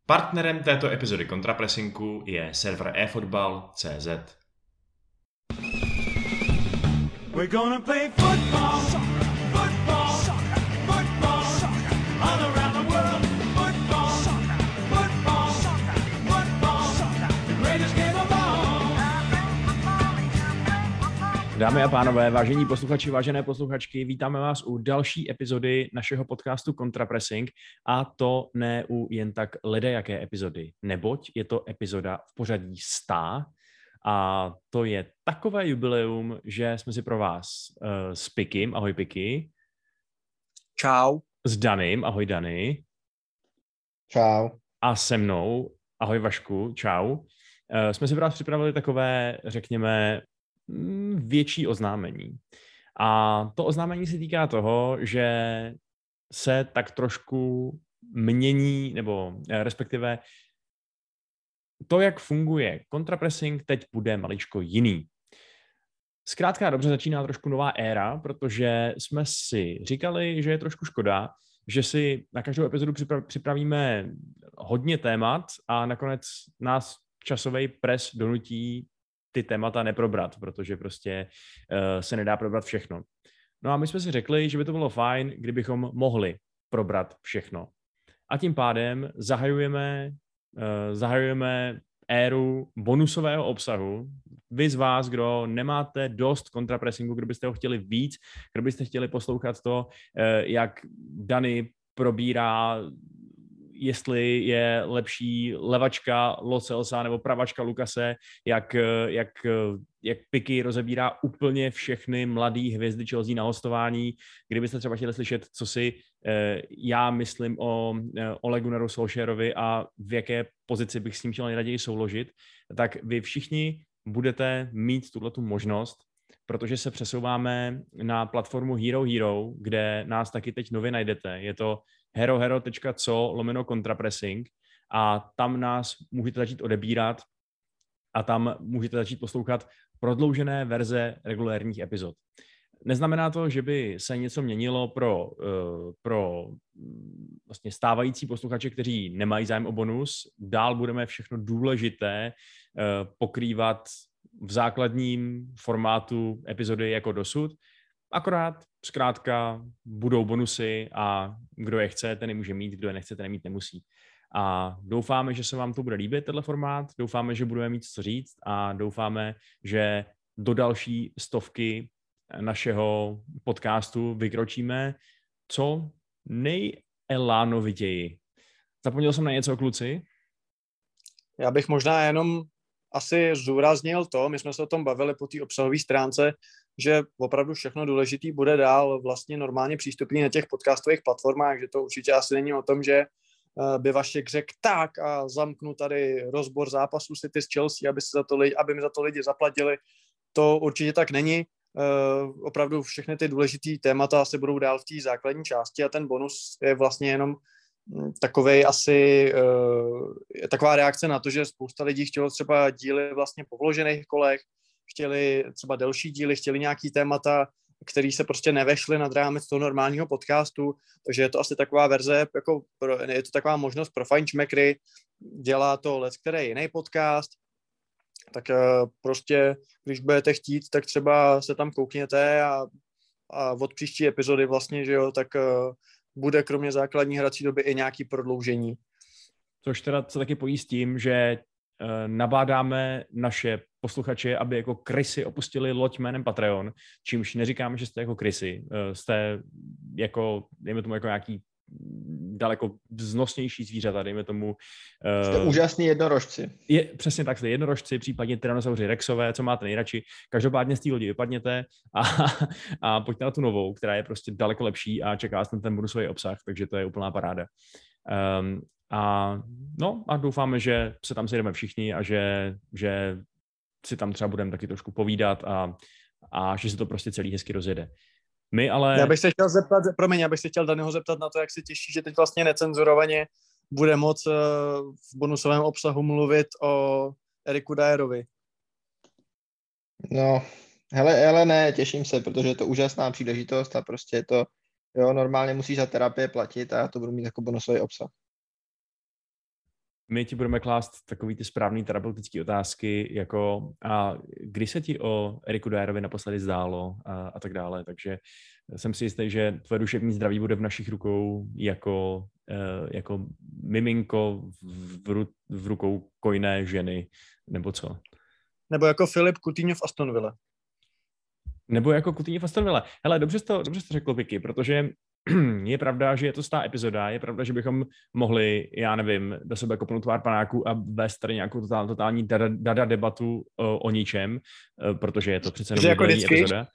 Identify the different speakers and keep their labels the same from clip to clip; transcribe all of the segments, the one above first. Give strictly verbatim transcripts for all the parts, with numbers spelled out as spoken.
Speaker 1: Partnerem této epizody Kontrapressingu je server eFootball tečka cé zet. We're gonna play football, football, football, all around the world. Football, football, football, the greatest game of all. Dámy a pánové, vážení posluchači, vážené posluchačky, vítáme vás u další epizody našeho podcastu Kontrapressing, a to ne u jen tak ledajaké epizody, neboť je to epizoda v pořadí sto. A to je takové jubileum, že jsme si pro vás uh, s Pikim, ahoj Piky.
Speaker 2: Čau.
Speaker 1: S Danym, ahoj Dany.
Speaker 3: Čau.
Speaker 1: A se mnou, ahoj Vašku, čau. Uh, jsme si pro vás připravili takové, řekněme, větší oznámení. A to oznámení se týká toho, že se tak trošku mění, nebo respektive to, jak funguje kontrapressing, teď bude maličko jiný. Zkrátka dobře začíná trošku nová éra, protože jsme si říkali, že je trošku škoda, že si na každou epizodu připravíme hodně témat a nakonec nás časový pres donutí ty témata neprobrat, protože prostě uh, se nedá probrat všechno. No a my jsme si řekli, že by to bylo fajn, kdybychom mohli probrat všechno. A tím pádem zahajujeme Uh, zahajujeme éru bonusového obsahu. Vy z vás, kdo nemáte dost kontrapressingu, kdo byste ho chtěli víc, kdo byste chtěli poslouchat to, uh, jak Dany probírá, jestli je lepší levačka Lo Celsa nebo pravačka Lukase, jak, jak, jak Piky rozebírá úplně všechny mladý hvězdy Chelsea na hostování. Kdybyste třeba chtěli slyšet, co si eh, já myslím o eh, Ole Gunnaru Solskjaerovi a v jaké pozici bych s ním chtěl nejraději souložit, tak vy všichni budete mít tuhletu možnost, protože se přesouváme na platformu Hero Hero, kde nás taky teď nově najdete. Je to herohero tečka co lomeno kontrapressing a tam nás můžete začít odebírat a tam můžete začít poslouchat prodloužené verze regulérních epizod. Neznamená to, že by se něco měnilo pro, pro vlastně stávající posluchače, kteří nemají zájem o bonus. Dál budeme všechno důležité pokrývat v základním formátu epizody jako dosud. Akorát zkrátka budou bonusy a kdo je chce, ten je může mít, kdo je nechce, ten je mít nemusí. A doufáme, že se vám to bude líbit, tenhle formát, doufáme, že budeme mít co říct a doufáme, že do další stovky našeho podcastu vykročíme co nejelánovitěji. Zapomněl jsem na něco, kluci?
Speaker 2: Já bych možná jenom asi zdůraznil to, my jsme se o tom bavili po té obsahové stránce, že opravdu všechno důležitý bude dál vlastně normálně přístupný na těch podcastových platformách, že to určitě asi není o tom, že by Vašek řekl tak a zamknu tady rozbor zápasu City s Chelsea, aby, se za to lidi, aby mi za to lidi zaplatili. To určitě tak není. Opravdu všechny ty důležitý témata se budou dál v té základní části a ten bonus je vlastně jenom takovej asi je taková reakce na to, že spousta lidí chtělo třeba díly vlastně po vložených kolech, chtěli třeba delší díly, chtěli nějaký témata, který se prostě nevešly nad rámec toho normálního podcastu, takže je to asi taková verze, jako pro, je to taková možnost pro fajnšmekry, dělá to let, který jiný podcast, tak prostě, když budete chtít, tak třeba se tam koukněte a, a od příští epizody vlastně, že jo, tak bude kromě základní hrací doby i nějaký prodloužení.
Speaker 1: Což teda se taky pojí s tím, že nabádáme naše posluchače, aby jako krysy opustili loď jménem Patreon, čímž neříkáme, že jste jako krysy, jste jako, dejme tomu, jako nějaký daleko vznosnější zvířata, dejme tomu.
Speaker 3: Jste uh, úžasný jednorožci.
Speaker 1: Je, přesně tak, jste jednorožci, případně tyrannosauři rexové, co máte nejradši. Každopádně z té lodi vypadněte a, a pojďte na tu novou, která je prostě daleko lepší a čeká vás ten, ten bonusový obsah, takže to je úplná paráda. Um, a no a doufáme, že se tam sejdeme všichni a že, že si tam třeba budeme taky trošku povídat a, a že se to prostě celý hezky rozjede. My ale...
Speaker 2: Já bych se chtěl zeptat, promiň, já bych se chtěl Danyho zeptat na to, jak se těší, že teď vlastně necenzurovaně bude moc v bonusovém obsahu mluvit o Eriku Dyerovi.
Speaker 3: No, hele, hele ne, těším se, protože je to úžasná příležitost a prostě je to, jo, normálně musíš za terapie platit a já to budu mít jako bonusový obsah.
Speaker 1: My ti budeme klást takový ty správný terapeutické otázky, jako a kdy se ti o Eriku Dyerovi naposledy zdálo a, a tak dále. Takže jsem si jistý, že tvoje duševní zdraví bude v našich rukou jako, jako miminko v, ru, v rukou kojné ženy, nebo co?
Speaker 2: Nebo jako Filip Coutinho v Aston Ville.
Speaker 1: Nebo jako Coutinho v Aston Ville. Hele, dobře jsi to, dobře jsi to řekl, Vicky, protože je pravda, že je to stá epizoda, je pravda, že bychom mohli, já nevím, do sebe kopnout tvár panáku a vést tady nějakou totál, totální dada, dada debatu o, o ničem, protože je to přece jenom jako epizoda.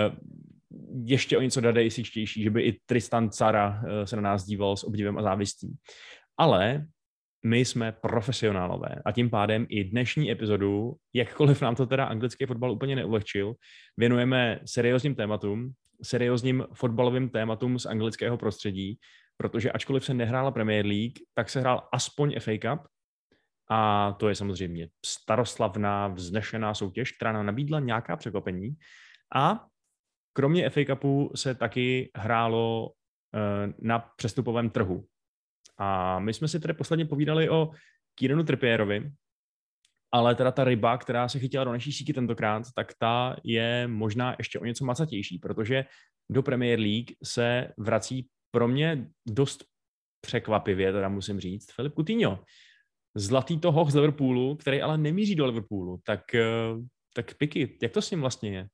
Speaker 1: Ještě o něco dadejsičtější, že by i Tristan Tzara se na nás díval s obdivem a závistí. Ale my jsme profesionálové a tím pádem i dnešní epizodu, jakkoliv nám to teda anglický fotbal úplně neulehčil, věnujeme seriózním tématům, seriózním fotbalovým tématům z anglického prostředí, protože ačkoliv se nehrála Premier League, tak se hrál aspoň F A Cup a to je samozřejmě staroslavná, vznešená soutěž, která nám nabídla nějaká překvapení a kromě F A Cupu se taky hrálo uh, na přestupovém trhu. A my jsme si tedy posledně povídali o Kieranu Trippierovi, ale teda ta ryba, která se chytila do naší síky tentokrát, tak ta je možná ještě o něco macatější, protože do Premier League se vrací pro mě dost překvapivě, teda musím říct, Filip Coutinho. Zlatý to hoch z Liverpoolu, který ale nemíří do Liverpoolu. Tak, tak Piky, jak to s ním vlastně je?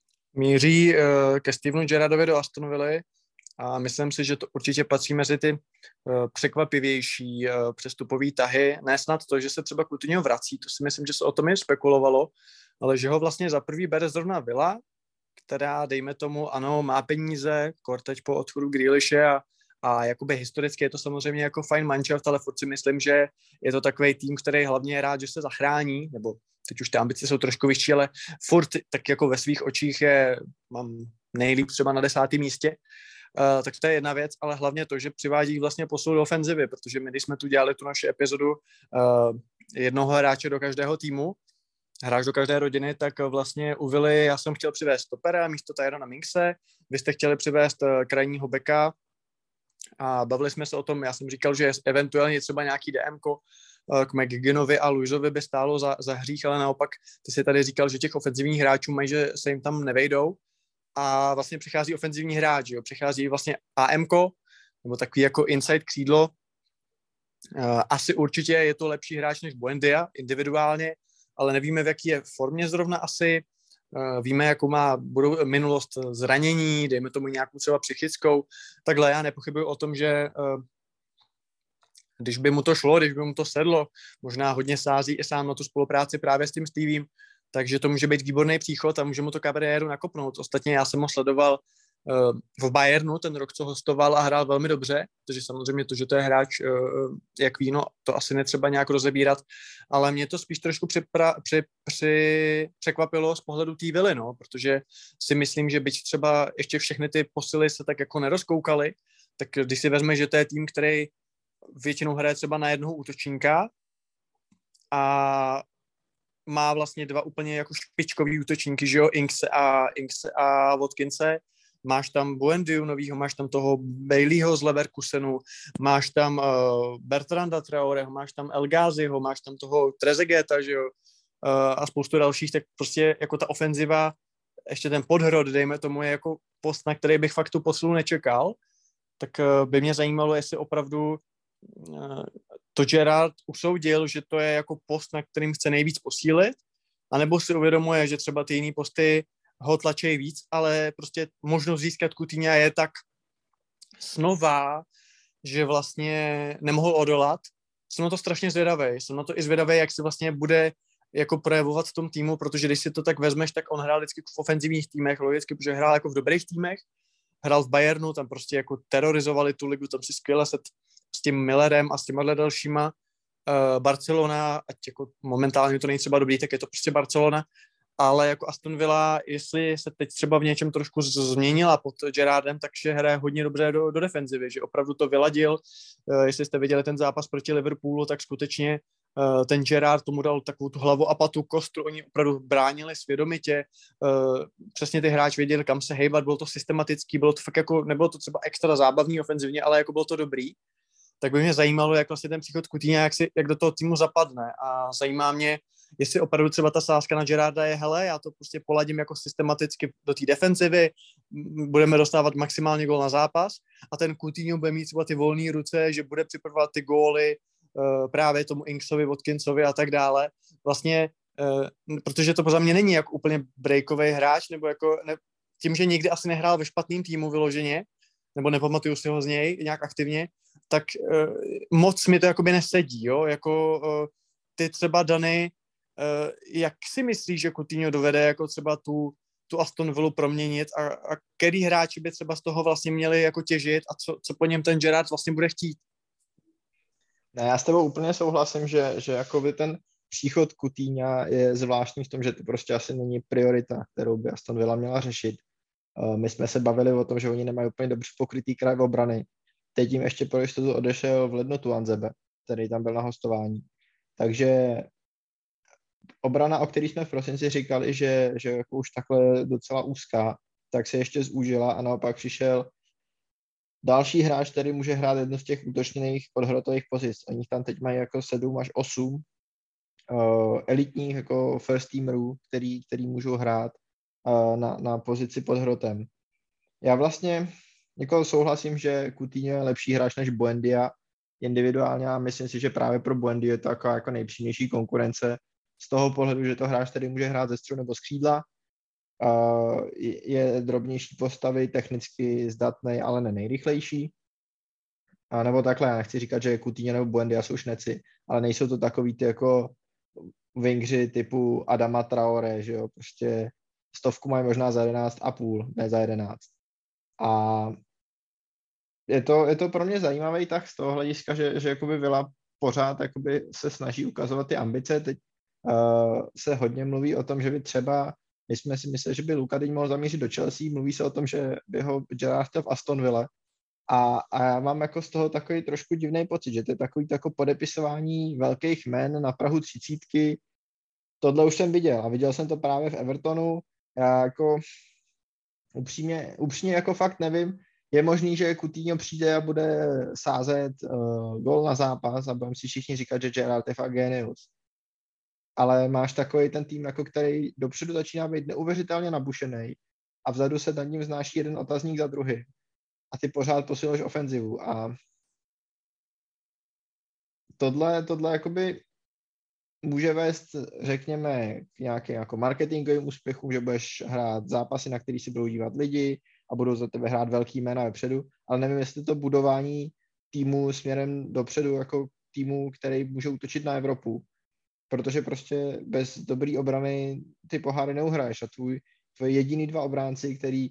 Speaker 2: Míří uh, ke Stevenu Gerrardovi do Aston Villa a myslím si, že to určitě patří mezi ty uh, překvapivější uh, přestupové tahy. Ne snad to, že se třeba Coutinho vrací, to si myslím, že se o tom i spekulovalo, ale že ho vlastně za prvý bere zrovna Villa, která, dejme tomu, ano, má peníze, kor teď po odchodu Grealishe a, a jakoby historicky je to samozřejmě jako fajn manšaft, ale furt si myslím, že je to takový tým, který hlavně je rád, že se zachrání, nebo teď už ty ambice jsou trošku vyšší, ale furt tak jako ve svých očích je, mám nejlíp třeba na desátém místě, uh, tak to je jedna věc, ale hlavně to, že přivádí vlastně posun do ofenzivy, protože my, když jsme tu dělali tu naši epizodu uh, jednoho hráče do každého týmu, hráč do každé rodiny, tak vlastně u Vily já jsem chtěl přivést stopera místo Tyrona Minkse, vy jste chtěli přivést uh, krajního beka a bavili jsme se o tom, já jsem říkal, že eventuálně třeba nějaký DMko k McGinnovi a Luisovi by stálo za, za hřích, ale naopak ty si tady říkal, že těch ofenzivních hráčů mají, že se jim tam nevejdou a vlastně přichází ofenzivní hráč, jo? Přichází vlastně AMko, nebo takový jako inside křídlo. Asi určitě je to lepší hráč než Buendia individuálně, ale nevíme, v jaký je formě zrovna asi. Víme, jakou má budou minulost zranění, dejme tomu nějakou třeba psychickou. Takhle já nepochybuji o tom, že když by mu to šlo, když by mu to sedlo, možná hodně sází i sám na tu spolupráci právě s tím Stevem, takže to může být výborný příchod a může mu to kariéru nakopnout. Ostatně já jsem ho sledoval uh, v Bayernu ten rok, co hostoval a hrál velmi dobře, protože samozřejmě to, že to je hráč uh, jak víno, to asi netřeba nějak rozebírat, ale mě to spíš trošku připra, při, při, překvapilo z pohledu té Vily, no, protože si myslím, že byť třeba ještě všechny ty posily se tak jako nerozkoukaly, tak když si vezme, že to je tým, který většinou hraje třeba na jednoho útočníka a má vlastně dva úplně jako špičkový útočníky, že jo, Inkse a, Inkse a Watkinse. Máš tam Buendiu novýho, máš tam toho Baileyho z Leverkusenu, máš tam uh, Bertranda Traoreho, máš tam El Ghaziho, máš tam toho Trezegueta, že jo, uh, a spoustu dalších, tak prostě jako ta ofenziva, ještě ten podhrod, dejme tomu, je jako post, na který bych fakt tu posilu nečekal, tak uh, by mě zajímalo, jestli opravdu to Gerrard usoudil, že to je jako post, na kterým chce nejvíc posílit, anebo si uvědomuje, že třeba ty jiný posty ho tlačí víc, ale prostě možnost získat Coutinha je tak snová, že vlastně nemohl odolat. Jsem na to strašně zvědavý. Jsem na to i zvědavý, jak se vlastně bude jako projevovat v tom týmu, protože když si to tak vezmeš, tak on hrál vždycky v ofenzivních týmech, logicky, protože hrál jako v dobrých týmech, hrál v Bayernu, tam prostě jako terorizovali tu ligu, tam si skvěle set s tím Millerem a s těma dalšíma. Uh, Barcelona, ať jako momentálně to není třeba dobrý, tak je to prostě Barcelona, ale jako Aston Villa, jestli se teď třeba v něčem trošku změnila pod Gerrardem, takže hraje hodně dobře do, do defenzivy, že opravdu to vyladil. Uh, jestli jste viděli ten zápas proti Liverpoolu, tak skutečně uh, ten Gerrard tomu dal takovou tu hlavu a patu kostru, oni opravdu bránili svědomitě, uh, přesně ty hráči věděli, kam se hejbat, bylo to systematický, bylo to fakt jako, nebylo to třeba extra zábavný ofenzivně, ale jako bylo to dobrý. tak by mě zajímalo, jak vlastně ten příchod Coutinha, jak, si, jak do toho týmu zapadne. A zajímá mě, jestli opravdu třeba ta sázka na Gerrarda je, hele, já to prostě poladím jako systematicky do té defenzivy, budeme dostávat maximálně gól na zápas a ten Coutinho bude mít třeba ty volné ruce, že bude připravovat ty góly uh, právě tomu Inksovi, Watkinsovi a tak dále. Vlastně, uh, protože to za mě není jako úplně breakový hráč, nebo jako ne, tím, že nikdy asi nehrál ve špatným týmu vyloženě, nebo nepamatuju si ho z něj nějak aktivně, tak uh, moc mi to jakoby nesedí, jo, jako uh, ty třeba Dany, uh, jak si myslíš, že Coutinho dovede jako třeba tu, tu Aston Villu proměnit a, a který hráči by třeba z toho vlastně měli jako těžit a co, co po něm ten Gerrard vlastně bude chtít?
Speaker 3: Ne, já s tebou úplně souhlasím, že, že jakoby ten příchod Coutinha je zvláštní v tom, že to prostě asi není priorita, kterou by Aston Villa měla řešit. Uh, my jsme se bavili o tom, že oni nemají úplně dobře pokrytý kraj obrany. Teď jim ještě pro jistotu odešel v lednu Tuanzebe, který tam byl na hostování. Takže obrana, o který jsme v prosinci říkali, že, že jako už takhle docela úzká, tak se ještě zúžila a naopak přišel další hráč, který může hrát jednu z těch útočných podhrotových pozic. Oni tam teď mají jako sedm až osm uh, elitních jako first teamerů, který, který můžou hrát uh, na, na pozici pod hrotem. Já vlastně jako souhlasím, že Coutinho je lepší hráč než Buendia individuálně a myslím si, že právě pro Buendia je to jako, jako nejpřímější konkurence z toho pohledu, že to hráč, který může hrát ze středu nebo z křídla, uh, je drobnější postavy, technicky zdatný, ale ne nejrychlejší. A nebo takhle, já nechci říkat, že Coutinho nebo Buendia jsou šneci, ale nejsou to takový ty jako wingři typu Adama Traore, že jo, prostě stovku mají možná za jedenáct a půl, ne za jedenáct. A je to, je to pro mě zajímavý tak z toho hlediska, že, že jakoby Villa pořád jakoby se snaží ukazovat ty ambice. Teď uh, se hodně mluví o tom, že by třeba, my jsme si mysleli, že by Luka teď mohl zamířit do Chelsea, mluví se o tom, že by ho Gerrard chtěl v Aston Villa. A, a já mám jako z toho takový trošku divný pocit, že to je takový jako podepisování velkých jmen na prahu třicítky. Tohle už jsem viděl a viděl jsem to právě v Evertonu. Já jako upřímně, upřímně jako fakt nevím, je možný, že Coutinho přijde a bude sázet uh, gól na zápas a budeme si všichni říkat, že Gerrard je fakt genius. Ale máš takový ten tým, jako který dopředu začíná být neuvěřitelně nabušený a vzadu se nad ním znáší jeden otazník za druhý. A ty pořád posiluješ ofenzivu. A tohle, tohle jakoby může vést, řekněme, k nějakým jako marketingovým úspěchům, že budeš hrát zápasy, na který si budou dívat lidi a budou za tebe hrát velký jména vepředu, ale nevím, jestli to budování týmu směrem dopředu, jako týmu, který může útočit na Evropu, protože prostě bez dobrý obrany ty poháry neuhraješ a tvůj, tvůj jediný dva obránci, který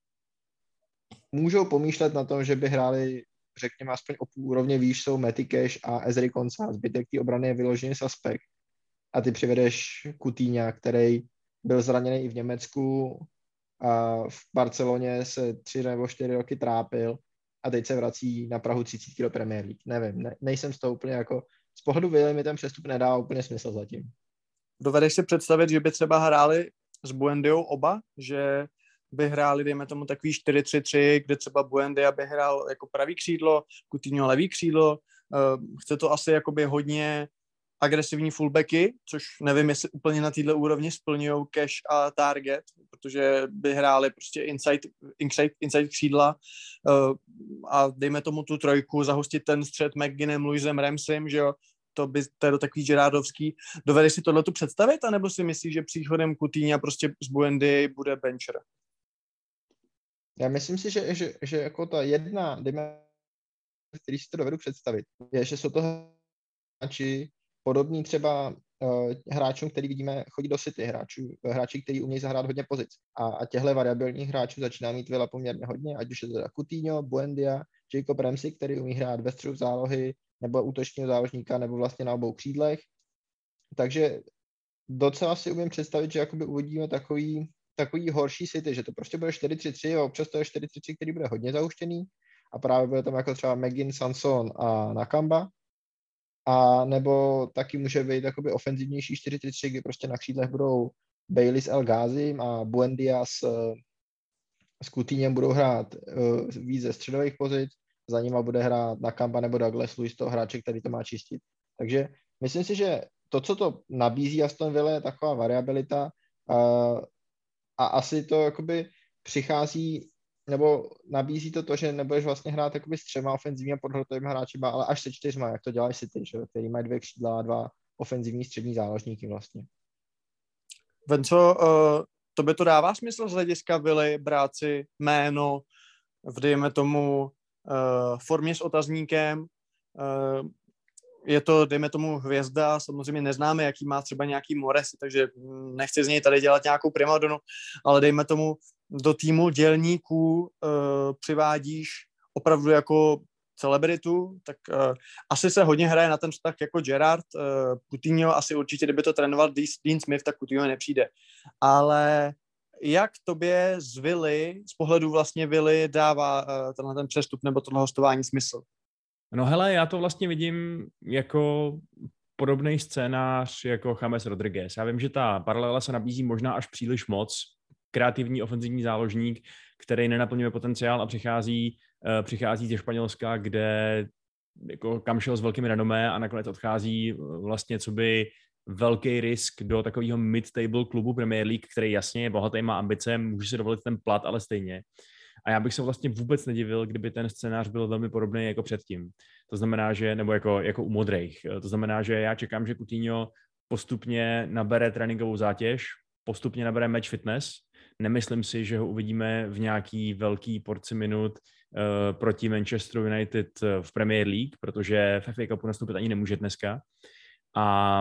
Speaker 3: můžou pomýšlet na tom, že by hráli, řekněme, aspoň o půl úrovně výš, jsou Matty Cash a Ezri Konsa. Zbytek té obrany je vyložený suspekt. A ty přivedeš Coutinha, který byl zraněný i v Německu a v Barceloně se tři nebo čtyři roky trápil a teď se vrací na prahu třicítky do Premier League. Nevím, ne, nejsem z toho úplně jako, z pohledu Vily mi ten přestup nedá úplně smysl zatím.
Speaker 2: Dovedeš si představit, že by třeba hráli s Buendiou oba, že by hráli, dejme tomu, takový čtyři tři tři, kde třeba Buendia by hrál jako pravý křídlo, Coutinho levý křídlo. Chce to asi jakoby hodně agresivní fullbacky, což nevím, jestli úplně na této úrovni splňují Cash a Target, protože by hráli prostě inside, inside, inside křídla a dejme tomu tu trojku, zahustit ten střed McGinnem, Luisem Ramseym, že jo, to by to je do takový Gerrardovský. Dovedeš si tohleto představit, anebo si myslíš, že příchodem Coutinha prostě z Buendy bude bencher?
Speaker 3: Já myslím si, že, že, že jako ta jedna dimenze, který si to dovedu představit, je, že jsou to hráči podobní třeba uh, hráčům, který vidíme chodit do City, hráčů, hráči, kteří umějí zahrát hodně pozic. A, a těchto variabilních hráčů začíná mít Villa poměrně hodně, ať už je to teda Coutinho, Buendia, Jacob Ramsey, který umí hrát ve středu zálohy, nebo útočního záložníka, nebo vlastně na obou křídlech. Takže docela si umím představit, že jakoby uvidíme takový, takový horší City, že to prostě bude čtyři tři tři a občas to je čtyři tři tři, který bude hodně zahuštěný a právě bude tam jako třeba McGinn, Sanson a Nakamba. A nebo taky může být jakoby ofenzivnější čtyři tři tři, kdy prostě na křídlech budou Bailey s El Ghazim a Buendia s, s Coutinhem budou hrát uh, víc ze středových pozic, za nima bude hrát Nakamba nebo Douglas Luiz, toho hráče, který to má čistit. Takže myslím si, že to, co to nabízí Aston Villa, je taková variabilita a, a asi to jakoby přichází, nebo nabízí to to, že nebudeš vlastně hrát jakoby s třema ofenzivními podhrotovými hráčima, ale až se čtyřma, jak to dělají City, že? Který mají dvě křídla a dva ofenzivní střední záložníky vlastně.
Speaker 2: Venco, uh, tobě to dává smysl z hlediska Vily brát si jméno v, dejme tomu, uh, formě s otazníkem, uh, je to, dejme tomu, hvězda, samozřejmě neznáme, jaký má třeba nějaký Mores, takže nechci z něj tady dělat nějakou primadonu, ale dejme tomu, do týmu dělníků uh, přivádíš opravdu jako celebritu, tak uh, asi se hodně hraje na ten vztah jako Gerrard, uh, Coutinho, asi určitě, kdyby to trénoval Dean Smith, tak Coutinho nepřijde. Ale jak tobě z Vily, z pohledu vlastně Vily dává uh, tenhle ten přestup nebo tohle hostování smysl?
Speaker 1: No hele, já to vlastně vidím jako podobný scénář jako James Rodriguez. Já vím, že ta paralela se nabízí možná až příliš moc. Kreativní ofenzivní záložník, který nenaplňuje potenciál a přichází, uh, přichází ze Španělska, kde jako kam šel s velkými renomé a nakonec odchází vlastně co by velký risk do takového mid-table klubu Premier League, který jasně je bohatý, má ambice, může si dovolit ten plat, ale stejně. A já bych se vlastně vůbec nedivil, kdyby ten scénář byl velmi podobný jako předtím. To znamená, že, nebo jako, jako u modrých. To znamená, že já čekám, že Coutinho postupně nabere tréninkovou zátěž, postupně nabere match fitness. Nemyslím si, že ho uvidíme v nějaký velký porci minut uh, proti Manchesteru United v Premier League, protože v F A Cupu nastoupit ani nemůže dneska. A,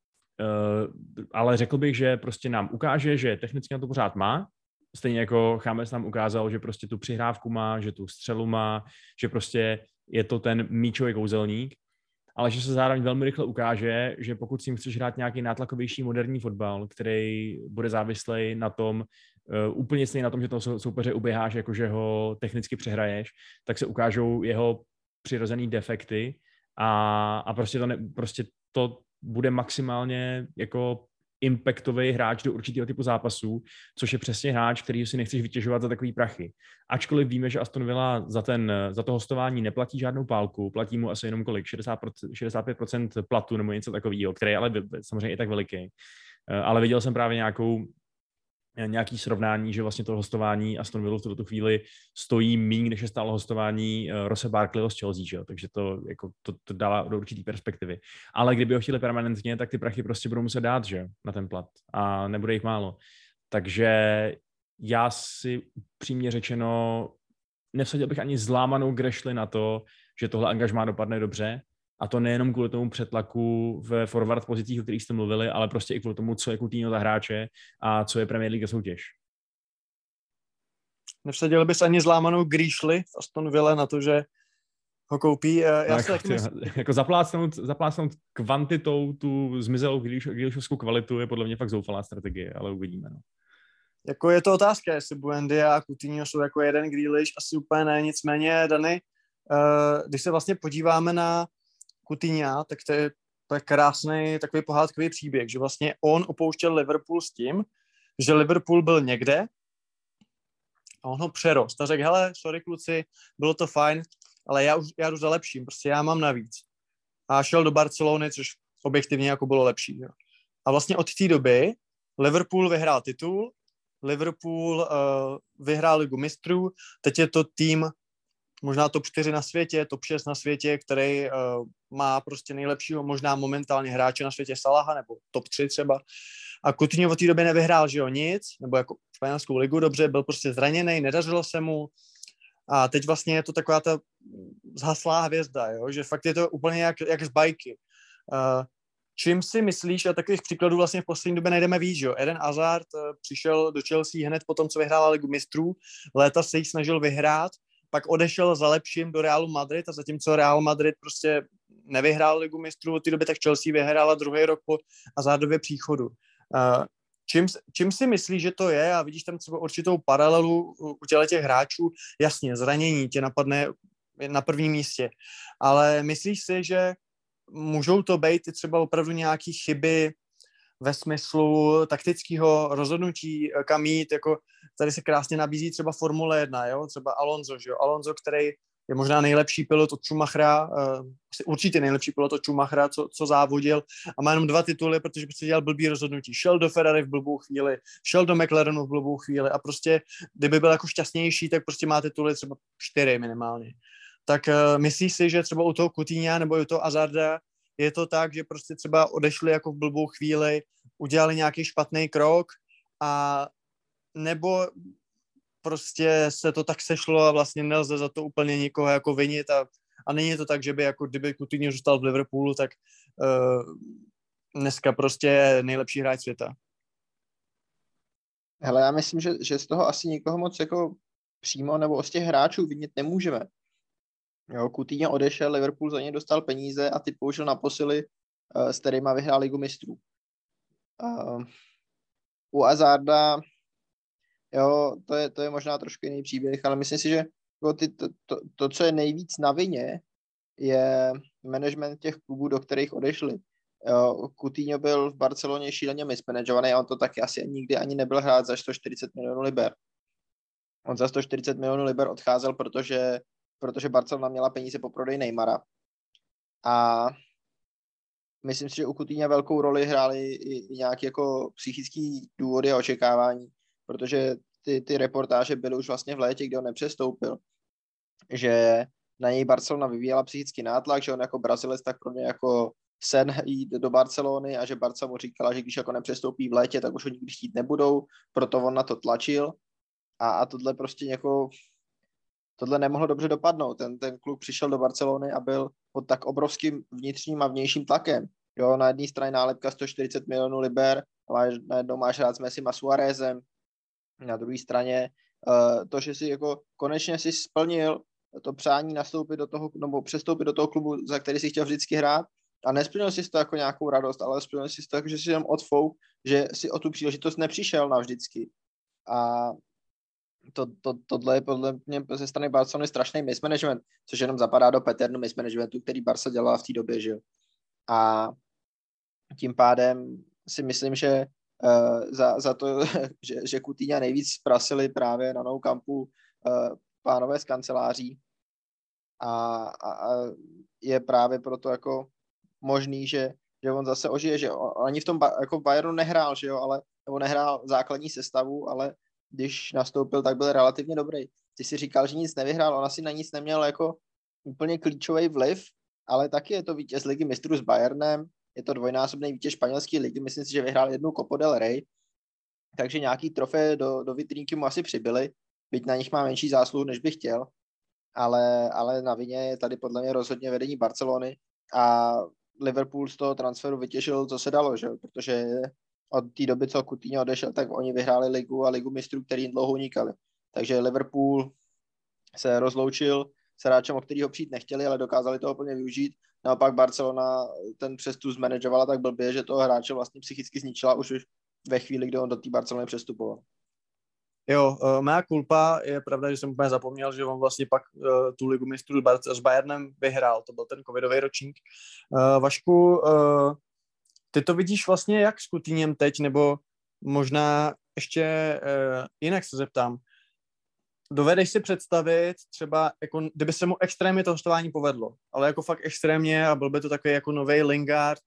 Speaker 1: uh, ale řekl bych, že prostě nám ukáže, že technicky na to pořád má. Stejně jako James nám ukázal, že prostě tu přihrávku má, že tu střelu má, že prostě je to ten míčový kouzelník, ale že se zároveň velmi rychle ukáže, že pokud si chceš hrát nějaký nátlakovější moderní fotbal, který bude závislý na tom, uh, úplně stejně na tom, že toho soupeře uběháš, jakože ho technicky přehraješ, tak se ukážou jeho přirozený defekty a, a prostě, to ne, prostě to bude maximálně jako impactový hráč do určitého typu zápasů, což je přesně hráč, který si nechceš vytěžovat za takový prachy. Ačkoliv víme, že Aston Villa za, ten, za to hostování neplatí žádnou pálku, platí mu asi jenom kolik, šedesát procent, šedesát pět procent platu nebo něco takového, který je ale samozřejmě i tak veliký. Ale viděl jsem právě nějakou nějaký srovnání, že vlastně to hostování Aston Villa v tuto chvíli stojí méně, než je stálo hostování Rosse Barkleyho z Chelsea, že? Takže to, jako, to, to dává do určitý perspektivy. Ale kdyby ho chtěli permanentně, tak ty prachy prostě budou muset dát, že? Na ten plat. A nebude jich málo. Takže já si přímě řečeno nevsadil bych ani zlámanou grešli na to, že tohle angažmá dopadne dobře. A to nejenom kvůli tomu přetlaku v forward pozicích, o kterých jste mluvili, ale prostě i kvůli tomu, co je Coutinho za hráče a co je Premier League soutěž.
Speaker 2: Nevsadil bys ani zlámanou Grýšli v Aston Villa na to, že ho koupí? Já
Speaker 1: no,
Speaker 2: si
Speaker 1: jako,
Speaker 2: myslím...
Speaker 1: jako zaplácnout, zaplácnout kvantitou tu zmizelou Grealishovskou kvalitu je podle mě fakt zoufalá strategie, ale uvidíme. No.
Speaker 2: Jako je to otázka, jestli Buendia a Coutinho jsou jako jeden Grealish, asi úplně ne, nicméně, Dany, když se vlastně podíváme na Coutinha, tak to je, to je krásný takový pohádkový příběh, že vlastně on opouštěl Liverpool s tím, že Liverpool byl někde a on ho přerost a řekl, hele, sorry kluci, bylo to fajn, ale já už já jdu za lepším, prostě já mám navíc. A šel do Barcelony, což objektivně jako bylo lepší. Jo. A vlastně od té doby Liverpool vyhrál titul, Liverpool uh, vyhrál Ligu mistrů, teď je to tým možná top čtyři na světě, top šest na světě, který uh, má prostě nejlepšího možná momentálně hráče na světě Salaha, nebo top tři třeba. A Coutinho od té doby nevyhrál, že jo, nic, nebo jako španělskou ligu, dobře, byl prostě zraněný, nedařilo se mu. A teď vlastně je to taková ta zhaslá hvězda, jo, že fakt je to úplně jak, jak z bajky. Uh, čím si myslíš, a takových příkladů vlastně v poslední době najdeme víc, jo. Eden Hazard uh, přišel do Chelsea hned po tom, co vyhrála Ligu mistrů, léta se jí snažil vyhrát, pak odešel za lepším do Realu Madrid a zatímco Real Madrid prostě nevyhrál Ligu mistrů od té doby, tak Chelsea vyhrála druhý rok po Hazardově příchodu. Uh, čím, čím si myslíš, že to je? A vidíš tam třeba určitou paralelu u těch hráčů? Jasně, zranění tě napadne na prvním místě, ale myslíš si, že můžou to být i třeba opravdu nějaké chyby ve smyslu taktického rozhodnutí, kam jít, jako tady se krásně nabízí třeba Formule jedna, jo? Třeba Alonso, že jo? Alonso, který je možná nejlepší pilot od Schumachera, uh, určitě nejlepší pilot od Schumachera, co, co závodil a má jenom dva tituly, protože prostě dělal blbý rozhodnutí. Šel do Ferrari v blbou chvíli, šel do McLarenu v blbou chvíli a prostě, kdyby byl jako šťastnější, tak prostě má tituly třeba čtyři minimálně. Tak uh, myslíš si, že třeba u toho Coutinha nebo u toho Hazarda je to tak, že prostě třeba odešli jako v blbou chvíli, udělali nějaký špatný krok a nebo prostě se to tak sešlo a vlastně nelze za to úplně nikoho jako vinit a, a není to tak, že by jako kdyby Coutinho zůstal v Liverpoolu, tak uh, dneska prostě je nejlepší hráč světa.
Speaker 3: Hele, já myslím, že, že z toho asi nikoho moc jako přímo nebo z těch hráčů vinit nemůžeme. Jo, Coutinho odešel, Liverpool za něj dostal peníze a ty použil na posily, uh, s kterýma vyhrál Ligu mistrů. Uh, u Hazarda, jo, to je, to je možná trošku jiný příběh, ale myslím si, že jako ty, to, to, to, co je nejvíc na vině, je management těch klubů, do kterých odešli. Jo, Coutinho byl v Barceloně šíleně mismanagovaný a on to taky asi nikdy ani nebyl hrát za sto čtyřicet milionů liber. On za sto čtyřicet milionů liber odcházel, protože, protože Barcelona měla peníze po prodeji Neymara. A myslím si, že u Coutinha velkou roli hrály i, i nějaké jako psychické důvody a očekávání, protože ty, ty reportáže byly už vlastně v létě, kdy on nepřestoupil, že na něj Barcelona vyvíjela psychický nátlak, že on jako Brazilec tak pro ně jako sen jít do Barcelony a že Barca mu říkala, že když jako nepřestoupí v létě, tak už ho nikdy chtít nebudou, proto on na to tlačil a, a tohle prostě jako tohle nemohlo dobře dopadnout. Ten, ten kluk přišel do Barcelony a byl pod tak obrovským vnitřním a vnějším tlakem. Jo, na jedné straně nálepka sto čtyřicet milionů liber, ale najednou máš hrát s Messim a Suárezem, na druhé straně uh, to, že si jako konečně si splnil to přání nastoupit do toho, nebo přestoupit do toho klubu, za který si chtěl vždycky hrát a nesplnil si to jako nějakou radost, ale splnil si to jako, že si jenom odfouk, že si o tu příležitost nepřišel navždycky. A to, to, tohle je podle mě ze strany Barcelony strašný mismanagement, což jenom zapadá do paternu mismanagementu, který Barca dělala v té době, že jo. A tím pádem si myslím, že uh, za, za to, že, že Coutinha nejvíc zprasili právě na Nou Campu uh, pánové z kanceláří a, a, a je právě proto jako možný, že, že on zase ožije, že on ani v tom jako Bayernu nehrál, že jo, ale, nebo nehrál základní sestavu, ale když nastoupil, tak byl relativně dobrý. Ty si říkal, že nic nevyhrál, on asi na nic neměl jako úplně klíčový vliv, ale taky je to vítěz ligy mistrů s Bayernem, je to dvojnásobný vítěz španělské ligy, myslím si, že vyhrál jednu Copa del Rey, takže nějaký trofeje do, do vitrínky mu asi přibyly, byť na nich má menší zásluhu, než bych chtěl, ale, ale na vině je tady podle mě rozhodně vedení Barcelony a Liverpool z toho transferu vytěžil, co se dalo, že? Protože od té doby, co Coutinho odešel, tak oni vyhráli ligu a ligu mistrů, který jim dlouho unikali. Takže Liverpool se rozloučil s hráčem, o kterýho přijít nechtěli, ale dokázali to úplně využít. Naopak Barcelona ten přestup zmanageovala tak blbě, že toho hráče vlastně psychicky zničila už ve chvíli, kdy on do té Barcelony přestupoval.
Speaker 2: Jo, uh, má kulpa, je pravda, že jsem úplně zapomněl, že on vlastně pak uh, tu ligu mistrů s Bayernem vyhrál, to byl ten covidový ročník. Uh, Vašku, uh, ty to vidíš vlastně jak s Coutinhem teď, nebo možná ještě uh, jinak se zeptám. Dovedeš si představit třeba, jako, kdyby se mu extrémně to hostování povedlo, ale jako fakt extrémně a byl by to takový jako novej Lingard,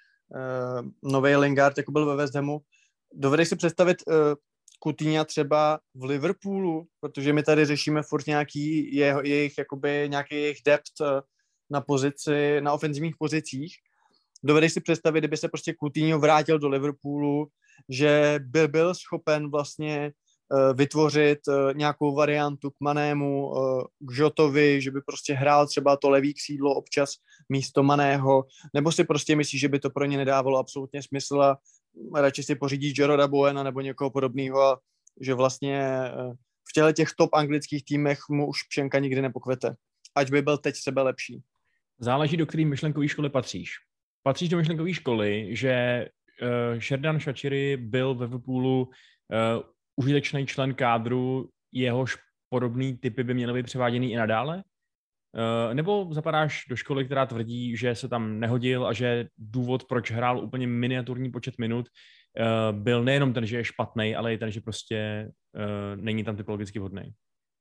Speaker 2: uh, novej Lingard, jako byl ve West Hamu. Dovedeš si představit uh, Coutinha třeba v Liverpoolu, protože my tady řešíme furt nějaký jeho, jejich, jakoby nějaký jejich depth uh, na pozici, na ofenzivních pozicích. Dovedeš si představit, kdyby se prostě Coutinho vrátil do Liverpoolu, že by byl schopen vlastně vytvořit nějakou variantu k Manému, k Jotovi, že by prostě hrál třeba to levý křídlo občas místo Maného, nebo si prostě myslíš, že by to pro ně nedávalo absolutně smysl a radši si pořídí Jarroda Bowena nebo někoho podobného a že vlastně v těchto těch top anglických týmech mu už pšenka nikdy nepokvete, ať by byl teď sebe lepší.
Speaker 1: Záleží, do které myšlenkové školy patříš. Patříš do myšlenkové školy, že uh, Xherdan Shaqiri byl ve Liverpoolu uh, užitečný člen kádru, jehož podobný typy by měly být převáděný i nadále? Uh, nebo zapadáš do školy, která tvrdí, že se tam nehodil a že důvod, proč hrál úplně miniaturní počet minut, uh, byl nejenom ten, že je špatný, ale i ten, že prostě uh, není tam typologicky vhodný?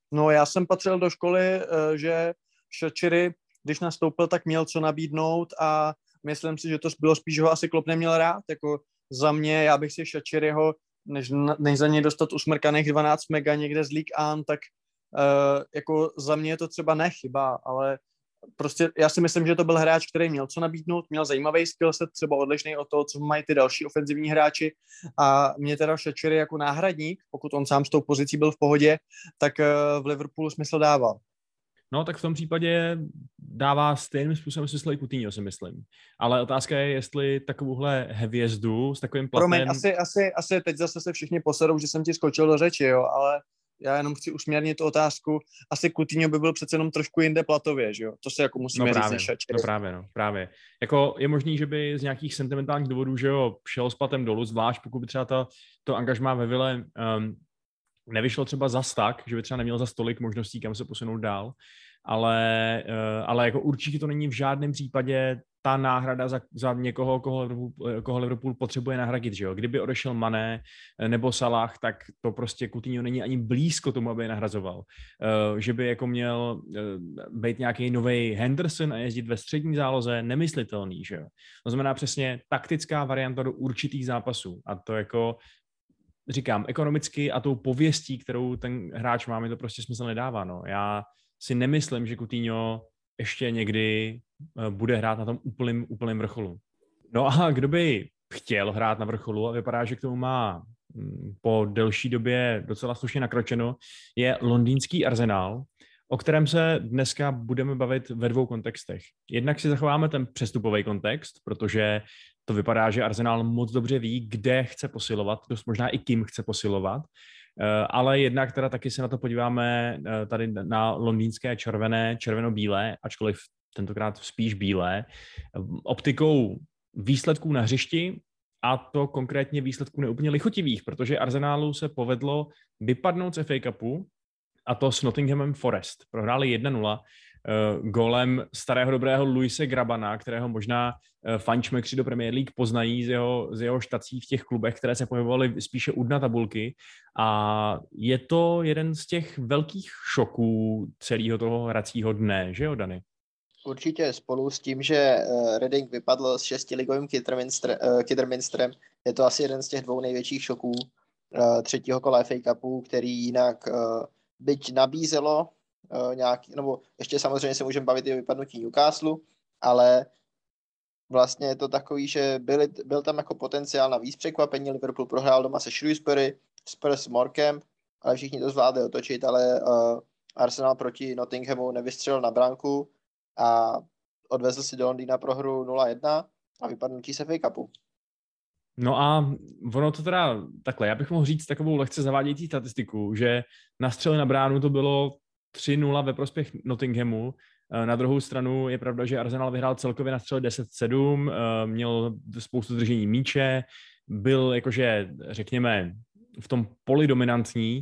Speaker 2: No já jsem patřil do školy, že Šačiri, když nastoupil, tak měl co nabídnout a myslím si, že to bylo spíš, že ho asi Klopp neměl rád. Jako za mě, já bych si Šačiriho, než, než za něj dostat usmrkaných dvanáct mega někde z League One, tak uh, jako za mě je to třeba nechyba, ale prostě já si myslím, že to byl hráč, který měl co nabídnout, měl zajímavý skillset, třeba odlišný od toho, co mají ty další ofenzivní hráči a mě teda Šačiri jako náhradník, pokud on sám s tou pozicí byl v pohodě, tak uh, v Liverpoolu smysl dával.
Speaker 1: No, tak v tom případě dává stejným způsobem smysl i Coutinho, si myslím. Ale otázka je, jestli takovouhle hvězdu s takovým platem...
Speaker 2: Promiň, asi, asi, asi teď zase se všichni poserou, že jsem ti skočil do řeči, jo, ale já jenom chci usměrnit tu otázku. Asi Coutinho by byl přece jenom trošku jinde platově, že jo? To se jako musíme
Speaker 1: no právě,
Speaker 2: říct.
Speaker 1: No právě, no právě. Jako je možný, že by z nějakých sentimentálních důvodů, že jo, šel s platem dolů, zvlášť pokud by třeba to, to angažmá ve Vile um, nevyšlo třeba zas tak, že by třeba neměl za tolik možností, kam se posunout dál, ale, uh, ale jako určitě to není v žádném případě ta náhrada za, za někoho, koho Liverpool, koho Liverpool potřebuje nahradit, že jo. Kdyby odešel Mané nebo Salah, tak to prostě Coutinho není ani blízko tomu, aby je nahrazoval. Uh, že by jako měl uh, být nějaký nový Henderson a jezdit ve střední záloze, nemyslitelný, že jo. To znamená přesně taktická varianta do určitých zápasů a to jako říkám, ekonomicky a tou pověstí, kterou ten hráč má, mi to prostě smysl nedává. No. Já si nemyslím, že Coutinho ještě někdy bude hrát na tom úplným, úplným vrcholu. No a kdo by chtěl hrát na vrcholu a vypadá, že k tomu má po delší době docela slušně nakročeno, je londýnský Arsenal, o kterém se dneska budeme bavit ve dvou kontextech. Jednak si zachováme ten přestupový kontext, protože to vypadá, že Arsenal moc dobře ví, kde chce posilovat, dost možná i kým chce posilovat, ale jednak teda taky se na to podíváme tady na londýnské červené, červeno-bílé, ačkoliv tentokrát spíš bílé, optikou výsledků na hřišti, a to konkrétně výsledků neúplně lichotivých, protože Arsenalu se povedlo vypadnout z F A Cupu, a to s Nottinghamem Forest. Prohráli jedna nula uh, gólem starého dobrého Luise Grabana, kterého možná uh, fančmekři do Premier League poznají z jeho, z jeho štací v těch klubech, které se pohybovaly spíše u dna tabulky. A je to jeden z těch velkých šoků celého toho hracího dne, že jo, Dany?
Speaker 3: Určitě spolu s tím, že uh, Reading vypadl s šestiligovým Kidderminster, uh, Kidderminsterem, je to asi jeden z těch dvou největších šoků uh, třetího kola F A Cupu, který jinak uh, byť nabízelo uh, nějaký, nebo ještě samozřejmě se můžeme bavit i o vypadnutí Newcastle, ale vlastně je to takový, že byli, byl tam jako potenciál na víc překvapení. Liverpool prohrál doma se Shrewsbury, Spurs s Morecambe, ale všichni to zvládli otočit, ale uh, Arsenal proti Nottinghamu nevystřelil na branku a odvezl si do Londýna prohru nula jedna a vypadnutí se F A Cupu.
Speaker 1: No a ono to teda takhle, já bych mohl říct takovou lehce zavádějící statistiku, že na střely na bránu to bylo tři nula ve prospěch Nottinghamu. Na druhou stranu je pravda, že Arsenal vyhrál celkově na střely deset sedm, měl spoustu držení míče, byl jakože, řekněme, v tom poli dominantní.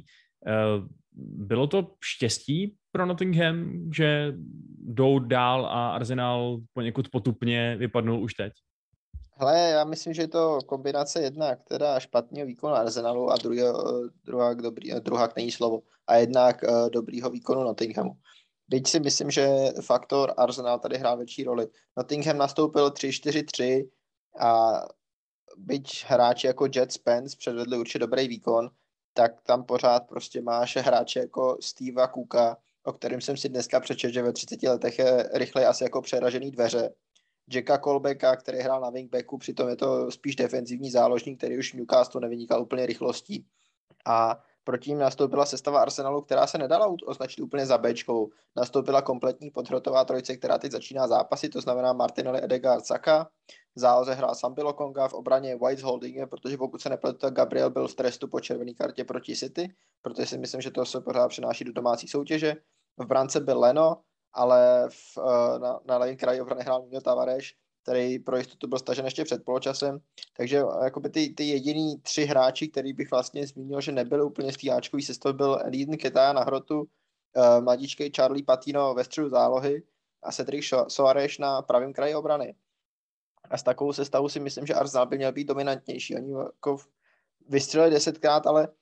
Speaker 1: Bylo to štěstí pro Nottingham, že jdou dál a Arsenal poněkud potupně vypadnul už teď?
Speaker 3: Hele, já myslím, že je to kombinace jednak teda špatného výkonu Arsenalu a druhého, druhá, dobrý, druhá není slovo, a jednak uh, dobrýho výkonu Nottinghamu. Byť si myslím, že faktor Arsenal tady hrál větší roli. Nottingham nastoupil tři čtyři tři a byť hráči jako Jet Spence předvedli určitě dobrý výkon, tak tam pořád prostě máš hráče jako Steva Cooka, o kterém jsem si dneska přečetl, že ve třiceti letech je rychle asi jako přeražený dveře. Jacka Colbacka, který hrál na wingbacku, přitom je to spíš defenzivní záložník, který už v Newcastle nevynikal úplně rychlostí. A proti ním nastoupila sestava Arsenalu, která se nedala označit úplně za Bčkou. Nastoupila kompletní podhrotová trojice, která teď začíná zápasy, to znamená Martinelli, Ødegaard, Saka. V záloze hrál Sambi Lokonga, v obraně White s Holdingem, protože pokud se nepletu, tak Gabriel byl v trestu po červené kartě proti City, protože si myslím, že to se pořád přináší do domácí soutěže. V brance byl Leno, ale v, na, na levém kraji obrany hrál Nuno Tavares, který pro jistotu byl stažen ještě před poločasem. Takže jakoby ty, ty jediný tři hráči, který bych vlastně zmínil, že nebyl úplně z té áčkový sestavy, byl Eden Nketiah na hrotu, uh, mladíčkej Charlie Patino ve středu zálohy a Cedric Soares na pravém kraji obrany. A s takovou sestavou si myslím, že Arsenal by měl být dominantnější. Oni jako vystřelili desetkrát, ale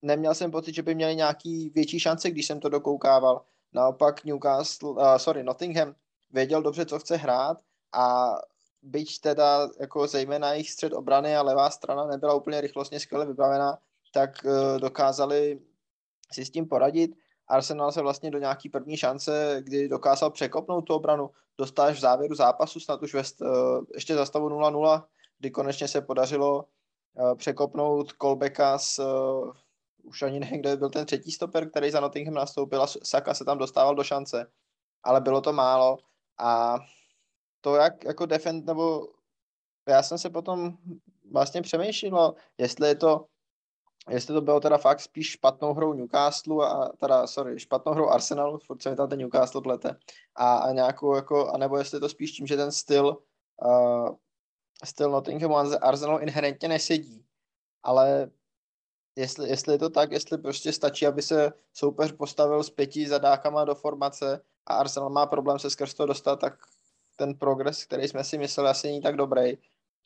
Speaker 3: neměl jsem pocit, že by měli nějaký větší šance, když jsem to dokoukával. Naopak Newcastle, uh, sorry, Nottingham věděl dobře, co chce hrát a byť teda jako zejména jejich střed obrany a levá strana nebyla úplně rychlostně skvěle vybavená, tak uh, dokázali si s tím poradit. Arsenal se vlastně do nějaký první šance, kdy dokázal překopnout tu obranu, dostal až v závěru zápasu, snad už ve, uh, ještě za stavu nula nula, kdy konečně se podařilo uh, překopnout Kolbeka s, uh, už ani nevím, kde byl ten třetí stoper, který za Nottingham nastoupil a Saka se tam dostával do šance, ale bylo to málo a to jak jako defend, nebo já jsem se potom vlastně přemýšlel, jestli je to jestli to bylo teda fakt spíš špatnou hrou Newcastle a teda, sorry, špatnou hrou Arsenalu, furt se mi tam ten Newcastle plete, a, a nějakou jako, anebo jestli to spíš tím, že ten styl uh, styl Nottinghamu Arsenalu inherentně nesedí, ale jestli, jestli je to tak, jestli prostě stačí, aby se soupeř postavil s pěti zadákama do formace a Arsenal má problém se skrz to dostat, tak ten progres, který jsme si mysleli, asi není tak dobrý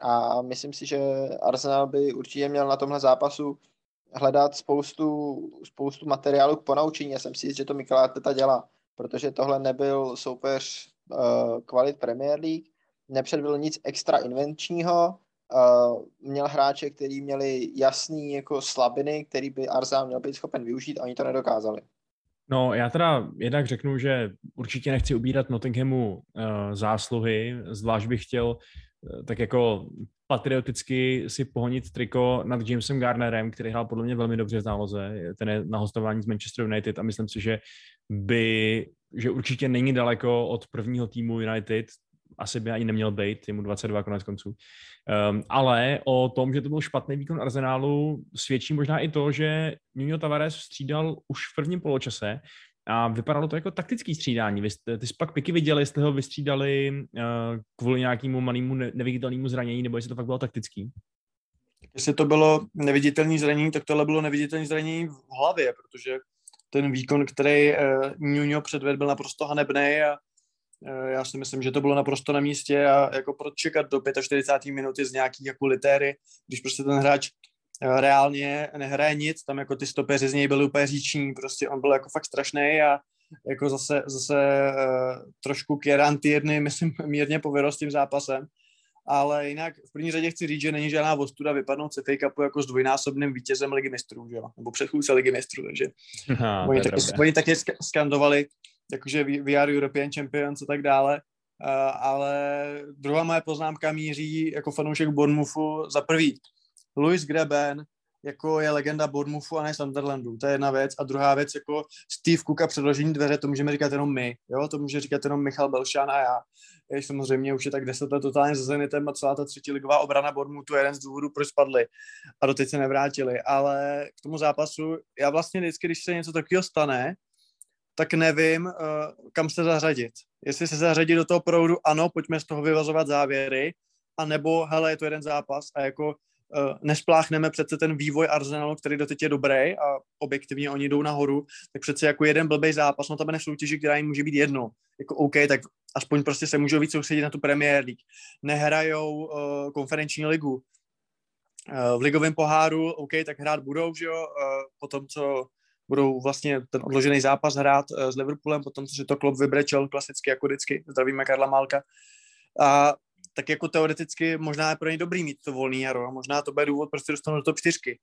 Speaker 3: a myslím si, že Arsenal by určitě měl na tomhle zápasu hledat spoustu, spoustu materiálu k ponaučení. Já jsem si jist, že to Mikel Arteta dělá, protože tohle nebyl soupeř uh, kvalit Premier League, nepředvedl nic extra invenčního, uh, měl hráče, který měli jasný jako slabiny, který by Arsenal měl být schopen využít a oni to nedokázali.
Speaker 1: No, já teda jednak řeknu, že určitě nechci ubírat Nottinghamu uh, zásluhy, zvlášť bych chtěl uh, tak jako patrioticky si pohonit triko nad Jamesem Garnerem, který hrál podle mě velmi dobře v záloze, ten je na hostování z Manchester United a myslím si, že by, že určitě není daleko od prvního týmu United, asi by ani neměl být, je mu dvacet dva konec konců. Um, ale o tom, že to byl špatný výkon Arsenálu, svědčí možná i to, že Nuno Tavares střídal už v prvním poločase a vypadalo to jako taktický střídání. Vy jste, ty jsi pak Piky viděli, jestli ho vystřídali uh, kvůli nějakému malému ne- neviditelnému zranění, nebo jestli to fakt bylo taktický?
Speaker 2: Jestli to bylo neviditelné zranění, tak tohle bylo neviditelné zranění v hlavě, protože ten výkon, který uh, Nuno předvedl, byl naprosto hanebný a já si myslím, že to bylo naprosto na místě a jako proč čekat do čtyřicáté páté minuty z nějaký jako litéry, když prostě ten hráč reálně nehraje nic, tam jako ty stopeři z něj byli úplně říční, prostě on byl jako fakt strašný a jako zase, zase uh, trošku Kieran Tierney, myslím, mírně pověděl s tím zápasem, ale jinak v první řadě chci říct, že není žádná ostuda vypadnout z F A Cupu jako s dvojnásobným vítězem Ligy mistrů, že jo, nebo předchůdce Ligy mistrů, takže Aha, oni, taky, oni taky skandovali jakože we are European Champions a tak dále, uh, ale druhá moje poznámka míří jako fanoušek Bournemouthu za prvý. Louis Greben jako je legenda Bournemouthu a ne Sunderlandu, to je jedna věc, a druhá věc jako Steve Cooka předložení dveře, to můžeme říkat jenom my, jo, to může říkat jenom Michal Belšan a já. Jež samozřejmě už je tak deset let totálně za Zenitem a celá ta třetí ligová obrana Bournemouthu je jeden z důvodů, proč spadli a doteď se nevrátili, ale k tomu zápasu, já vlastně vždycky, když se něco takového stane, tak nevím, uh, kam se zařadit. Jestli se zařadit do toho proudu, ano, pojďme z toho vyvazovat závěry, anebo, hele, je to jeden zápas a jako uh, nespláchneme přece ten vývoj Arsenalu, který doteď je dobrý a objektivně oni jdou nahoru, tak přece jako jeden blbej zápas, no tam ne v soutěži, která jim může být jedno. Jako OK, tak aspoň prostě se můžou víc soustředit na tu Premier League. Nehrajou uh, konferenční ligu. Uh, v ligovém poháru, OK, tak hrát budou, že jo, uh, potom, co budou vlastně ten odložený zápas hrát s Liverpoolem, potom co si to Klopp vybrečel klasicky jako vždycky, zdravíme Karla Málka. A tak jako teoreticky možná je pro ně dobrý mít to volný jaro a možná to bude důvod prostě dostanou do top čtyřky.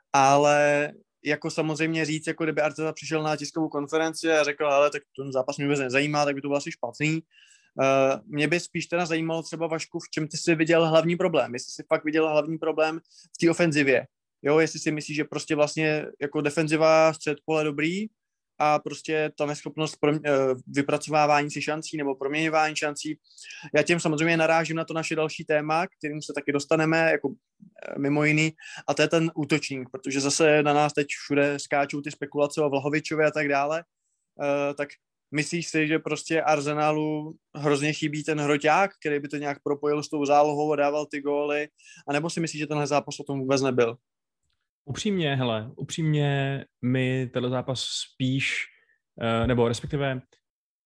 Speaker 2: Ale jako samozřejmě říct, jako kdyby Arteta přišel na tiskovou konferenci a řekl, hele, tak ten zápas mě vůbec nezajímá, tak by to bylo asi špatný. Uh, mě by spíš teda zajímalo třeba, Vašku, v čem ty jsi viděl hlavní problém, jestli jsi fakt viděl hlavní problém v té ofenzivě. Jo, jestli si myslíš, že prostě vlastně jako defenziva, střed pole dobrý a prostě ta neschopnost pro, vypracovávání si šancí nebo proměňování šancí. Já tím samozřejmě narážím na to naše další téma, kterým se taky dostaneme, jako mimo jiný, a to je ten útočník, protože zase na nás teď všude skáčou ty spekulace o Vlahovičovi a tak dále, uh, tak myslíš si, že prostě Arsenalu hrozně chybí ten hroťák, který by to nějak propojil s tou zálohou a dával ty góly, anebo si myslíš, že tenhle zápas o tom vůbec nebyl?
Speaker 1: Upřímně, hele, upřímně mi tenhle zápas spíš, nebo respektive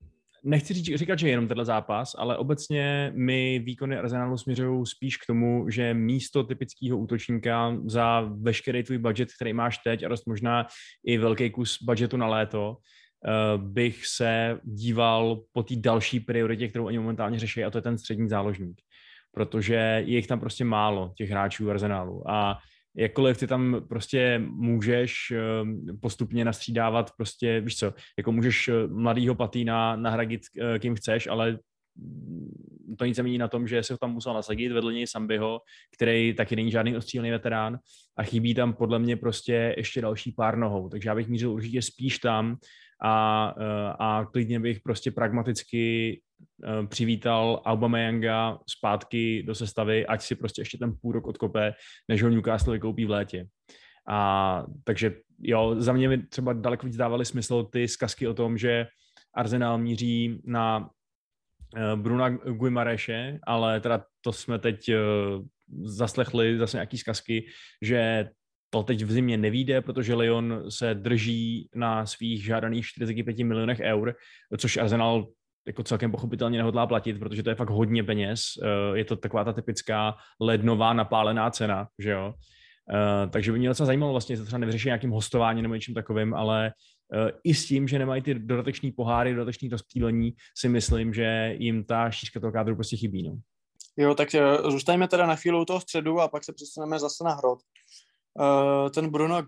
Speaker 1: nechci říct, říkat, že jenom tenhle zápas, ale obecně mi výkony Arsenalu směřují spíš k tomu, že místo typického útočníka za veškerý tvůj budget, který máš teď a dost možná i velký kus budgetu na léto, bych se díval po té další prioritě, kterou oni momentálně řeší, a to je ten střední záložník. Protože je jich tam prostě málo, těch hráčů Arsenalu. A jakkoliv ty tam prostě můžeš postupně nastřídávat prostě, víš co, jako můžeš mladýho Patína nahradit kým chceš, ale to nic nemění na tom, že se ho tam musel nasadit, vedle něj Sambiho, který taky není žádný ostřílený veterán a chybí tam podle mě prostě ještě další pár nohou, takže já bych mířil určitě spíš tam a, a klidně bych prostě pragmaticky přivítal Aubameyanga zpátky do sestavy, ať si prostě ještě ten půl rok odkope, než ho Newcastle vykoupí v létě. A takže jo, za mě mi třeba daleko víc dávaly smysl ty zkazky o tom, že Arsenal míří na Bruna Guimareše, ale teda to jsme teď zaslechli zase nějaký zkazky, že to teď v zimě nevyjde, protože Lyon se drží na svých žádaných čtyřiceti pěti milionech eur, což Arsenal jako celkem pochopitelně nehodlá platit, protože to je fakt hodně peněz. Je to taková ta typická lednová napálená cena, že jo. Takže by mě docela zajímalo vlastně, jestli to třeba nevyřeší nějakým hostováním nebo něčím takovým, ale i s tím, že nemají ty dodateční poháry, dodatečný rozptýlení, si myslím, že jim ta šířka toho kádru prostě chybí. No.
Speaker 2: Jo, tak zůstaňme teda na chvíli u toho středu a pak se přesuneme zase na hrot. Uh, ten Bruno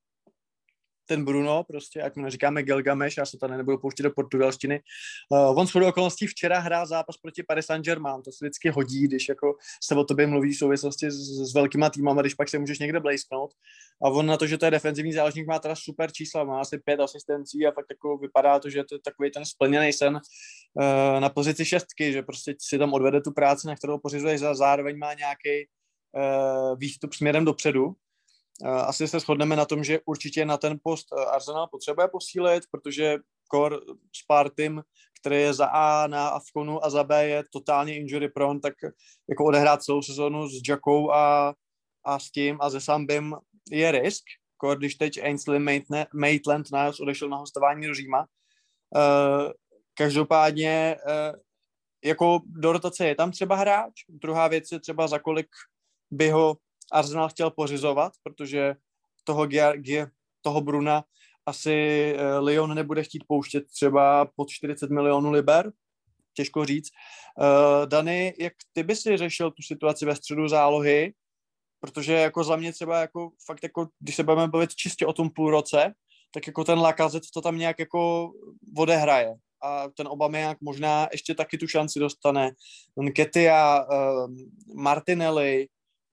Speaker 2: ten Bruno, prostě, jak mu neříkáme Gilgamesh, já se tady nebudu pouštět do portugalštiny. Uh, on shodou okolností včera hrál zápas proti Paris Saint-Germain, to se vždycky hodí, když jako se o tobě mluví v souvislosti s, s velkýma týmama, když pak se můžeš někde blejsknout. A on na to, že to je defenzivní záložník, má teda super čísla, má asi pět asistencí a fakt jako vypadá to, že to je takový ten splněný sen uh, na pozici šestky, že prostě si tam odvede tu práci, na kterou pořizuješ, a zároveň má nějaký uh, výstup směrem dopředu. Asi se shodneme na tom, že určitě na ten post Arsenal potřebuje posílit, protože core s Partym, který je za A na Afkonu a za B je totálně injury prone, tak jako odehrát celou sezonu s Jackou a, a s tím a se Sambim je risk, core když teď Ainsley Maitland nás odešel na hostování do Říma. Uh, každopádně uh, jako do rotace je tam třeba hráč, druhá věc je třeba za kolik by ho Arsenal chtěl pořizovat, protože toho, Gia, toho Bruna asi Lyon nebude chtít pouštět třeba pod čtyřicet milionů liber, těžko říct. Uh, Dani, jak ty by si řešil tu situaci ve středu zálohy, protože jako za mě třeba jako fakt jako, když se budeme bavit čistě o tom půl roce, tak jako ten Lacazette to tam nějak jako odehraje a ten Aubameyang možná ještě taky tu šanci dostane. Nketiah, uh, Martinelli,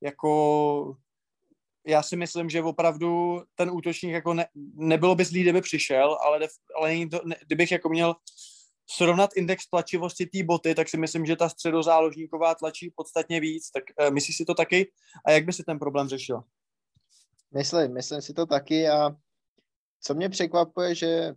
Speaker 2: jako já si myslím, že opravdu ten útočník jako ne, nebylo by zlý, kdyby přišel, ale, def, ale to, ne, kdybych jako měl srovnat index tlačivosti té boty, tak si myslím, že ta středozáložníková tlačí podstatně víc. Tak uh, myslíš si to taky? A jak by si ten problém řešil?
Speaker 3: Myslím, myslím si to taky a co mě překvapuje, že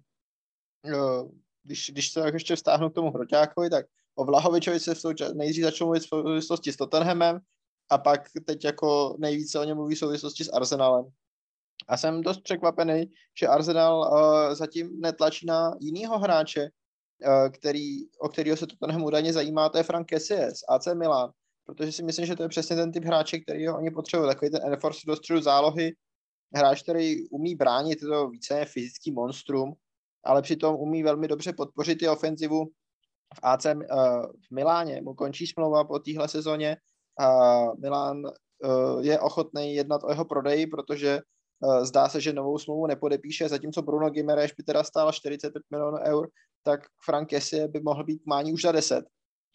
Speaker 3: jo, když, když se ještě vztáhnu k tomu Hroťákovi, tak o Vlahovičovi se v součas, nejdřív začal mluvit v souvislosti s Tottenhamem, a pak teď jako nejvíce o něm mluví v souvislosti s Arsenalem. A jsem dost překvapený, že Arsenal uh, zatím netlačí na jinýho hráče, uh, který, o kterého se Tottenham údajně zajímá, to je Frank Kessie z A C Milan, protože si myslím, že to je přesně ten typ hráče, který oni potřebují, takový ten enforcer do středu zálohy, hráč, který umí bránit, je to více fyzický monstrum, ale přitom umí velmi dobře podpořit i ofenzivu. V A C uh, v Miláně mu končí smlouva po téhle sezóně, a Milan uh, je ochotný jednat o jeho prodeji, protože uh, zdá se, že novou smlouvu nepodepíše, zatímco Bruno Guimaraes by teda stála čtyřicet pět milionů eur, tak Frank Kessie by mohl být mání už za deset.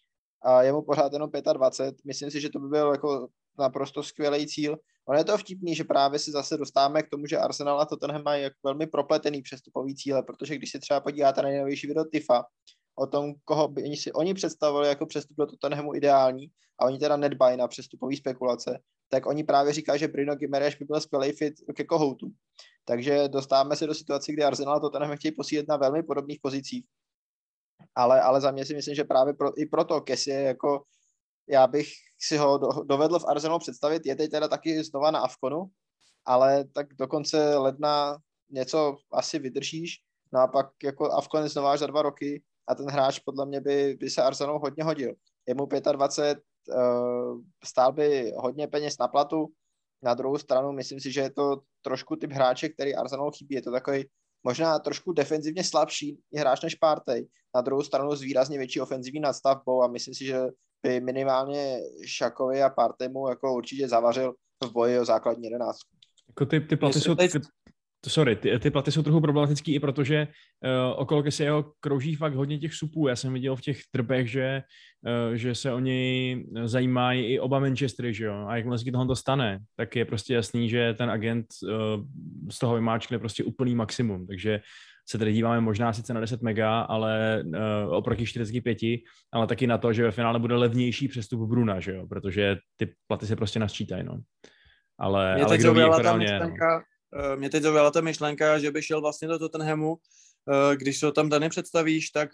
Speaker 3: A je mu pořád jenom dvacet pět. Myslím si, že to by byl jako naprosto skvělý cíl. Ono je to vtipný, že právě si zase dostáváme k tomu, že Arsenal a Tottenham mají jako velmi propletený přestupový cíle, protože když si třeba podíváte na nejnovější video Tifa, o tom, koho by oni si oni představovali jako přestup do Tottenhamu ideální a oni teda nedbají na přestupový spekulace, tak oni právě říkají, že Bruno Guimaraes by byl skvělý fit ke Kohoutu. Takže dostáváme se do situace, kdy Arsenal a Tottenham chtějí posílit na velmi podobných pozicích. Ale, ale za mě si myslím, že právě pro, i proto Kessie, jako já bych si ho do, dovedl v Arsenalu představit, je teď teda taky znova na Afkonu, ale tak do konce ledna něco asi vydržíš, no a pak jako Afkon znova až za dva roky a ten hráč podle mě by, by se Arsenalu hodně hodil. Je mu dvacet pět, uh, stál by hodně peněz na platu, na druhou stranu myslím si, že je to trošku typ hráče, který Arsenalu chybí, je to takový možná trošku defenzivně slabší hráč než Partey, na druhou stranu s výrazně větší ofenzivní nadstavbou a myslím si, že by minimálně Šakovi a Parteymu jako určitě zavařil v boji o základní jedenáctku.
Speaker 1: Jako ty, ty platy jsou... Ty... Sorry, ty, ty platy jsou trochu problematický i protože uh, okolo Kessieho krouží fakt hodně těch supů. Já jsem viděl v těch trbech, že, uh, že se o něj zajímají i oba Manchestery, že jo? A jakmile se tohle to stane, tak je prostě jasný, že ten agent uh, z toho vymáčkne prostě úplný maximum. Takže se tady díváme možná sice na deset mega, ale uh, oproti čtyřicet pět, ale taky na to, že ve finále bude levnější přestup Bruna, že jo? Protože ty platy se prostě nasčítají, no. Ale,
Speaker 2: Mě
Speaker 1: ale kdo ví, jak reálně je, no.
Speaker 2: Mě teď zaujala ta myšlenka, že by šel vlastně do Tottenhamu, když se ho tam Dany představíš, tak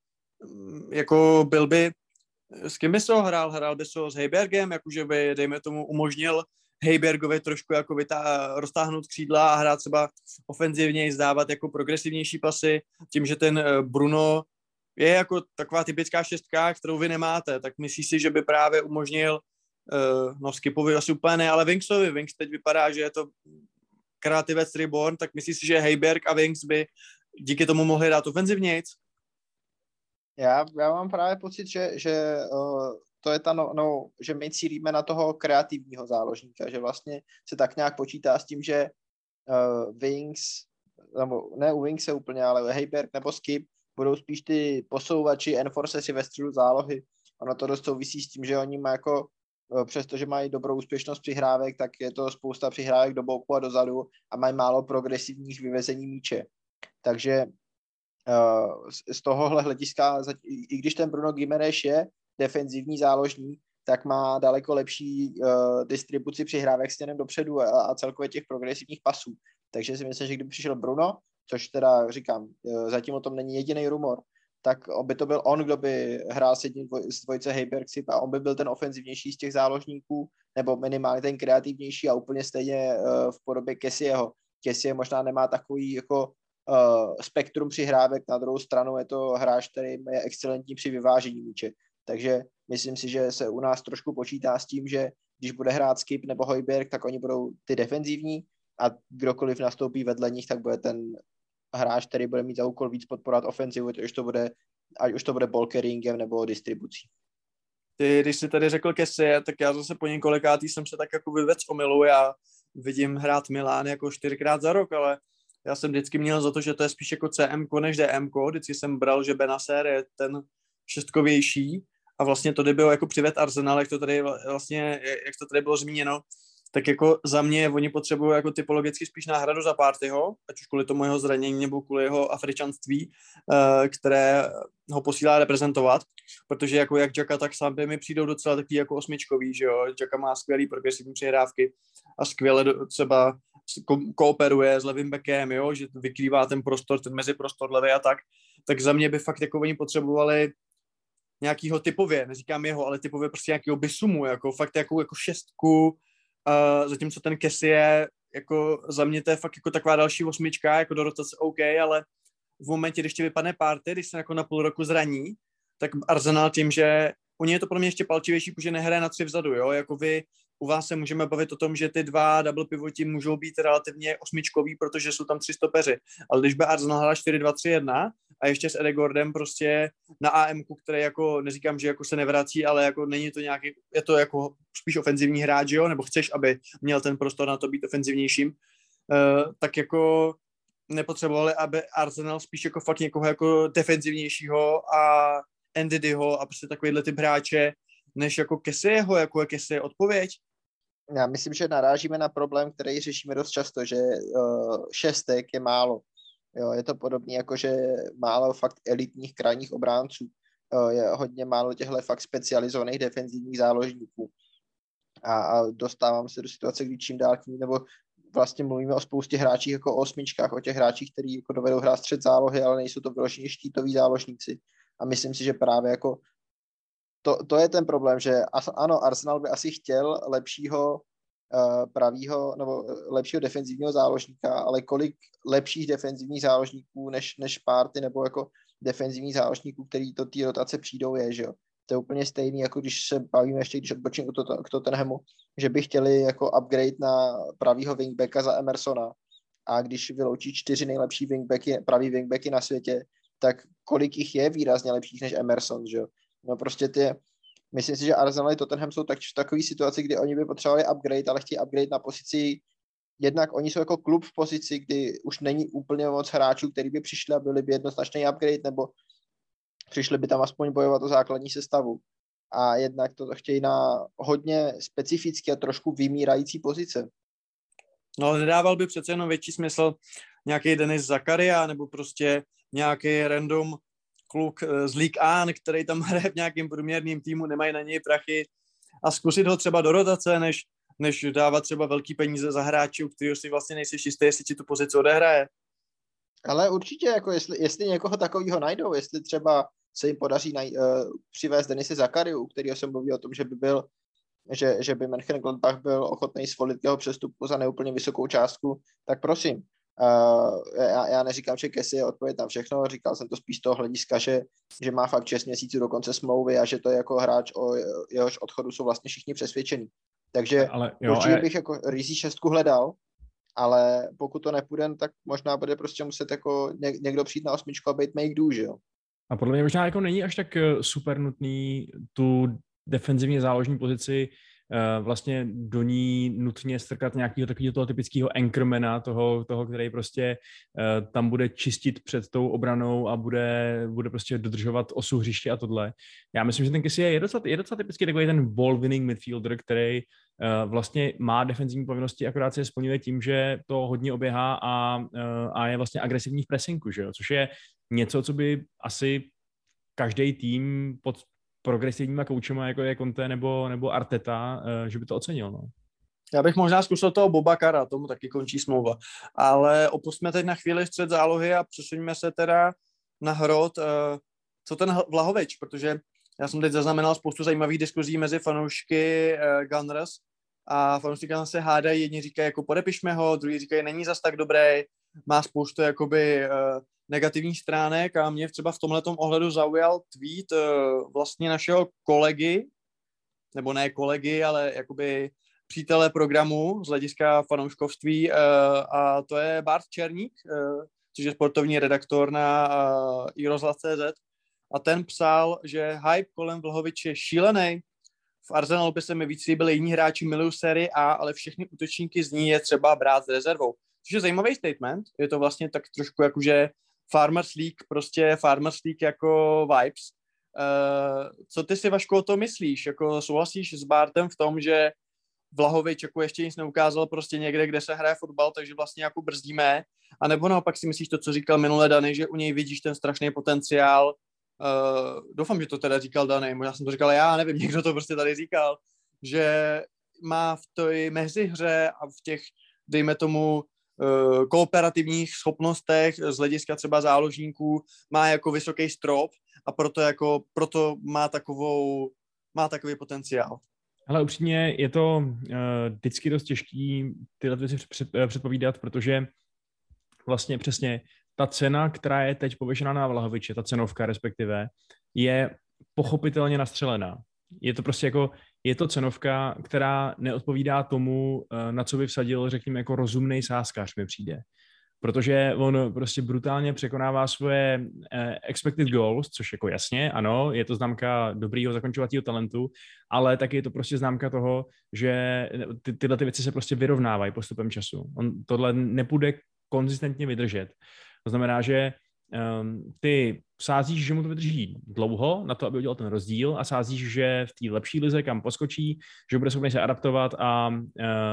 Speaker 2: jako byl by, s kým by se ho hrál? Hrál by se ho s Heibergem, jakože by, dejme tomu, umožnil Heibergovi trošku jako vytá, roztáhnout křídla a hrát třeba ofenzivněji, zdávat jako progresivnější pasy, tím, že ten Bruno je jako taková typická šestka, kterou vy nemáte, tak myslíš si, že by právě umožnil, no Skipovi asi úplně ne, ale Winksovi, Winks teď vypadá, že je to kreativec reborn, tak myslíš si, že Heiberg a Winks by díky tomu mohli dát ofenzivnějc?
Speaker 3: Já, já mám právě pocit, že, že uh, to je ta, no, no, že my cílíme na toho kreativního záložníka, že vlastně se tak nějak počítá s tím, že uh, Winks, nebo ne u Winkse úplně, ale Heiberg nebo Skip budou spíš ty posouvači, enforcesi ve středu zálohy. Ono to dost souvisí s tím, že oni mají jako přestože mají dobrou úspěšnost přihrávek, tak je to spousta přihrávek do boku a dozadu a mají málo progresivních vyvezení míče. Takže uh, z tohohle hlediska, i když ten Bruno Gimenez je defenzivní záložník, tak má daleko lepší uh, distribuci přihrávek směrem dopředu a, a celkově těch progresivních pasů. Takže si myslím, že kdyby přišel Bruno, což teda říkám, uh, zatím o tom není jediný rumor, tak by to byl on, kdo by hrál s jedním dvoj, z dvojce Heiberg a on by byl ten ofenzivnější z těch záložníků, nebo minimálně ten kreativnější a úplně stejně uh, v podobě Kessieho. Kessie možná nemá takový jako uh, spektrum přihrávek, na druhou stranu je to hráč, který je excelentní při vyvážení míče. Takže myslím si, že se u nás trošku počítá s tím, že když bude hrát Skip nebo Højbjerg, tak oni budou ty defenzivní a kdokoliv nastoupí vedle nich, tak bude ten hráč, který bude mít za úkol víc podporovat ofenzivu, ať už to bude, ať už to bude ball carryingem nebo distribucí.
Speaker 2: Ty, když jsi tady řekl Kessie, tak já zase po několikátý jsem se tak jako vyvedl z omylu. Já vidím hrát Milán jako čtyřikrát za rok, ale já jsem vždycky měl za to, že to je spíš jako C M ko než D M ko. Vždycky jsem bral, že Benacer je ten šestkovější a vlastně to, kdy bylo jako přived Arsenal, jak to tady vlastně, jak to tady bylo zmíněno, tak jako za mě oni potřebují jako typologicky spíš náhradu za Parteyho, ať už kvůli tomu jeho zranění nebo kvůli jeho afričanství, které ho posílá reprezentovat, protože jako jak Xhaka, tak Sambi mi přijdou docela takový jako osmičkový, že jo, Xhaka má skvělý progresivní přihrávky a skvěle třeba ko- kooperuje s levým backem, jo, že vykrývá ten prostor, ten meziprostor levý a tak, tak za mě by fakt jako oni potřebovali nějakýho typově, neříkám jeho, ale typově prostě nějakýho Bisumu, jako fakt jako, jako šestku. Uh, zatímco ten Kessie, jako za mě to je fakt jako taková další osmička, jako do rotace OK, ale v momentě, když ti vypadne Partey, když se jako na půl roku zraní, tak Arsenal tím, že u něj je to pro mě ještě palčivější, protože nehraje na tři vzadu, jo, jako vy, u vás se můžeme bavit o tom, že ty dva double pivoti můžou být relativně osmičkový, protože jsou tam tři stopeři, ale když by Arsenal hrál čtyři dva tři jedna a ještě s Edegordem prostě na á em ku, který jako, neříkám, že jako se nevrací, ale jako není to nějaký, je to jako spíš ofenzivní hráč, jo, nebo chceš, aby měl ten prostor na to být ofenzivnějším, uh, tak jako nepotřebovali, aby Arsenal spíš jako fakt někoho jako defenzivnějšího a Ndidyho a prostě takovýhle typ hráče, než jako Kessieho, jako je Kessie odpověď.
Speaker 3: Já myslím, že narážíme na problém, který řešíme dost často, že uh, šestek je málo. Jo, je to podobné, jako že málo fakt elitních krajních obránců. Uh, je hodně málo těchto fakt specializovaných defenzivních záložníků. A, a dostávám se do situace, kdy čím dál tím, nebo vlastně mluvíme o spoustě hráčích jako o osmičkách, o těch hráčích, kteří jako dovedou hrát střed zálohy, ale nejsou to vyloženě štítoví záložníci. A myslím si, že právě jako to, to je ten problém, že as, ano, Arsenal by asi chtěl lepšího uh, pravýho, nebo lepšího defenzivního záložníka, ale kolik lepších defenzivních záložníků než, než Partey, nebo jako defenzivních záložníků, který do té rotace přijdou, je, že jo. To je úplně stejný, jako když se bavíme ještě, když odbočím k Tottenhamu, že by chtěli jako upgrade na pravýho wingbacka za Emersona a když vyloučí čtyři nejlepší wingbacky, pravý wingbacky na světě, tak kolik jich je výrazně lepších než Emerson, že jo. No prostě ty, myslím si, že Arsenal a Tottenham jsou tak, v takové situaci, kdy oni by potřebovali upgrade, ale chtějí upgrade na pozici, jednak oni jsou jako klub v pozici, kdy už není úplně moc hráčů, který by přišli a byli by jednoznačný upgrade, nebo přišli by tam aspoň bojovat o základní sestavu. A jednak to chtějí na hodně specifický a trošku vymírající pozice.
Speaker 2: No ale nedával by přece jenom větší smysl nějaký Denis Zakaria nebo prostě nějaký random kluk z Ligue jedna, který tam hraje v nějakým průměrným týmu, nemají na něj prachy a zkusit ho třeba do rotace, než, než dávat třeba velký peníze za hráče, u kterého si vlastně nejsi jistý, jestli ti tu pozici odehraje.
Speaker 3: Ale určitě, jako jestli, jestli někoho takového najdou, jestli třeba se jim podaří naj, uh, přivést Denise Zakariu, kterýho jsem mluví o tom, že by byl, že, že by Mönchengladbach byl ochotný svolit jeho přestupu za neúplně vysokou částku, tak prosím. Uh, já, já neříkám, že Kessie je odpověď na všechno, říkal jsem to spíš z toho hlediska, že, že má fakt šest měsíců do konce smlouvy a že to je jako hráč, o jehož odchodu jsou vlastně všichni přesvědčení. Takže ale, jo, určitě je... bych jako rizí šestku hledal, ale pokud to nepůjde, tak možná bude prostě muset jako někdo přijít na osmičku a být make do, že jo.
Speaker 1: A podle mě možná jako není až tak super nutný tu defenzivně záložní pozici uh, vlastně do ní nutně strkat nějakého takového toho typického anchormana, toho, toho, který prostě uh, tam bude čistit před tou obranou a bude, bude prostě dodržovat osu hřiště a tohle. Já myslím, že ten Kessie je docela, je docela typický takový ten ball-winning midfielder, který uh, vlastně má defenzivní povinnosti, akorát se je splňuje tím, že to hodně oběhá a, uh, a je vlastně agresivní v pressingu, že jo? Což je něco, co by asi každý tým pod progresivníma koučema, jako je Conte nebo, nebo Arteta, že by to ocenil. No.
Speaker 2: Já bych možná zkusil toho Bobakara, tomu taky končí smlouva. Ale opustíme teď na chvíli střed zálohy a přesuníme se teda na hrot. Co ten Vlahovič, protože já jsem teď zaznamenal spoustu zajímavých diskuzí mezi fanoušky Gunners a fanoušky Gunners se hádají, jedni říkají, jako podepišme ho, druhý říkají, není zas tak dobrý, má spoustu jakoby negativních stránek a mě třeba v tomhletom ohledu zaujal tweet uh, vlastně našeho kolegy, nebo ne kolegy, ale jakoby přítele programu z hlediska fanouškovství uh, a to je Bart Černík, uh, což je sportovní redaktor na uh, iRozhlas tečka cé zet a ten psal, že hype kolem Vlahoviče je šílený. V Arsenalu by se mi víc líbili jiní hráči, milují sérii A, ale všechny útočníky z ní je třeba brát s rezervou. Což je zajímavý statement, je to vlastně tak trošku jakože Farmers League, prostě Farmers League jako vibes. Uh, co ty si, Vašku, o to myslíš? Jako souhlasíš s Bartem v tom, že Vlahovič jako ještě nic neukázal prostě někde, kde se hraje fotbal, takže vlastně jako brzdíme? A nebo naopak si myslíš to, co říkal minule Dany, že u něj vidíš ten strašný potenciál? Uh, doufám, že to teda říkal Dany, možná jsem to říkal já, nevím, někdo to prostě tady říkal, že má v té mezihře a v těch, dejme tomu, kooperativních schopnostech z hlediska třeba záložníků má jako vysoký strop a proto jako proto má takovou má takový potenciál.
Speaker 1: Ale upřímně je to uh, vždycky dost těžký tyhle věci před, předpovídat, protože vlastně přesně ta cena, která je teď pověšená na Vlahoviče, ta cenovka respektive, je pochopitelně nastřelená. Je to prostě jako, je to cenovka, která neodpovídá tomu, na co by vsadil, řekněme, jako rozumnej sázkař mi přijde. Protože on prostě brutálně překonává svoje expected goals, což jako jasně, ano, je to známka dobrýho zakončovacího talentu, ale taky je to prostě známka toho, že ty, tyhle ty věci se prostě vyrovnávají postupem času. On tohle nepůjde konzistentně vydržet. To znamená, že um, ty sázíš, že mu to vydrží dlouho na to, aby udělal ten rozdíl a sázíš, že v té lepší lize, kam poskočí, že bude schopný se adaptovat a, uh,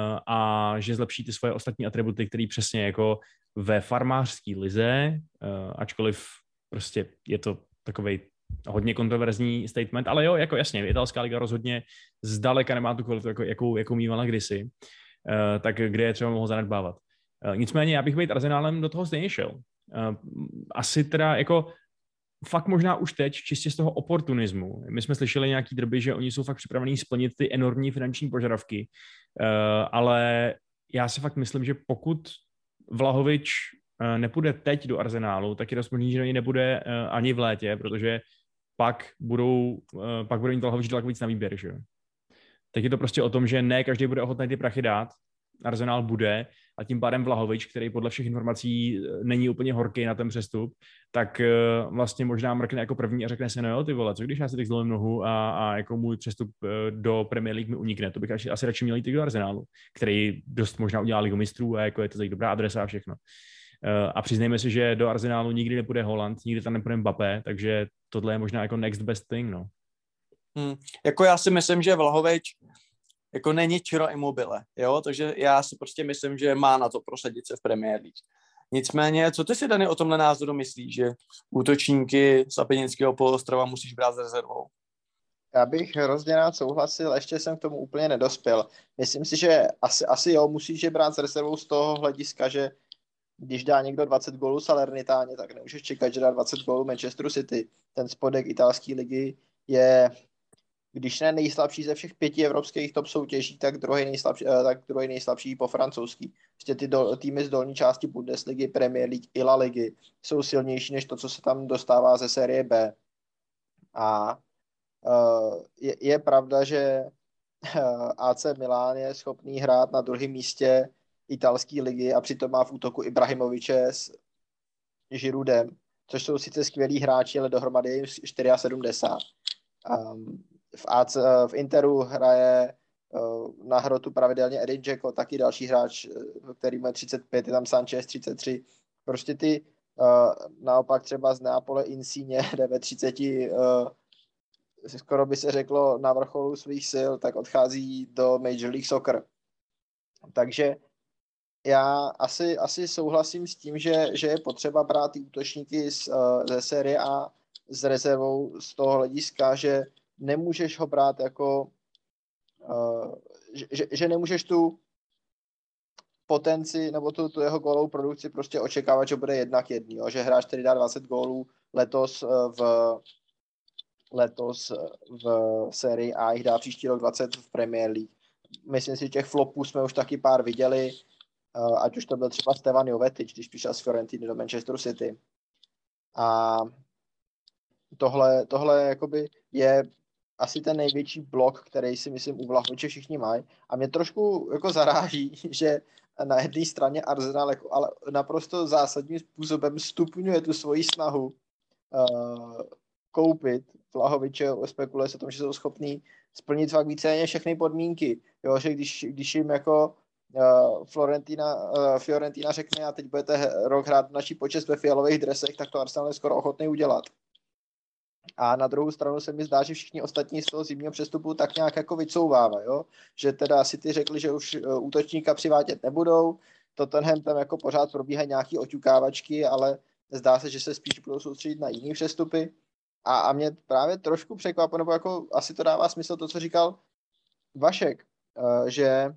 Speaker 1: a že zlepší ty svoje ostatní atributy, které přesně jako ve farmářské lize, uh, ačkoliv prostě je to takovej hodně kontroverzní statement, ale jo, jako jasně, italská liga rozhodně zdaleka nemá tu kvalitu, jako, jakou, jakou mývala kdysi, uh, tak kde je třeba mohl zanedbávat. Uh, nicméně já bych být Arsenálem do toho stejně šel. Uh, asi teda jako fakt možná už teď, čistě z toho oportunismu. My jsme slyšeli nějaký drby, že oni jsou fakt připravení splnit ty enormní finanční požadavky, uh, ale já si fakt myslím, že pokud Vlahovič nepůjde teď do Arsenálu, tak je dost možný, že do něj nebude ani v létě, protože pak budou, pak budou mít Vlahovič daleko víc na výběr, že jo. Tak je to prostě o tom, že ne každý bude ochotný ty prachy dát, Arsenal bude a tím pádem Vlahovič, který podle všech informací není úplně horký na ten přestup, tak vlastně možná mrkne jako první a řekne si, no jo, ty vole, co když já si teď zlomím nohu a, a jako můj přestup do Premier League mi unikne, to bych asi, asi radši měl jít do Arsenalu, který dost možná udělá Ligu mistrů a jako je to tak dobrá adresa a všechno. A přiznejme si, že do Arsenalu nikdy nepůjde Haaland, nikdy tam nepůjde Mbappé, takže tohle je možná jako next best thing, no.
Speaker 2: Hmm. Jako já si myslím, že Vlahovič jako není Ciro Immobile, jo, takže já si prostě myslím, že má na to prosadit se v Premier League. Nicméně, co ty si, Dany, o tomhle názoru myslíš, že útočníky z Apeninského poloostrova musíš brát s rezervou?
Speaker 3: Já bych hrozně rád souhlasil, ještě jsem k tomu úplně nedospěl. Myslím si, že asi, asi jo, musíš je brát s rezervou z toho hlediska, že když dá někdo dvacet gólů Salernitáně, tak nemůžeš čekat, že dá dvacet gólů Manchesteru City. Ten spodek italské ligy je, když ne nejslabší ze všech pěti evropských top soutěží, tak druhý nejslabší, tak druhý nejslabší po francouzský. Prostě ty do, týmy z dolní části Bundesligy, Premier League i La Ligy jsou silnější než to, co se tam dostává ze série B. A uh, je, je pravda, že uh, A C Milan je schopný hrát na druhém místě italské ligy a přitom má v útoku Ibrahimoviče s Giroudem, což jsou sice skvělí hráči, ale dohromady je sedmdesát čtyři. Um, v, A C, v Interu hraje uh, na hrotu pravidelně Edin Dzeko, taky další hráč, který má třicet pět, je tam Sanchez třicet tři. Prostě ty uh, naopak třeba z Neapole Insigne jde ve třiceti, uh, skoro by se řeklo na vrcholu svých sil, tak odchází do Major League Soccer. Takže já asi, asi souhlasím s tím, že, že je potřeba brát ty útočníky z, uh, ze série A s rezervou z toho hlediska, že nemůžeš ho brát jako, uh, že, že nemůžeš tu potenci nebo tu, tu jeho gólovou produkci prostě očekávat, že bude jednak jedný, jo? Že hráč, který dá dvacet gólů letos v letos v sérii A, jich dá příští rok dvacet v Premier League. Myslím si, že těch flopů jsme už taky pár viděli, uh, ať už to byl třeba Stevan Jovetic, když přišel z Fiorentiny do Manchesteru City. A tohle, tohle jakoby je asi ten největší blok, který si myslím u Vlahoviče všichni mají. A mě trošku jako zaráží, že na jedné straně Arsenal jako, ale naprosto zásadním způsobem stupňuje tu svoji snahu uh, koupit Vlahoviče, spekuluje se o tom, že jsou schopní splnit fakt víceméně všechny podmínky. Jo, že když, když jim jako uh, Florentina, uh, Fiorentina řekne a teď budete rok hrát naší počest ve fialových dresech, tak to Arsenal je skoro ochotný udělat. A na druhou stranu se mi zdá, že všichni ostatní z toho zimního přestupu tak nějak jako vycouvávají, jo? Že teda City řekli, že už uh, útočníka přivádět nebudou, Tottenham tam jako pořád probíhají nějaký oťukávačky, ale zdá se, že se spíš budou soustředit na jiný přestupy. A, a mě právě trošku překvapilo, nebo jako asi to dává smysl to, co říkal Vašek, uh, že,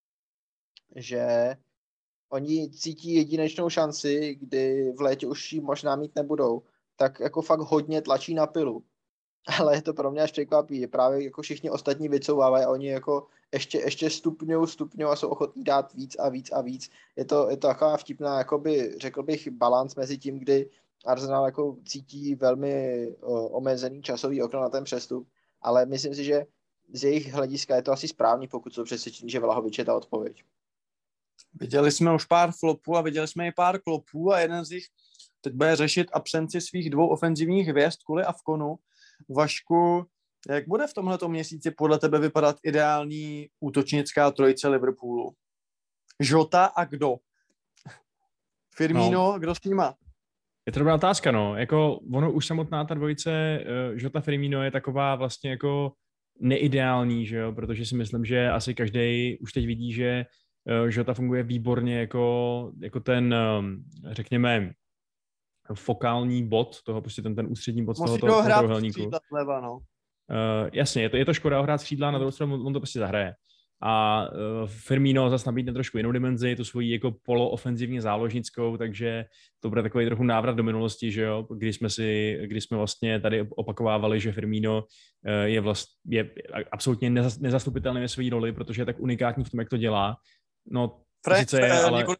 Speaker 3: že oni cítí jedinečnou šanci, kdy v létě už ji možná mít nebudou, tak jako fakt hodně tlačí na pilu. Ale je to pro mě až překvapí. Právě jako všichni ostatní vycouvávají a oni jako ještě, ještě stupňují, stupňují a jsou ochotní dát víc a víc a víc. Je to, je to taková vtipná, jakoby, řekl bych, balans mezi tím, kdy Arsenal jako cítí velmi o, omezený časový okno na ten přestup, ale myslím si, že z jejich hlediska je to asi správný, pokud jsou přesvědčení, že Vlahovič je ta odpověď.
Speaker 2: Viděli jsme už pár flopů a viděli jsme i pár klopů a jeden z nich teď bude řešit absenci svých dvou ofenzivních hvězd Kuli a Vkonu. Vašku, jak bude v tomhleto měsíci podle tebe vypadat ideální útočnická trojice Liverpoolu? Jota a kdo? Firmino, no. Kdo s nima?
Speaker 1: Je to dobrá otázka, no. Jako ono už samotná ta dvojice uh, Jota Firmino je taková vlastně jako neideální, že jo, protože si myslím, že asi každý už teď vidí, že uh, Jota funguje výborně jako, jako ten, um, řekněme, fokální bod, toho prostě ten, ten ústřední bod z toho, toho, toho trojuhelníku.
Speaker 2: Leva, no.
Speaker 1: uh, jasně, je to, je to škoda ho hrát střídla, na druhou stranu on to prostě zahraje. A uh, Firmino zase nabídne trošku jinou dimenzi, tu svoji jako poloofenzivně záložnickou, takže to bude takový trochu návrat do minulosti, že jo, kdy jsme si, kdy jsme vlastně tady opakovávali, že Firmino uh, je vlastně je absolutně nezas, nezastupitelný ve své roli, protože je tak unikátní v tom, jak to dělá. No,
Speaker 2: Fred,
Speaker 1: sice je, ale...
Speaker 2: Několika,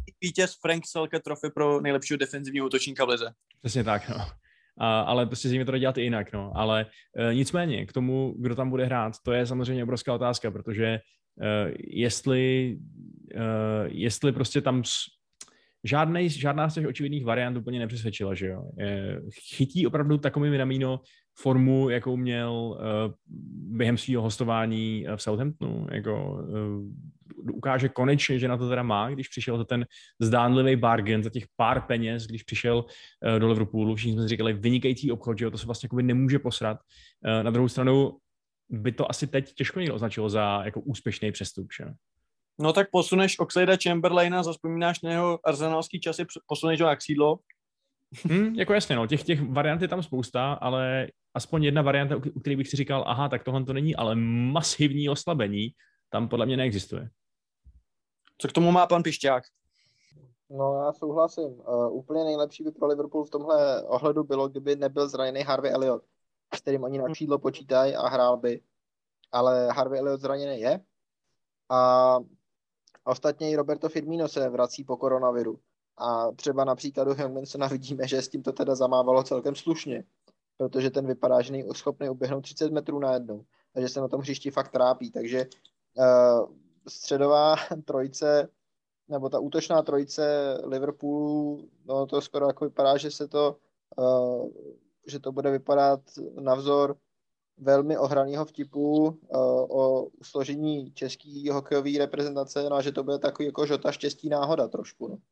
Speaker 2: vítěz Frank Selke trofy pro nejlepšího defenzivního útočníka v lize.
Speaker 1: Přesně tak, no. A, ale prostě zřejmě to jde dělat i jinak, no. Ale e, nicméně, k tomu, kdo tam bude hrát, to je samozřejmě obrovská otázka, protože e, jestli, e, jestli prostě tam s, žádnej, žádná z těch očividných variant úplně nepřesvědčila, že jo. E, chytí opravdu takový Minamino formu, jakou měl uh, během svého hostování v Southamptonu. Jako, uh, ukáže konečně, že na to teda má, když přišel za ten zdánlivý bargain, za těch pár peněz, když přišel uh, do Liverpoolu. Všichni jsme si říkali, vynikající obchod, že jo, to se vlastně jakoby nemůže posrat. Uh, na druhou stranu by to asi teď těžko někdo označilo za jako úspěšný přestup, že?
Speaker 2: No tak posuneš Oxlade Chamberlaina, zaspomínáš na jeho arsenálský časy, posuneš ho na křídlo.
Speaker 1: Hmm, jako jasně, no, těch, těch variant je tam spousta, ale aspoň jedna varianta, u které bych si říkal, aha, tak tohle to není, ale masivní oslabení tam podle mě neexistuje.
Speaker 2: Co k tomu má pan Pišťák?
Speaker 3: No já souhlasím. Uh, úplně nejlepší by pro Liverpool v tomhle ohledu bylo, kdyby nebyl zraněný Harvey Elliott, s kterým oni na křídlo počítají a hrál by. Ale Harvey Elliott zraněný je. A ostatně i Roberto Firmino se vrací po koronaviru. A třeba na příkladu Heung-Minsona vidíme, že s tím to teda zamávalo celkem slušně, protože ten vypadá, že není schopný uběhnout třicet metrů najednou, takže se na tom hřišti fakt trápí. Takže uh, středová trojice, nebo ta útočná trojice Liverpoolu, no to skoro jako vypadá, že se to, uh, že to bude vypadat na vzor velmi ohraného vtipu uh, o složení české hokejové reprezentace, no a že to bude takový jako žota štěstí náhoda trošku, no.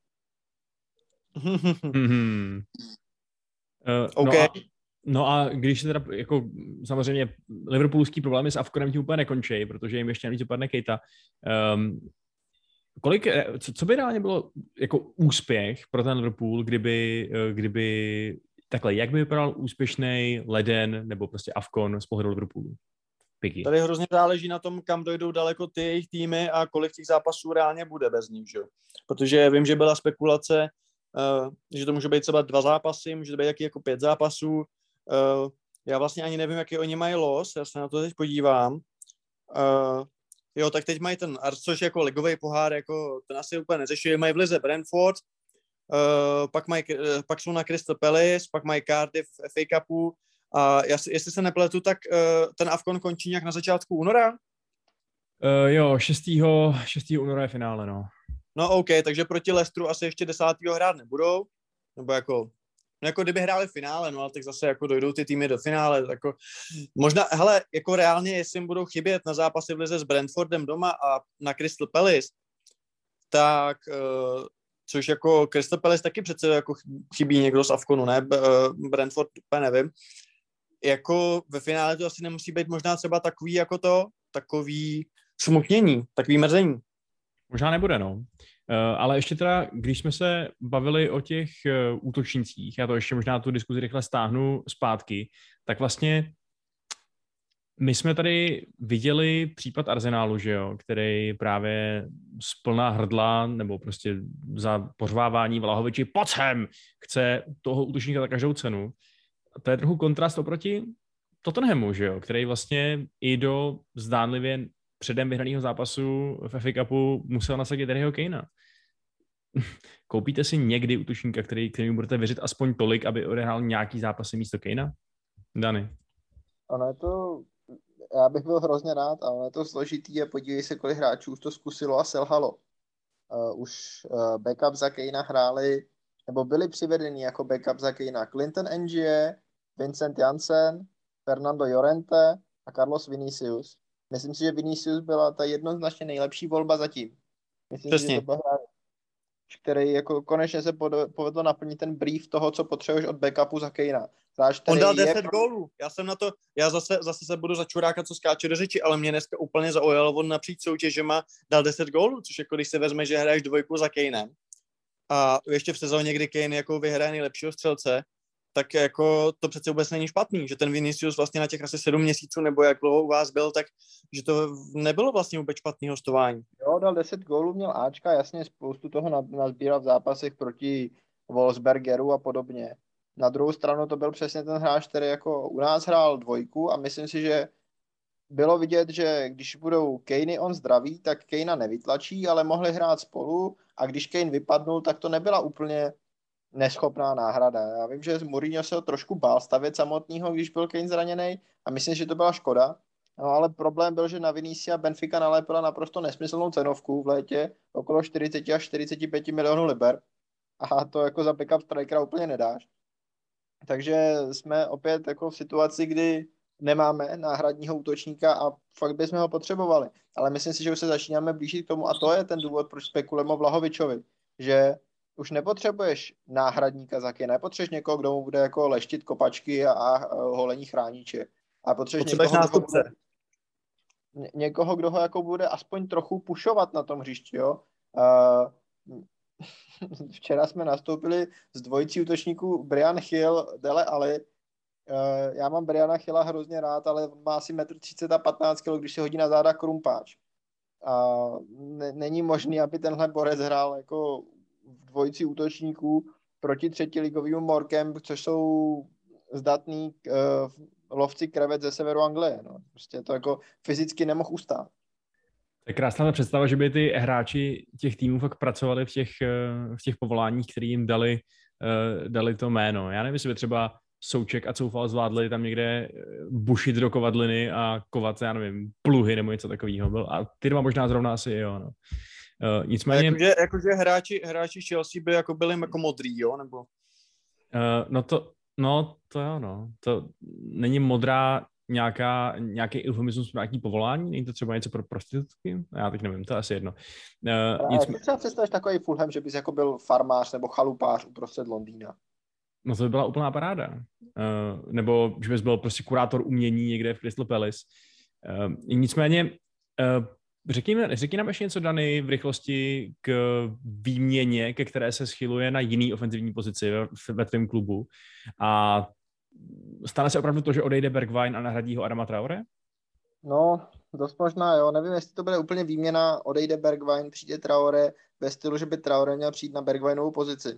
Speaker 1: mm-hmm. uh,
Speaker 2: okay.
Speaker 1: no, a, no a když se teda, jako samozřejmě liverpoolský problémy s Afconem tím úplně nekončí, protože jim ještě navíc upadne Keita. Um, kolik, co, co by reálně bylo jako úspěch pro ten Liverpool, kdyby, kdyby takhle, jak by vypadal úspěšný leden nebo prostě Afcon z pohledu Liverpoolu? Piky.
Speaker 2: Tady hrozně záleží na tom, kam dojdou daleko ty jejich týmy a kolik těch zápasů reálně bude bez nich, že? Protože vím, že byla spekulace, Uh, že to může být třeba dva zápasy, může to být jaký jako pět zápasů. Uh, já vlastně ani nevím, jaký oni mají los, já se na to teď podívám. Uh, jo, tak teď mají ten, což jako ligový pohár, jako ten asi úplně neřeší, mají v lize Brentford, uh, pak, mají, uh, pak jsou na Crystal Palace, pak mají Cardiff v F A Cupu a já, jestli se nepletu, tak uh, ten Afcon končí nějak na začátku února?
Speaker 1: Uh, jo, šestého února je finále, no.
Speaker 2: No OK, takže proti Leicesteru asi ještě desátého hrát nebudou, nebo jako, no jako kdyby hráli v finále, no ale tak zase jako dojdou ty týmy do finále, jako možná, hele, jako reálně, jestli jim budou chybět na zápasy v lize s Brentfordem doma a na Crystal Palace, tak, uh, což jako Crystal Palace taky přece jako chybí někdo z Afconu, ne, uh, Brentford, nevím, jako ve finále to asi nemusí být možná třeba takový jako to, takový smutnění, takový mrzení.
Speaker 1: Možná nebude, no. Uh, ale ještě teda, když jsme se bavili o těch uh, útočnících, já to ještě možná tu diskuzi rychle stáhnu zpátky, tak vlastně my jsme tady viděli případ Arsenálu, že jo, který právě z plná hrdla, nebo prostě za pořvávání Vlahoviči, pojď sem, chce toho útočníka za každou cenu. To je trochu kontrast oproti Tottenhamu, že jo, který vlastně i do zdánlivě předem vyhraného zápasu v F A Cupu musel nasadit Harryho Kanea. Koupíte si někdy útočníka, který, kterým budete věřit aspoň tolik, aby odehrál nějaký zápasy místo Kanea? Dany.
Speaker 3: Ono je to, já bych byl hrozně rád, ale je to složitý a podívej se, kolik hráčů už to zkusilo a selhalo. Uh, už uh, backup za Kanea hráli, nebo byli přivedeni jako backup za Kanea Clinton Ngie, Vincent Janssen, Fernando Llorente a Carlos Vinicius. Myslím si, že Vinicius byla ta jednoznačně nejlepší volba zatím. Myslím
Speaker 2: Přesně.
Speaker 3: si, že to byl hráč, který jako konečně se povedlo naplnit ten brief toho, co potřebuješ od backupu za Kanea.
Speaker 2: On dal deset je... gólů. Já jsem na to, já zase, zase se budu za čuráka, co skáče do řeči, ale mě dneska úplně zaujalo, on napříč soutěžema dal deset gólů, což jako když se vezme, že hraješ dvojku za Kanem a ještě v sezóně, kdy Kane jako vyhraje nejlepšího střelce, tak jako to přece vůbec není špatný, že ten Vinicius vlastně na těch asi sedm měsíců, nebo jak dlouho u vás byl, tak že to nebylo vlastně vůbec špatný hostování.
Speaker 3: Jo, dal deset gólů, měl Ačka, jasně spoustu toho nazbíral v zápasech proti Wolfsbergeru a podobně. Na druhou stranu to byl přesně ten hráč, který jako u nás hrál dvojku a myslím si, že bylo vidět, že když budou Kaney on zdraví, tak Kanea nevytlačí, ale mohli hrát spolu a když Kane vypadnul, tak to nebyla úplně neschopná náhrada. Já vím, že Mourinho se ho trošku bál stavět samotného, když byl Kane zraněný a myslím, že to byla škoda. No ale problém byl, že na Vinicia Benfica nalepila naprosto nesmyslnou cenovku v létě, okolo čtyřicet až čtyřicet pět milionů liber a to jako za backup strikera úplně nedáš. Takže jsme opět jako v situaci, kdy nemáme náhradního útočníka a fakt bychom ho potřebovali. Ale myslím si, že už se začínáme blížit k tomu a to je ten důvod, proč spekulujeme o Vlahovičovi, že už nepotřebuješ náhradníka za Kane, nepotřebuješ někoho, kdo mu bude jako leštit kopačky a, a holení chrániče. A potřebuješ někoho,
Speaker 2: nástupce.
Speaker 3: Kdo bude, někoho, kdo ho jako bude aspoň trochu pušovat na tom hřišti, jo. Uh, včera jsme nastoupili z dvojicí útočníků Brian Hill, Dele Alli. Uh, já mám Briana Hilla hrozně rád, ale má asi metr třicet a patnáct kilogramů, když si hodí na záda krumpáč. A ne, není možný, aby tenhle borec hrál jako v dvojici útočníků proti třetiligovýmu Morkem, což jsou zdatný uh, lovci krevet ze severu Anglie. No. Prostě to jako fyzicky nemohl ustát.
Speaker 1: To je krásná představa, že by ty hráči těch týmů fakt pracovali v těch, v těch povoláních, které jim dali, dali to jméno. Já nevím, jestli by třeba Souček a Coufal zvládli tam někde bušit do kovadliny a kovat, já nevím, pluhy nebo něco takového. Byl. A ty dva možná zrovna asi jo. No. Uh, nicméně...
Speaker 2: Jakože, jakože hráči, hráči Chelsea by jako byli jako modrý, jo? Nebo...
Speaker 1: Uh, no to, no to jo, no. To není modrá nějaká, nějaký eufemismus pro nějaký povolání? Není to třeba něco pro prostitutky? Já teď nevím, to je asi jedno.
Speaker 3: Uh, nic... Ty třeba představíš takový Fulham, že bys jako byl farmář nebo chalupář uprostřed Londýna.
Speaker 1: No to by byla úplná paráda. Uh, nebo že bys byl prostě kurátor umění někde v Crystal Palace. Uh, nicméně, uh, řekni, řekni nám ještě něco, Dany, v rychlosti k výměně, ke které se schyluje na jiný ofenzivní pozici ve, ve tvém klubu. A stane se opravdu to, že odejde Bergwijn a nahradí ho Adama Traoré?
Speaker 3: No, dost možná, jo. Nevím, jestli to bude úplně výměna, odejde Bergwijn, přijde Traoré, ve stylu, že by Traoré měl přijít na Bergwijnovou pozici.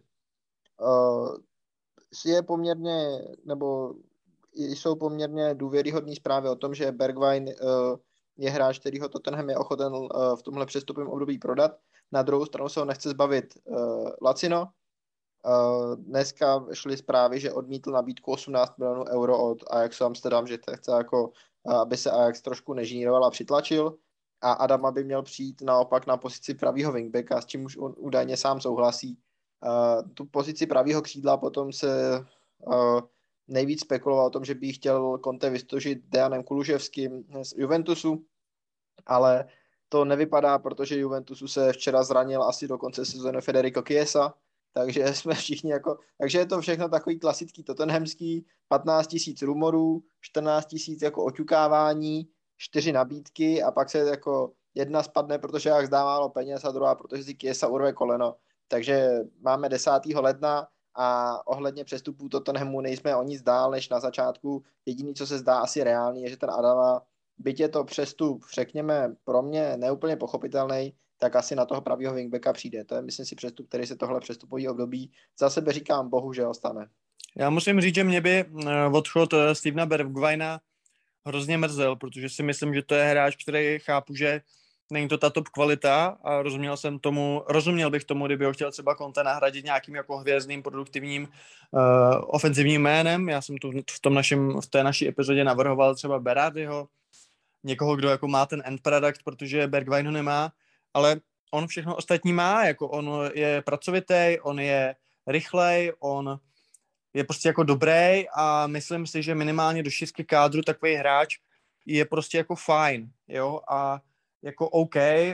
Speaker 3: Uh, je poměrně, nebo jsou poměrně důvěryhodné zprávy o tom, že Bergwijn uh, je hráč, kterýho Tottenham je ochoten uh, v tomhle přestupním období prodat. Na druhou stranu se ho nechce zbavit uh, Lacino. Uh, dneska šly zprávy, že odmítl nabídku osmnáct milionů euro od Ajaxu Amsterdam, že chce jako, uh, aby se Ajax trošku nežíroval a přitlačil. A Adama by měl přijít naopak na pozici pravýho wingbacka, s čím už on údajně sám souhlasí. Uh, tu pozici pravýho křídla potom se uh, nejvíc spekuloval o tom, že by chtěl Conte vystožit Dejanem Kuluševským z Juventusu, ale to nevypadá, protože Juventusu se včera zranil asi do konce sezóny Federico Chiesa, takže jsme všichni jako, takže je to všechno takový klasický tottenhamský, patnáct tisíc rumorů, čtrnáct tisíc jako oťukávání, čtyři nabídky a pak se jako jedna spadne, protože jak zdá málo peněz a druhá, protože si Chiesa urve koleno. Takže máme desátého ledna a ohledně přestupů Tottenhamu nejsme o nic dál než na začátku. Jediný, co se zdá asi reálný, je, že ten Adama, byť je to přestup, řekněme, pro mě neúplně pochopitelný, tak asi na toho pravýho wingbacka přijde. To je, myslím si, přestup, který se tohle přestupový období za sebe říkám, bohužel stane.
Speaker 2: Já musím říct, že mě by odchod Stevena Bergwijna hrozně mrzel, protože si myslím, že to je hráč, který chápu, že není to ta top kvalita a rozuměl jsem tomu, rozuměl bych tomu, kdyby ho chtěl třeba Conte nahradit nějakým jako hvězdným, produktivním uh, ofenzivním jménem. Já jsem tu v tom našem, v té naší epizodě navrhoval třeba Berardiho, někoho, kdo jako má ten end product, protože Bergwijn ho nemá, ale on všechno ostatní má, jako on je pracovitý, on je rychlej, on je prostě jako dobrý a myslím si, že minimálně do šestky kádru takový hráč je prostě jako fajn, jo, a jako OK,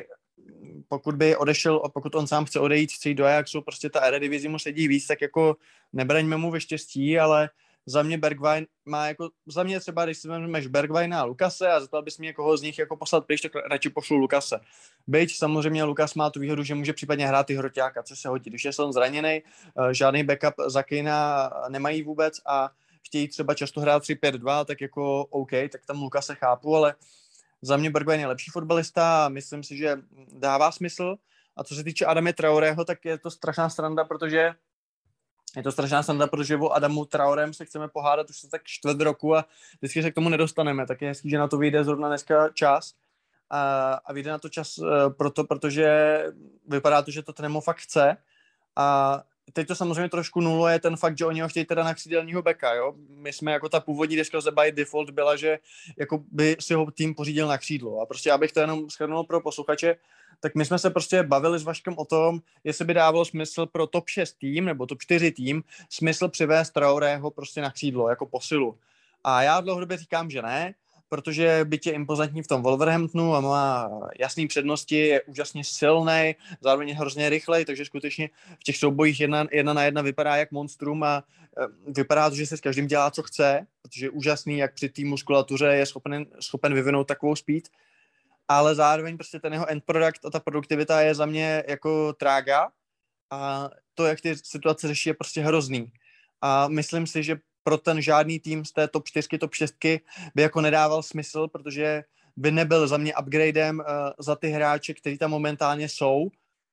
Speaker 2: pokud by odešel, pokud on sám chce odejít, chce jít do Ajaxu, prostě ta Eredivisie mu sedí víc, tak jako nebraňme mu ve štěstí, ale za mě Bergwijn má jako, za mě třeba, když si vezmeš Bergwijna a Lukase a zeptal bys mě, koho z nich jako poslat pryč, tak radši pošlu Lukase. Byť samozřejmě Lukas má tu výhodu, že může případně hrát i hroťáka, co se hodí. Když je on zraněný, žádný backup za Kanea nemají vůbec a chtějí třeba často hrát tři pět dva, tak jako OK, tak tam Lukase chápu, ale za mě Bergwijn je lepší fotbalista a myslím si, že dává smysl. A co se týče Adama Traorého, tak je to strašná sranda, protože je to strašná sranda, protože o Adamu Traorem se chceme pohádat už se tak čtvrt roku a vždycky se k tomu nedostaneme. Tak je hezký, že na to vyjde zrovna dneska čas. A, a vyjde na to čas uh, proto, protože vypadá to, že to Tottenhamu fakt chce. A teď to samozřejmě trošku nuluje ten fakt, že oni ho chtějí teda na křídelního beka, jo. My jsme jako ta původní diskuze by default byla, že jako by si ho tým pořídil na křídlo. A prostě abych to jenom shrnul pro posluchače, tak my jsme se prostě bavili s Vaškem o tom, jestli by dávalo smysl pro top šest tým nebo top čtyři tým smysl přivést Traorého prostě na křídlo jako posilu. A já dlouhodobě říkám, že ne, protože byť je impozantní v tom Wolverhamptonu a má jasný přednosti, je úžasně silný, zároveň je hrozně rychlej, takže skutečně v těch soubojích jedna, jedna na jedna vypadá jak monstrum a vypadá to, že se s každým dělá, co chce, protože je úžasný, jak při té muskulatuře je schopen, schopen vyvinout takovou speed, ale zároveň prostě ten jeho end product a ta produktivita je za mě jako trága a to, jak ty situace řeší, je prostě hrozný. A myslím si, že pro ten žádný tým z té top čtyřky, top šestky by jako nedával smysl, protože by nebyl za mě upgradem uh, za ty hráče, kteří tam momentálně jsou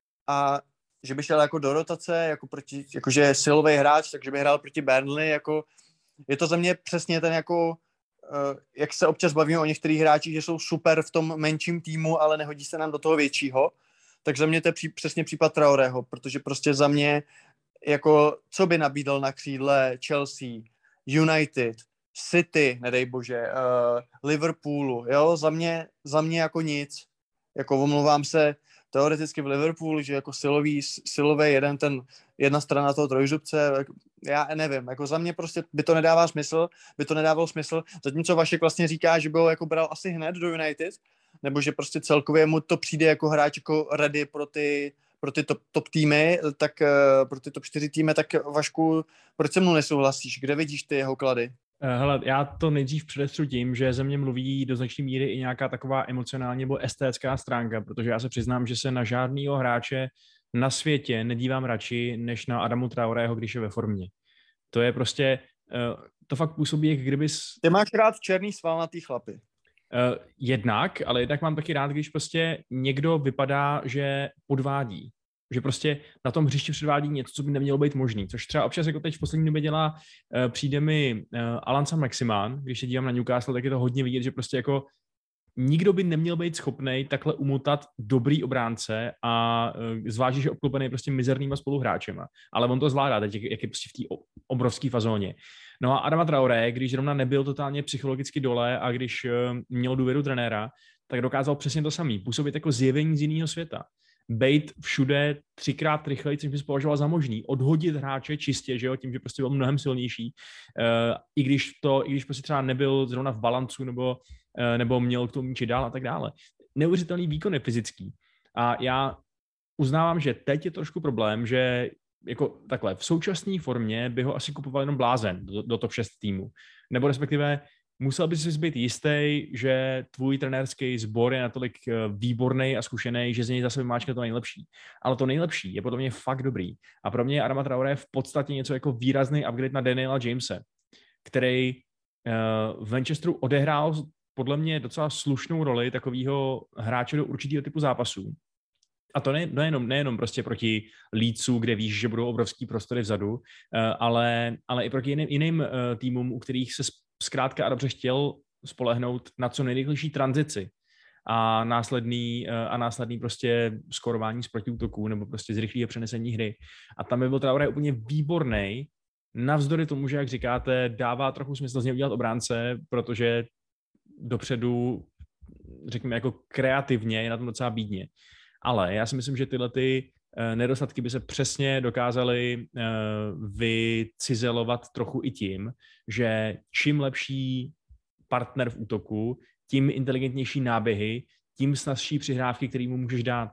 Speaker 2: a že by šel jako do rotace, jako proti, jakože je silový hráč, takže by hrál proti Burnley, jako je to za mě přesně ten jako, uh, jak se občas bavíme o některých hráčích, že jsou super v tom menším týmu, ale nehodí se nám do toho většího, tak za mě to je pří, přesně případ Traorého, protože prostě za mě jako co by nabídl na křídle Chelsea, United, City, nedej bože, uh, Liverpoolu, jo, za mě, za mě jako nic. Jako omlouvám se teoreticky v Liverpoolu, že jako silový, silový jeden ten, jedna strana toho trojžubce, já nevím, jako za mě prostě by to nedává smysl, by to nedávalo smysl, zatímco Vašek vlastně říká, že by ho jako bral asi hned do United, nebo že prostě celkově mu to přijde jako hráč jako ready pro ty pro ty top, top týmy, tak uh, pro ty top čtyři týmy, tak Vašku, proč se mnou nesouhlasíš? Kde vidíš ty jeho klady?
Speaker 1: Hele, já to nejdřív předestřu tím, že ze mě mluví do značné míry i nějaká taková emocionální nebo estetická stránka, protože já se přiznám, že se na žádného hráče na světě nedívám radši, než na Adamu Traorého, když je ve formě. To je prostě, uh, to fakt působí, jak kdyby...
Speaker 2: Ty máš rád černý svalnatý chlapy.
Speaker 1: Uh, jednak, ale jednak mám taky rád, když prostě někdo vypadá, že podvádí. Že prostě na tom hřišti předvádí něco, co by nemělo být možný. Což třeba občas jako teď v poslední době dělá, uh, přijde mi uh, Alan Saint-Maximin, když se dívám na Newcastle, tak je to hodně vidět, že prostě jako nikdo by neměl být schopnej takhle umutat dobrý obránce a uh, zvlášť, že je obklopený prostě mizernýma spoluhráčema. Ale on to zvládá teď, jak je prostě v té obrovské fazóně. No a Adama Traoré, když zrovna nebyl totálně psychologicky dole a když uh, měl důvěru trenéra, tak dokázal přesně to samý. Působit jako zjevení z jiného světa. Bejt všude třikrát rychleji, což bys považoval za možný. Odhodit hráče čistě, že jo, tím, že prostě byl mnohem silnější. Uh, I když to, i když prostě třeba nebyl zrovna v balancu nebo, uh, nebo měl k tomu míči dál a tak dále. Neuvěřitelný výkon je fyzický. A já uznávám, že teď je trošku problém, že jako takhle, v současné formě by ho asi kupoval jenom blázen do, do top šest týmu. Nebo respektive musel by si být jistý, že tvůj trenérský sbor je natolik výborný a zkušený, že z něj zase vymáčkne to nejlepší. Ale to nejlepší je podle mě fakt dobrý. A pro mě je Adama Traoré v podstatě něco jako výrazný upgrade na Daniela Jamese, který uh, v Manchesteru odehrál podle mě docela slušnou roli takového hráče do určitého typu zápasů. A to ne, nejenom, nejenom prostě proti Leedsu, kde víš, že budou obrovský prostory vzadu, ale, ale i proti jiným, jiným týmům, u kterých se zkrátka a dobře chtěl spolehnout na co nejrychlejší tranzici a následný, a následný prostě skorování z protiútoků nebo prostě z rychlého přenesení hry. A tam by byl Traoré úplně výborný, navzdory tomu, že, jak říkáte, dává trochu smysl z něj udělat obránce, protože dopředu, řekněme, jako kreativně je na tom docela bídně. Ale já si myslím, že tyhle ty uh, nedostatky by se přesně dokázaly uh, vycizelovat trochu i tím, že čím lepší partner v útoku, tím inteligentnější náběhy, tím snazší přihrávky, který mu můžeš dát.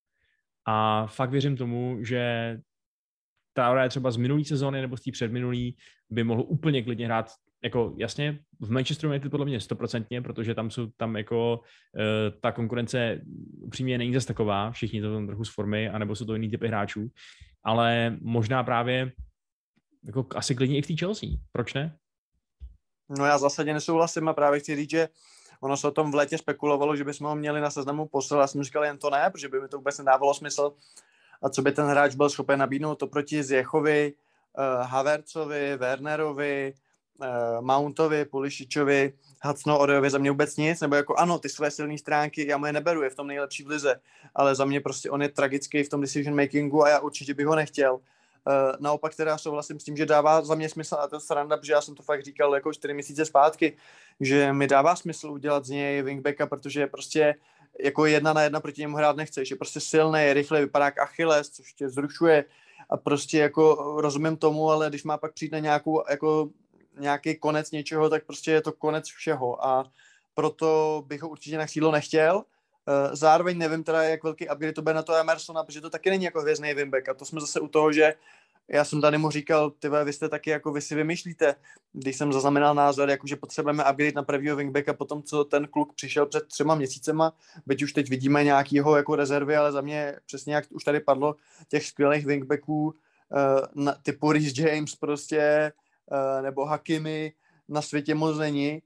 Speaker 1: A fakt věřím tomu, že Traoré třeba z minulý sezóny nebo z té předminulý by mohl úplně klidně hrát, jako jasně, v Manchesteru United podle mě stoprocentně, protože tam jsou tam jako uh, ta konkurence upřímně není zase taková, všichni to tam trochu z formy, anebo jsou to jiný typy hráčů, ale možná právě jako asi klidně i v té Chelsea. Proč ne?
Speaker 2: No já zásadně nesouhlasím a právě chci říct, že ono se o tom v létě spekulovalo, že bychom ho měli na seznamu posil. Já jsem říkal jen to ne, protože by mi to vůbec nedávalo smysl. A co by ten hráč byl schopen nabídnout to proti Zjechovi, Havertzovi, Wernerovi, Mountovi, Pulisičovi, Hudson-Odoiovi, za mě vůbec nic, nebo jako ano, ty své silné stránky, já mu je neberu, je v tom nejlepší v lize, ale za mě prostě on je tragický v tom decision makingu a já určitě bych ho nechtěl. Uh, naopak teda souhlasím s tím, že dává za mě smysl a to sranda, protože já jsem to fakt říkal jako čtyři měsíce zpátky, že mi dává smysl udělat z něj wingbacka, protože prostě jako jedna na jedna proti němu hrát nechceš, je prostě silný, je rychlý, vypadá jak Achilles, což tě zrušuje a prostě jako rozumím tomu, ale když má pak přijít na nějakou jako nějaký konec něčeho, tak prostě je to konec všeho a proto bych ho určitě na křídlo nechtěl. Zároveň nevím teda, jak velký upgrade to bude na to Emersona, protože to taky není jako hvězdný wingback a to jsme zase u toho, že já jsem tady mu říkal, tyhle, vy jste taky jako vy si vymýšlíte, když jsem zaznamenal názor, jako že potřebujeme upgrade na prvního wingbacka potom, co ten kluk přišel před třema měsícema, byť už teď vidíme nějakýho jako rezervy, ale za mě přesně jak už tady padlo, těch skvělých wingbacků uh, na, typu Reece James prostě, uh, nebo Hakimi na světě moc není,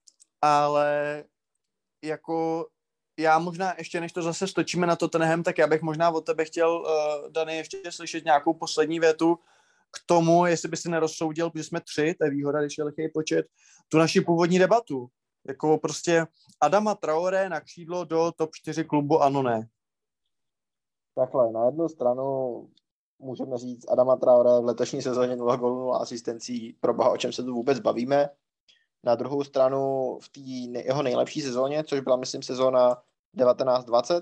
Speaker 2: ale jako já možná ještě, než to zase stočíme na Tottenham, tak já bych možná od tebe chtěl, uh, Dani, ještě slyšet nějakou poslední větu k tomu, jestli by si nerozsoudil, protože jsme tři, to je výhoda, když je lehký počet, tu naši původní debatu. Jako prostě Adama Traoré na křídlo do top čtyři klubu, ano ne.
Speaker 3: Takhle, na jednu stranu můžeme říct, Adama Traoré v letošní sezóně nula gólů, nula asistencí, proboha, o čem se tu vůbec bavíme. Na druhou stranu v té jeho nejlepší sezóně, což byla, myslím, sezóna devatenáct dvacet,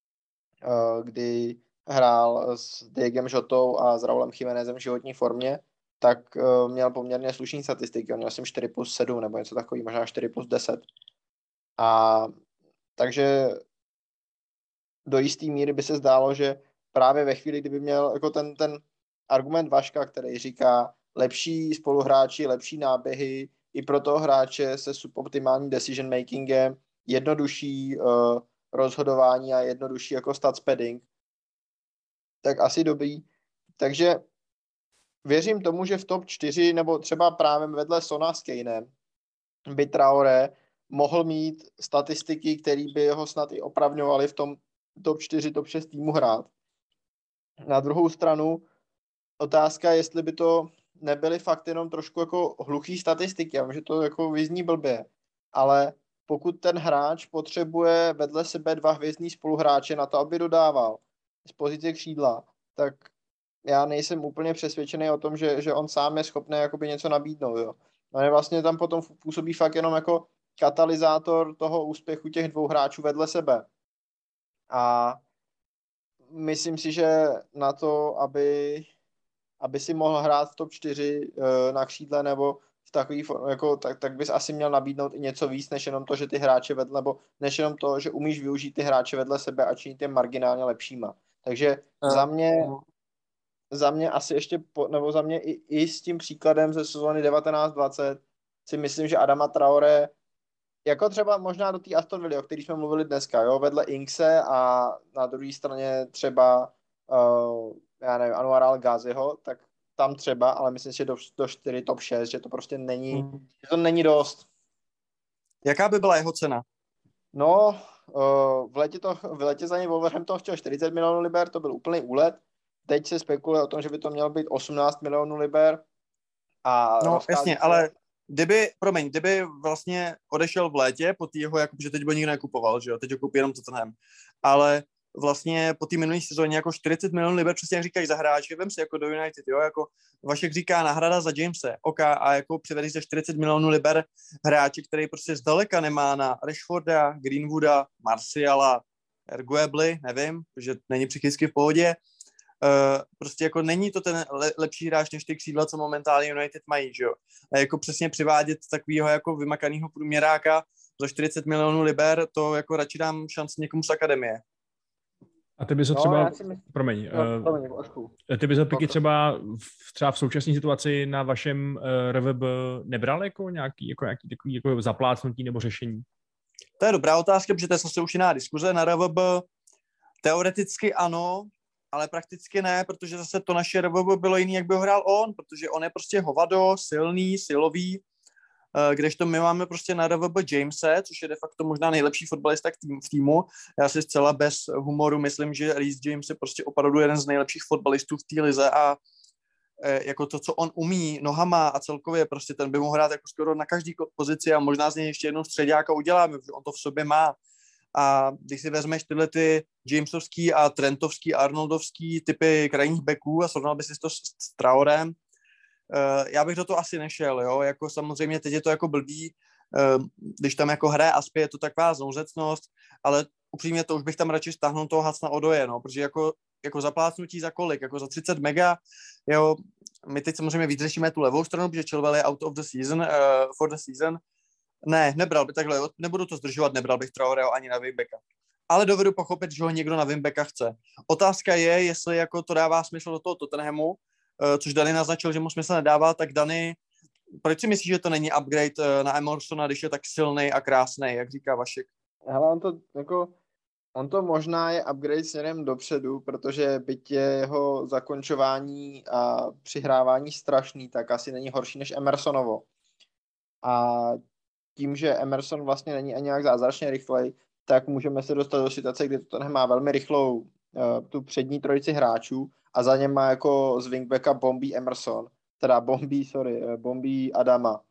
Speaker 3: kdy hrál s Diegem Jotou a s Raulem Jiménezem v životní formě, tak měl poměrně slušný statistiky. On měl jsem čtyři plus sedm nebo něco takový, možná čtyři plus deset. A takže do jisté míry by se zdálo, že právě ve chvíli, kdyby měl jako ten, ten argument Vaška, který říká lepší spoluhráči, lepší náběhy, i pro toho hráče se suboptimální decision makingem, jednodušší uh, rozhodování a jednodušší jako stats padding, tak asi dobrý. Takže věřím tomu, že v top čtyři nebo třeba právě vedle Sona s Kanem by Traoré mohl mít statistiky, které by ho snad i opravňovaly v tom top čtyři, top šest týmu hrát. Na druhou stranu otázka, jestli by to nebyly fakt jenom trošku jako hluchý statistiky. Já vím, že to jako vyzní blbě, ale pokud ten hráč potřebuje vedle sebe dva hvězdní spoluhráče na to, aby dodával z pozice křídla, tak já nejsem úplně přesvědčený o tom, že, že on sám je schopný jakoby něco nabídnout. Jo. No vlastně tam potom působí fakt jenom jako katalyzátor toho úspěchu těch dvou hráčů vedle sebe. A myslím si, že na to, aby aby si mohl hrát v top čtyři uh, na křídle nebo v takový jako, tak, tak bys asi měl nabídnout i něco víc, než jenom to, že ty hráče vedle, nebo než jenom to, že umíš využít ty hráče vedle sebe a činit je marginálně lepšíma. Takže uh, za mě uh. za mě asi ještě, po, nebo za mě i, i s tím příkladem ze sezóny devatenáct dvacet si myslím, že Adama Traoré jako třeba možná do té Aston Villa, o který jsme mluvili dneska, jo, vedle Inkse a na druhé straně třeba uh, já nevím, Anwar Al-Ghaziho, tak tam třeba, ale myslím si, že do, do čtyři, top šest, že to prostě není, hmm. že to není dost.
Speaker 2: Jaká by byla jeho cena?
Speaker 3: No, uh, v, létě to, v létě za něj Wolverhampton chtěl čtyřicet milionů liber, to byl úplný úlet. Teď se spekuluje o tom, že by to mělo být osmnáct milionů liber. A
Speaker 2: no jasně, se... ale kdyby, promiň, kdyby vlastně odešel v létě po tý jeho, jako, že teď by nikdo nekupoval, že jo, teď ho koupí jenom Tottenham, ale vlastně po té minulé sezóně jako čtyřicet milionů liber, přesně jak říkají za hráče, vem si jako do United, jo, jako Vašek říká náhrada za Jamese, OK, a jako přivedeš za čtyřicet milionů liber hráče, který prostě zdaleka nemá na Rashforda, Greenwooda, Martiala, Erguebly, nevím, že není psychicky v pohodě, uh, prostě jako není to ten le- lepší hráč než ty křídla, co momentálně United mají, že jo, a jako přesně přivádět takovýho jako vymakaného průměráka za čtyřicet milionů liber, to jako radši dám šanci někomu z akademie.
Speaker 1: A ty bys ho třeba, no, myslím... promiň,
Speaker 3: no,
Speaker 1: uh,
Speaker 3: promiň
Speaker 1: ty bys ho Piky třeba v, třeba v současné situaci na vašem uh, R V B nebral jako nějaký, jako nějaký takový jako zaplácnutí nebo řešení?
Speaker 2: To je dobrá otázka, protože to je zase už jiná diskuze. Na R V B teoreticky ano, ale prakticky ne, protože zase to naše R V B bylo jiný, jak by ho hrál on, protože on je prostě hovado, silný, silový, kdežto my máme prostě na R V B Jamese, což je de facto možná nejlepší fotbalista v týmu. Já si zcela bez humoru myslím, že Reece James je prostě opravdu jeden z nejlepších fotbalistů v té lize a jako to, co on umí nohama a celkově prostě ten by mohl hrát jako skoro na každý pozici a možná z něj ještě jednou středáka uděláme, protože on to v sobě má. A když si vezmeš tyhle ty Jamesovský a Trentovský, Arnoldovský typy krajních backů a srovnal by si to s, s Traorem, uh, já bych do toho asi nešel, jo, jako samozřejmě teď je to jako blbý, uh, když tam jako hraje Aspě, je to taková znouzecnost, ale upřímně to už bych tam radši stáhnul toho Hacna Odoje, no, protože jako, jako zaplácnutí za kolik, jako za třicet mega, jo, my teď samozřejmě vyřešíme tu levou stranu, protože Chilwell je out of the season, uh, for the season. Ne, nebral bych takhle, nebudu to zdržovat, nebral bych Traoreho ani na wingbacka. Ale dovedu pochopit, že ho někdo na wingbacka chce. Otázka je, jestli jako to dává smysl do toho Tottenhamu, což Dany naznačil, že mu smysl nedává, tak Dany, proč si myslíš, že to není upgrade na Emersona, když je tak silný a krásný, jak říká Vašek?
Speaker 3: Hele, on to jako, on to možná je upgrade směrem dopředu, protože byť je jeho zakončování a přihrávání strašný, tak asi není horší než Emersonovo. A tím, že Emerson vlastně není ani nějak zázračně rychlej, tak můžeme se dostat do situace, kdy to má velmi rychlou uh, tu přední trojici hráčů a za něm má jako z wingbacka bombí Emerson, teda bombí, sorry, bombí Adama.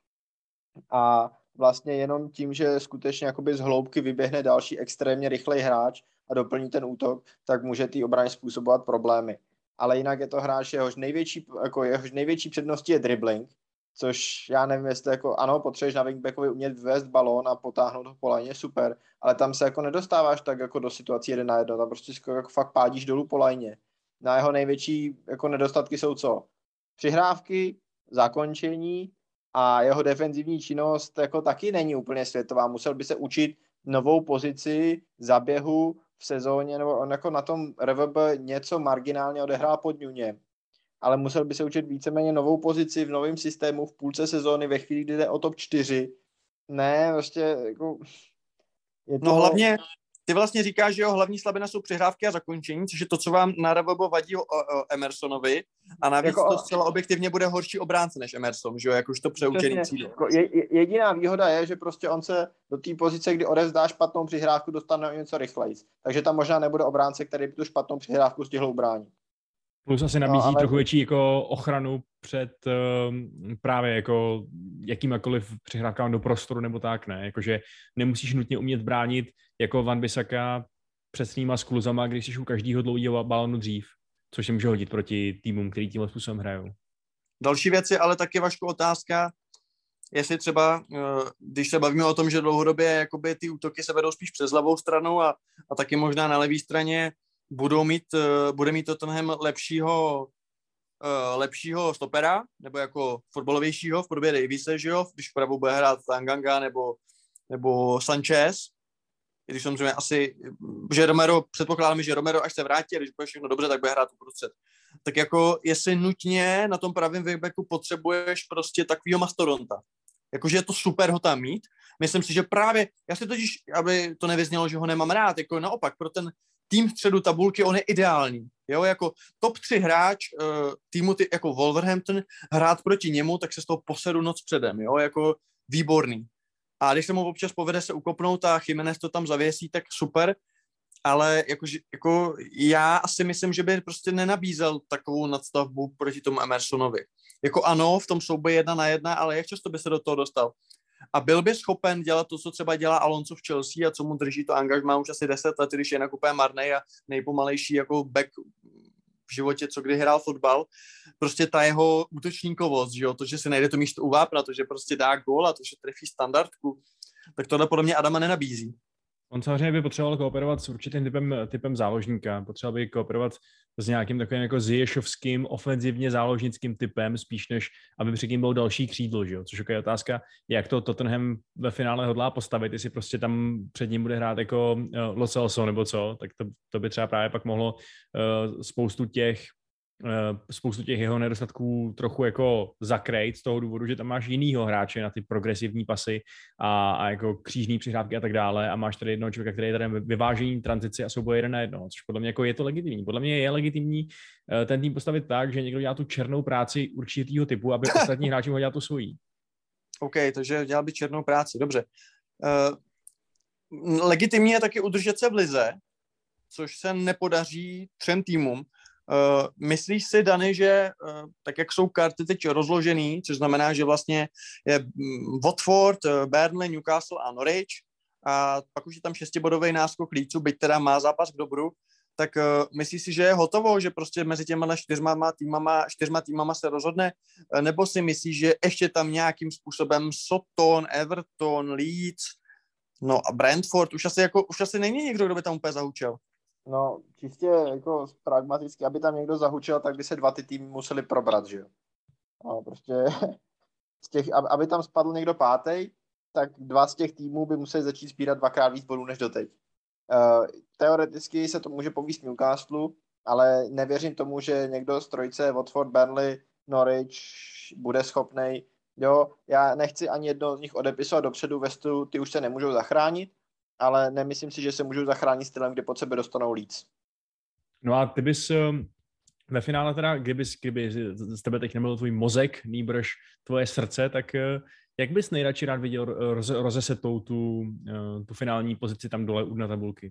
Speaker 3: A vlastně jenom tím, že skutečně jakoby z hloubky vyběhne další extrémně rychlej hráč a doplní ten útok, tak může té obraně způsobovat problémy. Ale jinak je to hráč, jehož největší, jako jehož největší předností je dribbling, což já nevím, jestli jako ano, potřebuješ na wingbackovi umět vyvést balón a potáhnout ho po lajně, super, ale tam se jako nedostáváš tak jako do situací jeden na jedno, tam prostě jako fakt pádíš dolů po lajně. Na jeho největší jako nedostatky jsou co? Přihrávky, zakončení a jeho defenzivní činnost jako taky není úplně světová. Musel by se učit novou pozici zaběhu v sezóně, nebo on jako na tom R V B něco marginálně odehrál pod Nunem. Ale musel by se učit víceméně novou pozici v novém systému v půlce sezóny ve chvíli, kdy jde o top čtyři. Ne, vlastně jako...
Speaker 2: Je to... No hlavně, ty vlastně říkáš, že jeho hlavní slabina jsou přihrávky a zakončení, což je to, co vám na R V B vadí o, o Emersonovi a navíc jako... to zcela objektivně bude horší obránce než Emerson, že jo, jak už to přeučený cíl.
Speaker 3: Je, jediná výhoda je, že prostě on se do té pozice, kdy odevzdá špatnou přihrávku, dostane o něco rychleji. Takže tam možná nebude obránce, který by tu špatnou přihrávku stihl ubránit.
Speaker 1: Plus asi nabízí no, ale... trochu větší jako ochranu před um, právě jako jakýmakoliv přihrávkám do prostoru nebo tak, ne? Jakože nemusíš nutně umět bránit jako Van Bissaka přesnýma skluzama, když jsi u každého dlouhého balonu dřív, což se může hodit proti týmům, který tímhle způsobem hrajou.
Speaker 2: Další věc je ale taky, Vašku, otázka, jestli třeba, když se bavíme o tom, že dlouhodobě jakoby ty útoky se vedou spíš přes levou stranu a, a taky možná na levé straně, budou mít, bude mít Tottenham lepšího, lepšího stopera, nebo jako fotbalovějšího v podobě Davise, že jo, když vpravo bude hrát Tanganga nebo, nebo Sanchez, i když samozřejmě asi, že Romero, předpokládáme, že Romero až se vrátí, a když bude všechno dobře, tak bude hrát uprostřed. Tak jako, jestli nutně na tom pravém wingbacku potřebuješ prostě takovýho mastodonta. Jakože je to super ho tam mít. Myslím si, že právě, já si totiž, aby to nevyznělo, že ho nemám rád, jako naopak, pro ten tým středu tabulky on je ideální. Jo, jako top tři hráč uh, týmu ty, jako Wolverhampton, hrát proti němu, tak se z toho posedu noc předem, jo, jako výborný. A když se mu občas povede se ukopnout a Jiménez to tam zavěsí, tak super, ale jako, jako já asi myslím, že by prostě nenabízel takovou nadstavbu proti tomu Emersonovi. Jako ano, v tom souboji jedna na jedna, ale jak často by se do toho dostal? A byl by schopen dělat to, co třeba dělá Alonso v Chelsea a co mu drží to angažmá už asi deset let, když je nakupé marnej a nejpomalejší jako back v životě, co kdy hrál fotbal. Prostě ta jeho útočníkovost, že jo? To, že si najde to místo u vápna, to, že prostě dá gól a to, že trefí standardku, tak tohle podle mě Adama nenabízí.
Speaker 1: On samozřejmě by potřeboval kooperovat s určitým typem, typem záložníka. Potřeboval by kooperovat s nějakým takovým jako zješovským, ofenzivně záložnickým typem, spíš než aby před tím byl další křídlo, že jo? Což je otázka, jak to Tottenham ve finále hodlá postavit, jestli prostě tam před ním bude hrát jako uh, Lo Celso nebo co, tak to, to by třeba právě pak mohlo uh, spoustu těch spoustu těch jeho nedostatků trochu jako zakrejt z toho důvodu, že tam máš jinýho hráče na ty progresivní pasy a, a jako křížní přihrávky a tak dále a máš tady jednoho člověka, který je tady vyvážení, tranzici a souboj jeden na jedno, což podle mě jako je to legitimní. Podle mě je legitimní ten tým postavit tak, že někdo dělá tu černou práci určitýho typu, aby ostatní hráči mohli dělat tu svojí.
Speaker 2: OK, takže dělal by černou práci, dobře. Uh, legitimní je taky udržet se v lize, což se nepodaří třem týmům. Uh, myslíš si, Dany, že uh, tak, jak jsou karty teď rozložený, což znamená, že vlastně je um, Watford, uh, Burnley, Newcastle a Norwich a pak už je tam šestibodový náskok Leedsu, byť teda má zápas k dobru, tak uh, myslíš si, že je hotovo, že prostě mezi těma čtyřma týmama, čtyřma týmama se rozhodne, uh, nebo si myslíš, že ještě tam nějakým způsobem Soton, Everton, Leeds, no a Brentford, už asi, jako, už asi není někdo, kdo by tam úplně zahučel.
Speaker 3: No, čistě jako pragmaticky, aby tam někdo zahučel, tak by se dva ty týmy museli probrat, že jo. No, prostě z těch, aby tam spadl někdo pátý, tak dva z těch týmů by museli začít sbírat dvakrát víc bodů než doteď. Uh, teoreticky se to může povíst Newcastle, ale nevěřím tomu, že někdo z trojice Watford, Burnley, Norwich bude schopnej. Jo, já nechci ani jedno z nich odepisovat dopředu, Westu ty už se nemůžou zachránit, ale nemyslím si, že se můžou zachránit stylem, kdy pod sebe dostanou Leeds.
Speaker 1: No a ty bys ve finále teda, kdyby, kdyby z tebe teď nebyl tvůj mozek, nýbrž tvoje srdce, tak jak bys nejradši rád viděl roz, rozesetou tu, tu finální pozici tam dole na tabulky?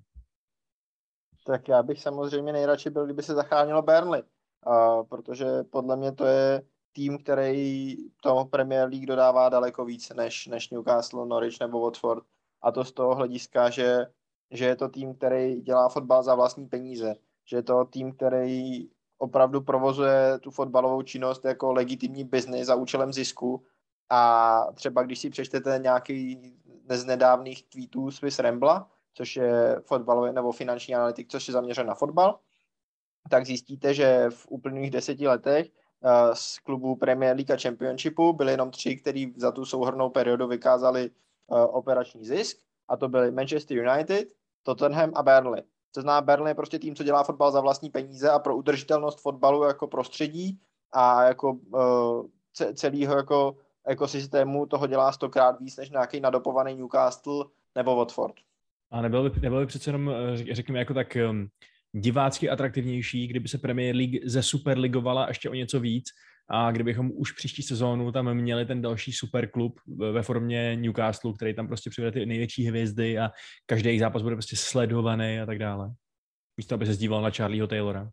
Speaker 3: Tak já bych samozřejmě nejradši byl, kdyby se zachránilo Burnley, uh, protože podle mě to je tým, který tomu Premier League dodává daleko víc než, než Newcastle, Norwich nebo Watford. A to z toho hlediska, že, že je to tým, který dělá fotbal za vlastní peníze. Že je to tým, který opravdu provozuje tu fotbalovou činnost jako legitimní biznis za účelem zisku. A třeba když si přečtete nějaký z nedávných tweetů Swiss Rambla, což je fotbalový nebo finanční analytik, což je zaměřen na fotbal, tak zjistíte, že v úplných deseti letech z klubů Premier League a Championshipu byly jenom tři, který za tu souhrnnou periodu vykázali operační zisk, a to byly Manchester United, Tottenham a Burnley. To znamená, Burnley je prostě tým, co dělá fotbal za vlastní peníze a pro udržitelnost fotbalu jako prostředí a jako uh, celého jako ekosystému toho dělá stokrát víc než nějaký nadopovaný Newcastle nebo Watford.
Speaker 1: A nebylo by, nebylo by přece jenom, řekněme, jako tak um, divácky atraktivnější, kdyby se Premier League ze Superligovala ještě o něco víc a kdybychom už příští sezónu tam měli ten další superklub ve formě Newcastle, který tam prostě přivede ty největší hvězdy a každý jejich zápas bude prostě sledovaný a tak dále. Místo, aby se zdíval na Charlieho Taylora.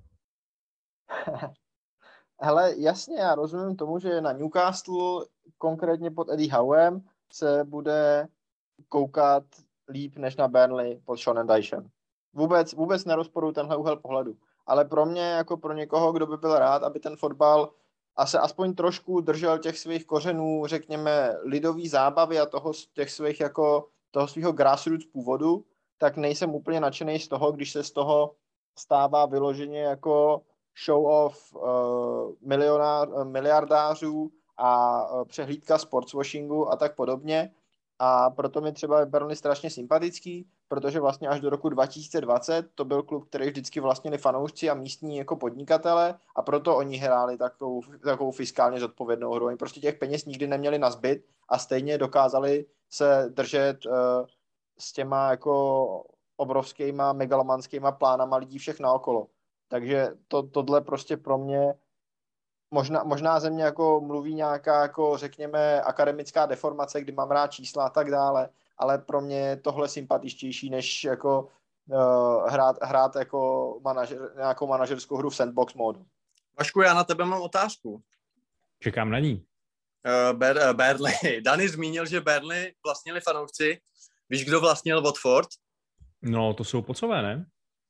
Speaker 3: Hele, jasně, já rozumím tomu, že na Newcastle, konkrétně pod Eddie Howem, se bude koukat líp než na Burnley pod Seanem Dychem. Vůbec, vůbec nerozporuji tenhle úhel pohledu. Ale pro mě, jako pro někoho, kdo by byl rád, aby ten fotbal a se aspoň trošku držel těch svých kořenů, řekněme, lidový zábavy a toho, těch svých jako, toho svého grassroots původu, tak nejsem úplně nadšený z toho, když se z toho stává vyloženě jako show of uh, milionář, miliardářů a uh, přehlídka sportswashingu a tak podobně. A proto mi třeba Burnley strašně sympatický, protože vlastně až do roku dva tisíce dvacet to byl klub, který vždycky vlastnili fanoušci a místní jako podnikatele a proto oni hráli takovou, takovou fiskálně zodpovědnou hru. Oni prostě těch peněz nikdy neměli na zbyt a stejně dokázali se držet uh, s těma jako obrovskýma megalomanskýma plánama lidí všech naokolo. Takže to, tohle prostě pro mě Možná, možná ze mě jako mluví nějaká, jako řekněme, akademická deformace, kdy mám rád čísla a tak dále, ale pro mě je tohle sympatičtější, než jako uh, hrát, hrát jako manažer, nějakou manažerskou hru v sandbox módu.
Speaker 2: Vašku, já na tebe mám otázku.
Speaker 1: Čekám na ní.
Speaker 2: Uh, Ber- uh, Burnley. Dany zmínil, že Burnley vlastnili fanoušci. Víš, kdo vlastnil Watford?
Speaker 1: No, to jsou pocové, ne?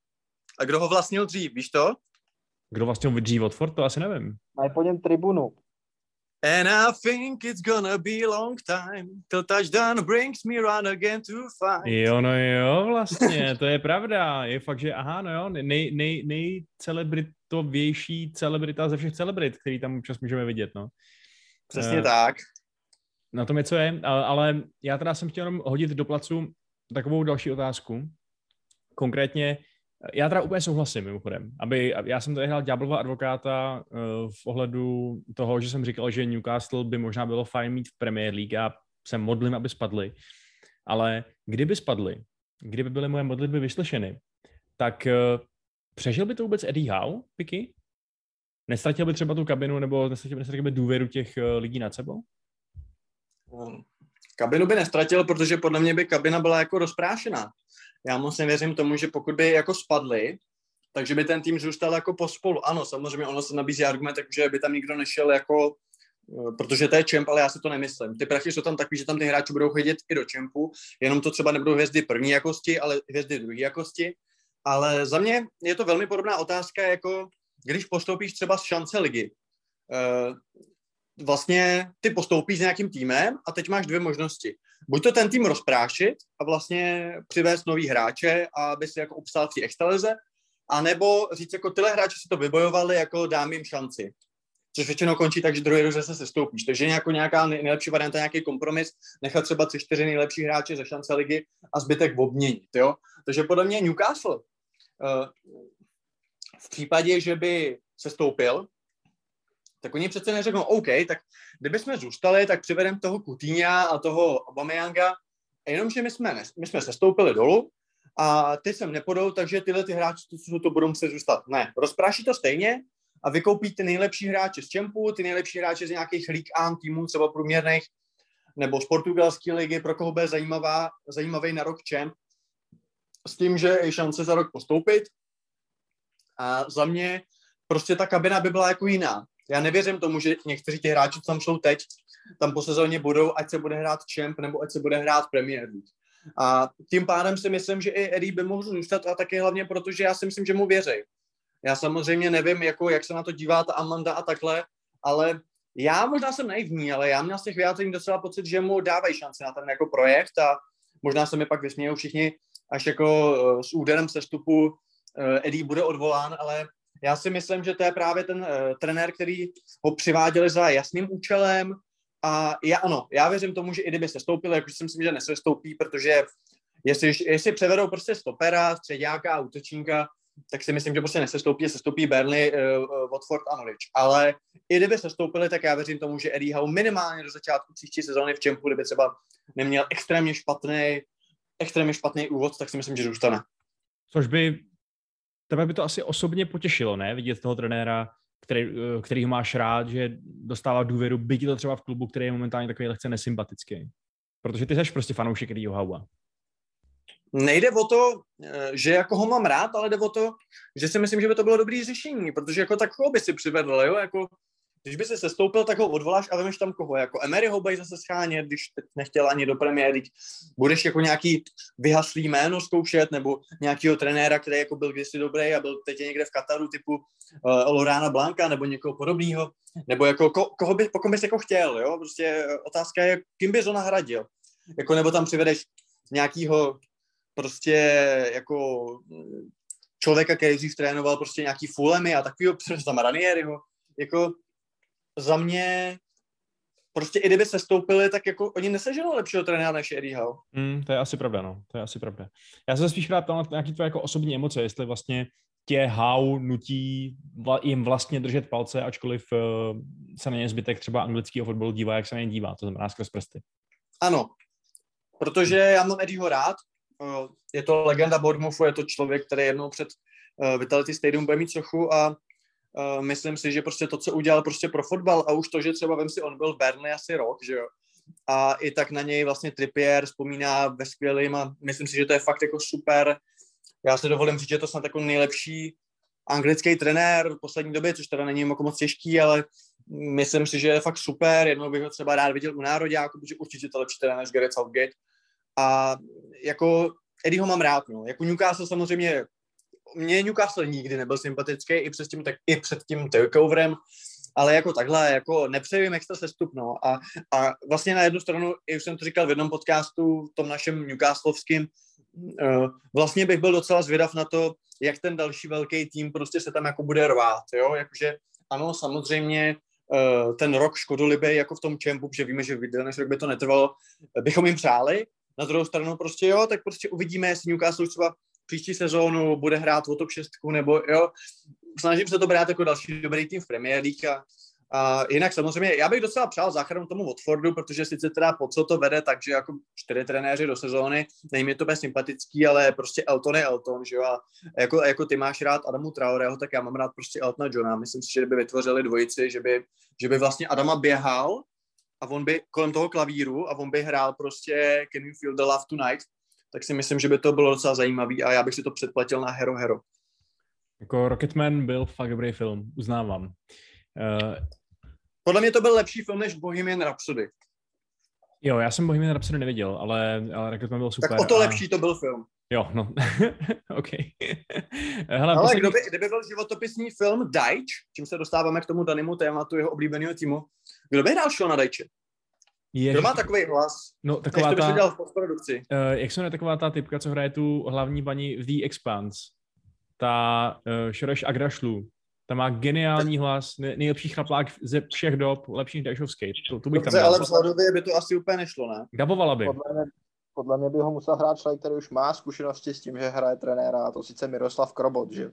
Speaker 2: A kdo ho vlastnil dřív, víš to?
Speaker 1: Kdo vlastně vydří Watford, to asi nevím.
Speaker 3: Mají po něm tribunu.
Speaker 2: And I think it's gonna be a long time till touchdown brings me round again to find.
Speaker 1: Jo, no jo, vlastně, to je pravda. Je fakt, že aha, no jo, nej, nej, nejcelebritovější celebrita ze všech celebrit, který tam občas můžeme vidět, no.
Speaker 2: Přesně uh,
Speaker 1: uh,
Speaker 2: tak.
Speaker 1: Na tom něco je, ale, ale já teda jsem chtěl jenom hodit do placu takovou další otázku. Konkrétně, já teda úplně souhlasím, mimochodem. Aby, já jsem tady hrál ďáblova advokáta uh, v ohledu toho, že jsem říkal, že Newcastle by možná bylo fajn mít v Premier League a se modlím, aby spadli. Ale kdyby spadli, kdyby byly moje modlitby vyslyšeny, tak uh, přežil by to vůbec Eddie Howe, Piky? Nestratil by třeba tu kabinu nebo nestratil, nestratil by důvěru těch uh, lidí nad sebou?
Speaker 2: Um, kabinu by nestratil, protože podle mě by kabina byla jako rozprášená. Já moc nevěřím tomu, že pokud by jako spadli, takže by ten tým zůstal jako pospolu. Ano, samozřejmě ono se nabízí argument, že by tam nikdo nešel jako, protože to je čemp, ale já si to nemyslím. Ty prachy jsou tam takový, že tam ty hráči budou chodit i do čempu, jenom to třeba nebudou hvězdy první jakosti, ale hvězdy druhé jakosti. Ale za mě je to velmi podobná otázka, jako když postoupíš třeba z šance ligy. Vlastně ty postoupíš s nějakým týmem a teď máš dvě možnosti. Buď to ten tým rozprášit a vlastně přivést nový hráče, aby si jako obstál v té extralize, anebo říct, jako tyhle hráči si to vybojovali, jako dám jim šanci. Což většinou končí tak, že druhý rok zase sestoupíš. Takže jako nějaká nejlepší varianta, nějaký kompromis, nechat třeba tři, čtyři nejlepší hráče ze šance ligy a zbytek obměnit, jo. Takže podle mě Newcastle uh, v případě, že by sestoupil, tak oni přece neřeknou, OK, tak kdyby jsme zůstali, tak přivedeme toho Coutinha a toho Aubameyanga, jenomže my jsme, my jsme sestoupili dolů a ty sem nepodou, takže tyhle ty hráči to, to budou muset zůstat. Ne, rozpráší to stejně a vykoupí ty nejlepší hráče z čempu, ty nejlepší hráče z nějakých League One týmů, třeba průměrných, nebo z portugalské ligy, pro koho bude zajímavá, zajímavý na rok čemp, s tím, že je šance za rok postoupit. A za mě prostě ta kabina by byla jako jiná. Já nevěřím tomu, že někteří ti hráči, co tam jsou teď, tam po sezóně budou, ať se bude hrát Champ, nebo ať se bude hrát Premier League. A tím pádem si myslím, že i Eddie by mohl zůstat a taky hlavně proto, že já si myslím, že mu věří. Já samozřejmě nevím, jako, jak se na to dívá ta Amanda a takhle, ale já možná jsem naivní, ale já měl z těch vyjádření docela pocit, že mu dávají šanci na ten jako projekt a možná se mi pak vysmějou všichni, až jako s úderem sestupu Eddie bude odvolán, ale já si myslím, že to je právě ten uh, trenér, který ho přiváděli za jasným účelem a já ano, já věřím tomu, že i kdyby se stoupil, jakože si myslím, že nesestoupí, protože jestli, jestli převedou prostě stopera, středáka a útočníka, tak si myslím, že prostě nesestoupí, sestoupí Burnley, uh, uh, Watford a Norwich. Ale i kdyby sestoupili, tak já věřím tomu, že Eddie Howe minimálně do začátku příští sezóny v Čempu, kdyby třeba neměl extrémně špatný, extrémně špatný úvod, tak si myslím, že zůstane.
Speaker 1: Což by tebe by to asi osobně potěšilo, ne? Vidět toho trenéra, který, kterýho máš rád, že dostává důvěru, byť to třeba v klubu, který je momentálně takový lehce nesympatický. Protože ty jsi prostě fanoušek Eddieho Howa.
Speaker 2: Nejde o to, že jako ho mám rád, ale jde o to, že si myslím, že by to bylo dobré řešení, protože jako takového by si přivedl, jo, jako když by si sestoupil, tak ho odvoláš a vemeš tam koho, jako Emeryho budeš zase schánět, když nechtěl ani do premiéry, budeš jako nějaký vyhaslý jméno zkoušet, nebo nějakýho trenéra, který jako byl kdysi dobrý a byl teď někde v Kataru, typu uh, Laurana Blanca, nebo někoho podobného, nebo jako ko, koho by, po kom bys jako chtěl, jo, prostě otázka je, kým bys ho nahradil, jako nebo tam přivedeš nějakýho prostě jako člověka, který dřív trénoval prostě nějaký Fulhamy a takovýho, přes tam Ranieriho, jako za mě prostě i kdyby se stoupili, tak jako oni neseženou lepšího trenéra než Eddie Howe.
Speaker 1: Mm, to je asi pravda, no. To je asi pravda. Já se spíš rád ptal na nějaký tvoje jako osobní emoce, jestli vlastně tě Howe nutí vla, jim vlastně držet palce, ačkoliv uh, se na ně zbytek třeba anglického fotbalu dívá, jak se na ně dívá, to znamená skrz prsty. Ano,
Speaker 2: protože já mám Eddieho rád, uh, je to legenda Bournemouthu, je to člověk, který jednou před uh, Vitality Stadium bude mít sochu a Uh, myslím si, že prostě to, co udělal prostě pro fotbal a už to, že třeba vem si, on byl v Burnley asi rok, že jo, a i tak na něj vlastně Trippier vzpomíná ve skvělým a myslím si, že to je fakt jako super. Já si dovolím říct, že je to snad jako nejlepší anglický trenér v poslední době, což teda není jako moc těžký, ale myslím si, že je fakt super, jednou bych ho třeba rád viděl u nároďáku, protože určitě to lepší trenér než Gareth Southgate. A jako Eddieho mám rád, no. Jako Newcastle samozřejmě mně Newcastle nikdy nebyl sympatický, i před tím, tak, i před tím takeoverem, ale jako takhle, jako nepřeju jim extra sestup, no. A, a vlastně na jednu stranu, i už jsem to říkal v jednom podcastu, tom našem newcastlovským, uh, vlastně bych byl docela zvědav na to, jak ten další velký tým prostě se tam jako bude rvát, jo, jakože ano, samozřejmě uh, ten rok škodolibej jako v tom čempu, že víme, že v než rok by to netrvalo, bychom jim přáli, na druhou stranu prostě jo, tak prostě uvidíme, jestli Newcastle třeba příští sezónu bude hrát o top šestku, nebo jo, snažím se to brát jako další dobrý tým v Premier League a, a jinak samozřejmě, já bych docela přál záchranu tomu Watfordu, protože sice teda po co to vede, takže jako čtyři trenéři do sezóny, není mi to bez sympatický, ale prostě Elton je Elton, že jo, a jako, jako ty máš rád Adamu Traoreho, tak já mám rád prostě Eltona Johna, myslím si, že by vytvořili dvojici, že by, že by vlastně Adama běhal a on by kolem toho klavíru a on by hrál prostě Can You Feel the Love Tonight, tak si myslím, že by to bylo docela zajímavý a já bych si to předplatil na Hero Hero.
Speaker 1: Jako Rocketman byl fakt dobrý film, uznávám. Uh,
Speaker 2: Podle mě to byl lepší film než Bohemian Rhapsody.
Speaker 1: Jo, já jsem Bohemian Rhapsody neviděl, ale, ale Rocketman byl super.
Speaker 2: Tak o to
Speaker 1: a...
Speaker 2: lepší to byl film.
Speaker 1: Jo, no. OK. Hele,
Speaker 2: ale
Speaker 1: poslední...
Speaker 2: kdyby, kdyby byl životopisní film Dajč, čím se dostáváme k tomu danému tématu jeho oblíbeného týmu, kdo by hrál šel na Dajče?
Speaker 1: Ježiš.
Speaker 2: Kdo má takový hlas?
Speaker 1: No, taková
Speaker 2: než to
Speaker 1: ta...
Speaker 2: by se dělal v postprodukci.
Speaker 1: Uh, jak se jmenuje taková ta typka, co hraje tu hlavní paní v The Expanse? Ta uh, Šoreš Agrashlu. Ta má geniální hlas, nej, nejlepší chlaplák ze všech dob, lepší než Dajšovský. To, to bych
Speaker 2: Dobře,
Speaker 1: tam dal.
Speaker 2: ale vzhledově by to asi úplně nešlo, ne?
Speaker 1: Dabovala by.
Speaker 3: Podle mě, podle mě by ho musel hrát člověk, který už má zkušenosti s tím, že hraje trenéra, a to sice Miroslav Krobot, že?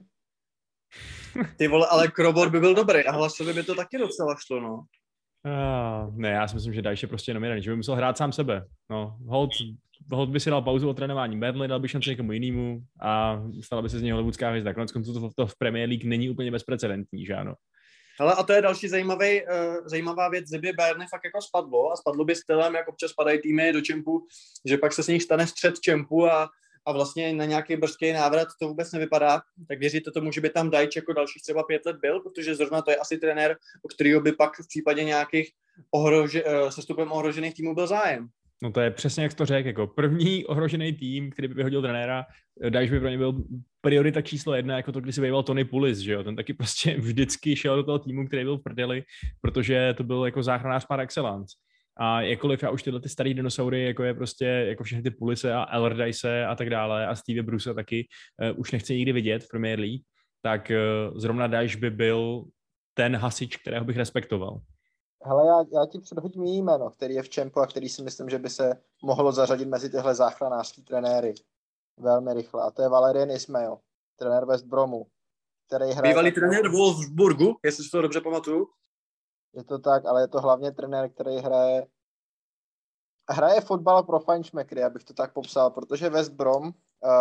Speaker 2: Ty vole, ale Krobot by byl dobrý a hlasově by to taky docela šlo, no.
Speaker 1: Uh, ne, já si myslím, že Dajš je prostě nominální, že by musel hrát sám sebe. No, hold, hold by si dal pauzu od trénování Burnley, dal by šanci někomu jinému a stala by se z něho hollywoodská hvězda. Konec konců to, to v Premier League není úplně bezprecedentní, že ano.
Speaker 2: Hele, a to je další zajímavý, uh, zajímavá věc, kdyby Burnley fakt jako spadlo a spadlo by stylem, jak občas padají týmy do čempu, že pak se s nich stane střed čempu a, a vlastně na nějaký brzký návrat to vůbec nevypadá, tak věříte tomu, že by tam Dajč jako dalších třeba pět let byl, protože zrovna to je asi trenér, o kterýho by pak v případě nějakých ohrože, uh, sestupem ohrožených týmů byl zájem.
Speaker 1: No to je přesně, jak jsi to řekl, jako první ohrožený tým, který by vyhodil trenéra, Dajš by pro ně byl priorita číslo jedna, jako to, když si býval Tony Pulis, že jo, ten taky prostě vždycky šel do toho týmu, který byl v prdeli, protože to byl jako záchranář par excellence. A jakkoliv já už tyhle ty starý dinosaury, jako je prostě, jako všechny ty Pulise a Allardyce a tak dále a Steve Bruce taky, uh, už nechci nikdy vidět v Premier League, tak uh, zrovna Dajš by byl ten hasič, kterého bych respektoval.
Speaker 3: Hele, já, já ti předhodím její jméno, který je v čempu a který si myslím, že by se mohlo zařadit mezi tyhle záchranářský trenéry velmi rychle. A to je Valérien Ismail, trenér West Bromu, který hraje...
Speaker 2: Bývalý trenér Wolfsburgu, jestli si to dobře pamatuju.
Speaker 3: Je to tak, ale je to hlavně trenér, který hraje hraje fotbal pro fajnšmekry, abych to tak popsal, protože West Brom uh,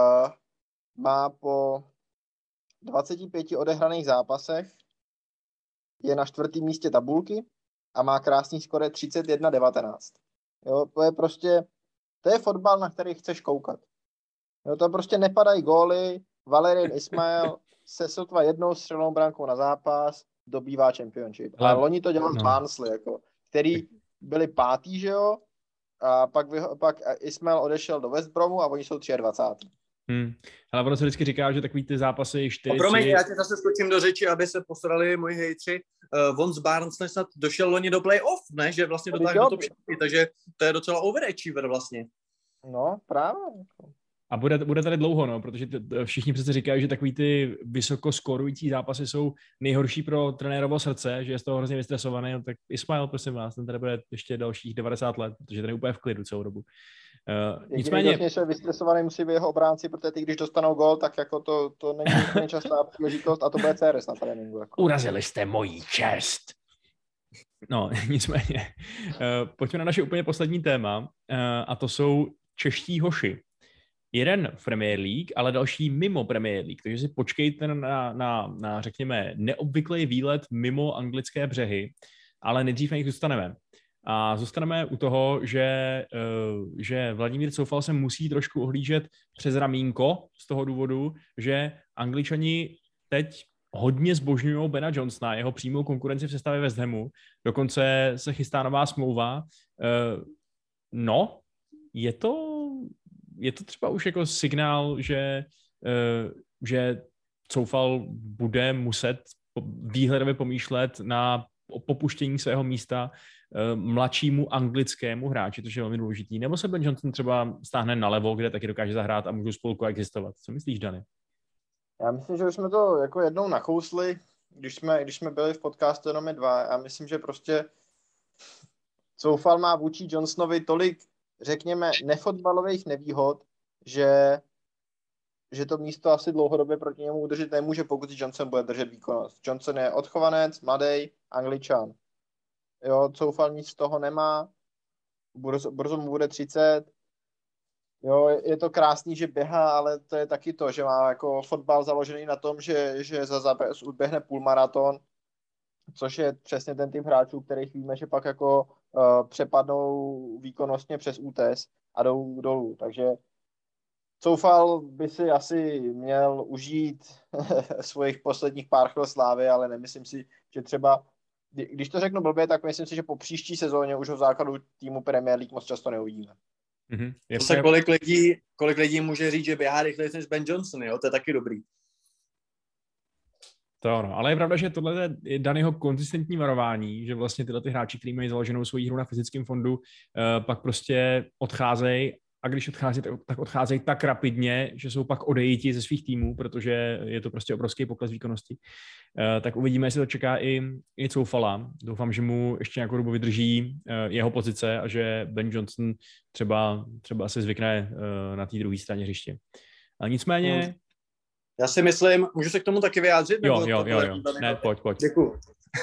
Speaker 3: má po dvaceti pěti odehraných zápasech je na čtvrtém místě tabulky a má krásný skore třicet jedna devatenáct. Jo, to je prostě, to je fotbal, na který chceš koukat. Jo, tam prostě nepadají góly, Valérien Ismail se sotva jednou střelnou brankou na zápas dobývá championship. A loni to dělal no. Barnsley, jako, který byli pátý, že jo, a pak, vyho- pak Ismail odešel do West Bromu a oni jsou dvacátý třetí.
Speaker 1: Hmm. Ale ono se vždycky říká, že takový ty zápasy čtyři...
Speaker 2: Promiň, já tě zase skočím do řeči, aby se posrali moji hejtři. Uh, von z Barnsley snad došel loni do play-off, ne? Že vlastně dotáhl do top šestnáct, takže to je docela overachiever vlastně.
Speaker 3: No, právě.
Speaker 1: A bude, bude tady dlouho, no, protože t- t- všichni přece říkají, že takový ty vysoko skorující zápasy jsou nejhorší pro trenérovo srdce, že je z toho hrozně vystresovaný, no, tak Ismail, prosím vás, ten tady bude ještě dalších devadesát let, protože ten je úplně v klidu celou dobu. Uh, nicméně...
Speaker 3: Když je vystresovaný, musí být jeho obránci, protože ty, když dostanou gól, tak jako to, to není úplně častá příležitost a to bude C R S na tréninku. Jako.
Speaker 1: Urazili jste moji čest. No, nicméně. Uh, pojďme na naše úplně poslední téma uh, a to jsou čeští hoši. Jeden v Premier League, ale další mimo Premier League. Takže si počkejte na, na, na řekněme, neobvyklý výlet mimo anglické břehy, ale nejdřív na nich zůstaneme. A zůstaneme u toho, že, že Vladimír Coufal se musí trošku ohlížet přes ramínko z toho důvodu, že Angličani teď hodně zbožňují Bena Johnsona, jeho přímou konkurenci v sestavě West Hamu. Dokonce se chystá nová smlouva. No, je to... Je to třeba už jako signál, že, že Coufal bude muset výhledově pomýšlet na popuštění svého místa mladšímu anglickému hráči, což je velmi důležitý. Nebo se Ben Johnson třeba stáhne nalevo, kde taky dokáže zahrát a můžou spolu koexistovat. Co myslíš, Dany?
Speaker 3: Já myslím, že už jsme to jako jednou nakousli, když jsme, když jsme byli v podcastu jenom my dva. Já myslím, že prostě Coufal má vůči Johnsonovi tolik, řekněme, nefotbalových nevýhod, že, že to místo asi dlouhodobě proti němu udržet nemůže, pokud si Johnson bude držet výkonnost. Johnson je odchovanec, mladý, Angličan. Jo, Coufal nic z toho nemá, brzo, brzo mu bude třicet. Jo, je to krásný, že běhá, ale to je taky to, že má jako fotbal založený na tom, že, že za zápas uběhne půlmaraton, což je přesně ten typ hráčů, kterých víme, že pak jako uh, přepadnou výkonnostně přes útes a jdou dolů. Takže Coufal by si asi měl užít svých posledních pár chvil slávy, ale nemyslím si, že třeba, když to řeknu blbě, tak myslím si, že po příští sezóně už ho v základu týmu Premier League moc často neuvidíme.
Speaker 2: Mm-hmm. Zase kolik lidí, kolik lidí může říct, že běhá rychleji než Ben Johnson, jo? To je taky dobrý.
Speaker 1: To ano, ale je pravda, že tohle je daného konzistentní varování, že vlastně tyhle ty hráči, kteří mají založenou svoji hru na fyzickém fondu, pak prostě odcházejí a když odchází, tak odcházejí tak rapidně, že jsou pak odejiti ze svých týmů, protože je to prostě obrovský pokles výkonnosti. Tak uvidíme, jestli to čeká i, i Coufala. Doufám, že mu ještě nějakou dobu vydrží jeho pozice a že Ben Johnson třeba, třeba se zvykne na té druhé straně hřiště. Ale nicméně... Hmm.
Speaker 2: Já si myslím, můžu se k tomu taky vyjádřit?
Speaker 1: Jo, jo, jo, jo. Ne, pojď, pojď.
Speaker 2: Děkuju.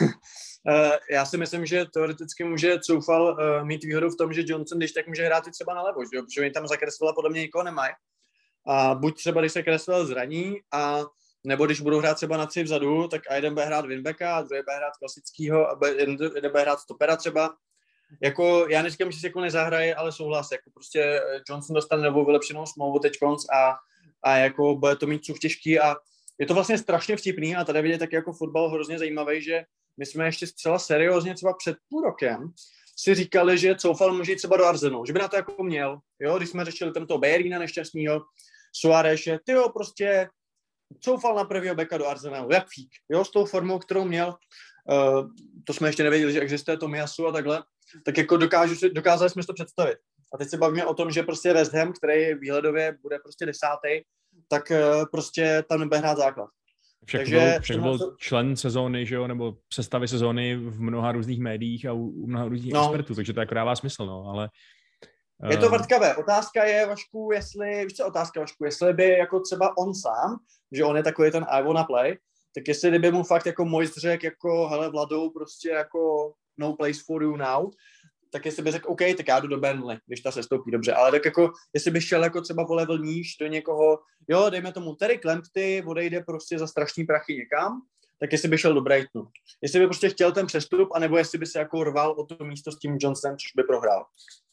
Speaker 2: Já si myslím, že teoreticky může Coufal mít výhodu v tom, že Johnson, když tak může hrát i třeba na levo, že? Protože oni tam za Cresswella podle mě nikoho nemají. A buď třeba, když se Cresswell zraní, a nebo když budou hrát třeba na tři vzadu, tak a jeden bude hrát winbacka, a druhý bude hrát klasickýho, a jeden bude hrát stopera třeba. Jako, já neříkám, že si jako nezahraje, ale souhlas. Jako prostě Johnson dostane novou vylepšenou smlouvu teď konc a a jako bude to mít cuch těžký a je to vlastně strašně vtipný a tady vidět taky jako fotbal hrozně zajímavý, že my jsme ještě zcela seriózně třeba před půl rokem si říkali, že Coufal může jít třeba do Arsenalu, že by na to jako měl, jo, když jsme řešili tam toho Bellerina nešťastného, Suáreše, tyjo, prostě Coufal na prvního beka do Arsenalu, jak fík, jo, s tou formou, kterou měl, uh, to jsme ještě nevěděli, že existuje Tomiyasu a takhle, tak jako dokážu si, dokázali jsme si to představit. A teď se bavíme o tom, že prostě West Ham, který výhledově bude prostě desátý, tak prostě tam nebude hrát základ.
Speaker 1: Však Takže byl, však byl to... člen sezóny, že jo, nebo sestavy sezóny v mnoha různých médiích a u, u mnoha různých no. expertů, takže to jako dává smysl, no, ale...
Speaker 2: Je to vrtkavé. Otázka je, Vašku, jestli, víš co otázka, Vašku, jestli by jako třeba on sám, že on je takový ten I wanna play, tak jestli kdyby mu fakt jako Moist řekl, jako hele Vladou, prostě jako no place for you now, tak jestli by řekl, OK, tak já jdu do Burnley, když ta se stoupí dobře, ale tak jako, jestli by šel jako třeba o level níž do někoho, jo, dejme tomu Terry Lamptey, odejde prostě za strašný prachy někam, tak jestli by šel do Brightonu. Jestli by prostě chtěl ten přestup, anebo jestli by se jako rval o to místo s tím Johnsonem, což by prohrál.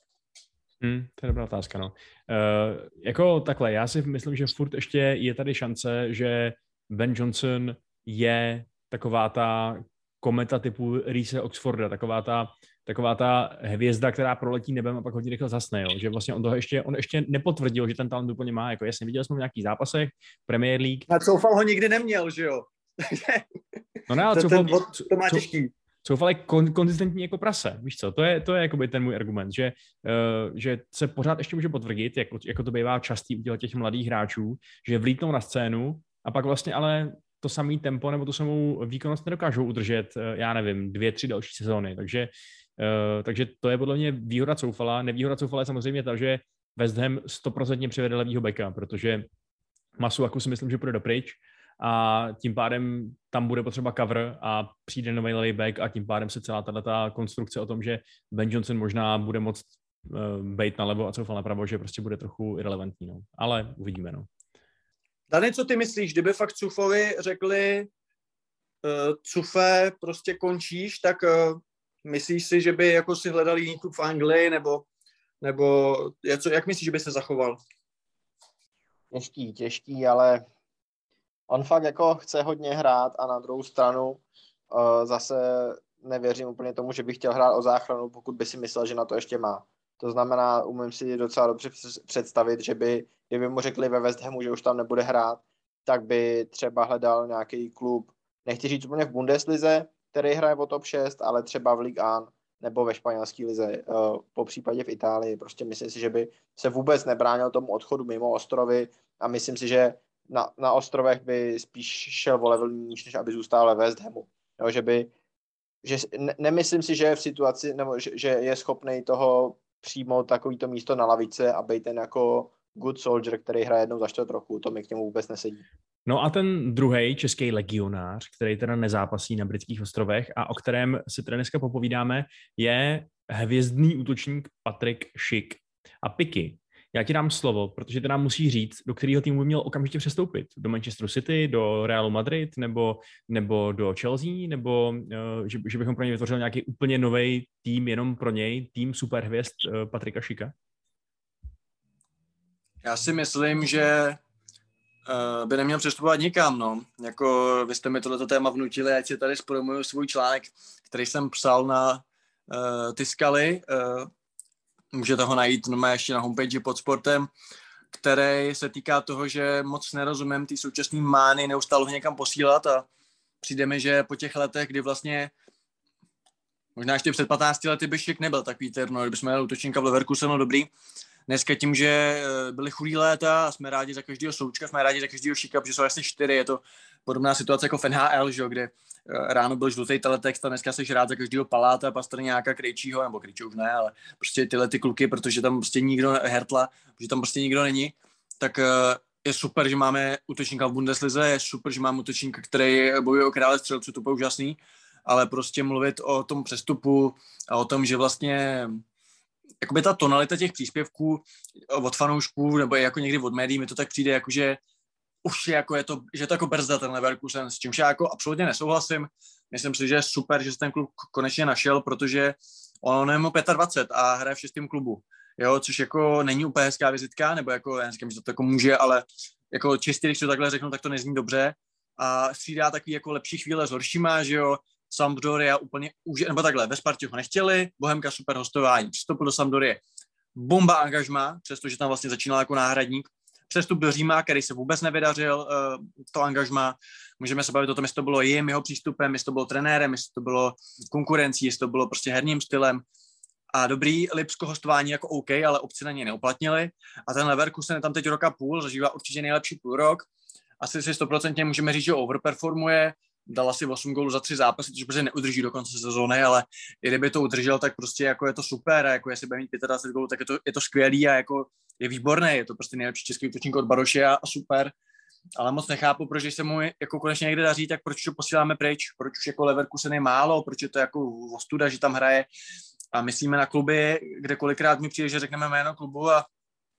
Speaker 1: Hmm, to je dobrá otázka, no. Uh, jako takhle, já si myslím, že furt ještě je tady šance, že Ben Johnson je taková ta kometa typu Reese Oxforda, taková ta taková ta hvězda, která proletí nebem a pak hodně rychle zasne, jo? Že vlastně on toho ještě, on ještě nepotvrdil, že ten talent úplně má, jako jasně, viděl jsme v nějakých zápasech, Premier League.
Speaker 2: A Coufal ho nikdy neměl, že jo?
Speaker 1: No ne, ale Coufal,
Speaker 2: to má těžký.
Speaker 1: Coufal je kon, konzistentní jako prase, víš co, to je, to je jakoby ten můj argument, že, uh, že se pořád ještě může potvrdit, jako, jako to bývá častý u těch mladých hráčů, že vlítnou na scénu a pak vlastně ale to samý tempo nebo tu samou výkonnost nedokážou udržet, já nevím, dvě, tři další sezóny, takže Uh, takže to je podle mě výhoda Coufala. Nevýhoda Coufala je samozřejmě ta, že West Ham stoprocentně přivede levýho beka, protože Masuaku si myslím, že půjde dopryč a tím pádem tam bude potřeba cover a přijde nový levý back a tím pádem se celá tato konstrukce o tom, že Ben Johnson možná bude moct uh, bejt nalevo a Coufal napravo, že prostě bude trochu irrelevantní. No. Ale uvidíme. No.
Speaker 2: Dane, co ty myslíš, kdyby fakt Coufovi řekli uh, Coufe, prostě končíš, tak uh, myslíš si, že by jako si hledal jiný klub v Anglii, nebo, nebo co, jak myslíš, že by se zachoval?
Speaker 3: Těžký, těžký, ale on fakt jako chce hodně hrát a na druhou stranu uh, zase nevěřím úplně tomu, že by chtěl hrát o záchranu, pokud by si myslel, že na to ještě má. To znamená, umím si docela dobře představit, že by, kdyby mu řekli ve West Hamu, že už tam nebude hrát, tak by třeba hledal nějaký klub, nechci říct úplně v Bundeslize, který hraje o top šest, ale třeba v Ligue jedna nebo ve španělské lize, po případě v Itálii. Prostě myslím si, že by se vůbec nebránil tomu odchodu mimo ostrovy a myslím si, že na, na ostrovech by spíš šel o level níž, než aby zůstal ve West Hamu. Jo, že by, že ne, nemyslím si, že je v situaci, nebo že, že je schopný toho přijmout takovýto místo na lavice a být ten jako good soldier, který hraje jednou za čtvrt roku. To mi k němu vůbec nesedí.
Speaker 1: No a ten druhý český legionář, který teda nezápasí na britských ostrovech a o kterém si teda dneska popovídáme, je hvězdný útočník Patrik Schick. A Piky, já ti dám slovo, protože teda musí říct, do kterého týmu by měl okamžitě přestoupit. Do Manchesteru City, do Realu Madrid, nebo, nebo do Chelsea, nebo uh, že, že bychom pro něj vytvořili nějaký úplně nový tým jenom pro něj, tým superhvězd uh, Patrika Schicka?
Speaker 2: Já si myslím, že uh, by neměl přestupovat nikam, no. Jako vy jste mi tohleto téma vnutili, ať si tady zpromuju svůj článek, který jsem psal na uh, ty skaly. Uh, můžete ho najít no, ještě na homepage pod sportem, který se týká toho, že moc nerozumím ty současný mány neustále ho někam posílat a přijde mi, že po těch letech, kdy vlastně možná ještě před patnácti lety by Šik nebyl takový terno, kdybychom měli útočníka v Leverkusenu dobrý. Dneska tím, že byly chudý léta a jsme rádi za každého Součka, jsme rádi za každého Šika, protože jsou asi čtyři, je to podobná situace jako v N H L, že, kde ráno byl žlutý teletext a dneska jsi rád za každého Paláta, Pastrňáka, Krejčího, nebo Krejčího už ne, ale prostě tyhle ty kluky, protože tam prostě nikdo, Hertla, protože tam prostě nikdo není, tak je super, že máme útočníka v Bundeslize, je super, že máme útočníka, který bojuje o krále střelců, to je úžasný, ale prostě mluvit o tom přestupu a o tom, že vlastně jakoby ta tonalita těch příspěvků od fanoušků nebo jako někdy od médií mi to tak přijde, jako že už je, jako je to, že je to jako brzda ten Leverkusen, s čímž já jako absolutně nesouhlasím. Myslím si, že je super, že se ten klub konečně našel, protože on je mu dvacet pět a hraje v šestém klubu, jo, což jako není úplně hezká vizitka, nebo jako, já neříkám, že to jako může, ale jako čistě, když to takhle řeknu, tak to nezní dobře a střídá takový jako lepší chvíle s horšíma, že jo, Sampdoria úplně už, nebo takhle, ve Spartě ho nechtěli, Bohemka super hostování, přistoupil do Sampdorie, bomba angažma, přestože tam vlastně začínal jako náhradník, přestup do Říma, který se vůbec nevydařil, uh, to angažma, můžeme se bavit o tom, jestli to bylo jim, jeho přístupem, jestli to bylo trenérem, jestli to bylo konkurencí, jestli to bylo prostě herním stylem a dobrý Lipsko hostování jako OK, ale obci na něj neuplatnili a ten Leverkusen je tam teď roka půl, zažívá určitě nejlepší půl rok, asi si stoprocentně můžeme říct, že overperformuje, dal asi osm gólů za tři zápasy, což prostě neudrží do konce sezóny, ale i kdyby to udržel, tak prostě jako je to super a jako jestli bude mít dvacet pět gólů, tak je to, je to skvělý a jako je výborný, je to prostě nejlepší český útočník od Baroše a, a super, ale moc nechápu, proč se mu jako konečně někde daří, tak proč to posíláme pryč, proč už jako Leverkusen je málo, proč je to jako ostuda, že tam hraje a myslíme na kluby, kde kolikrát mi přijde, že řekneme jméno klubu a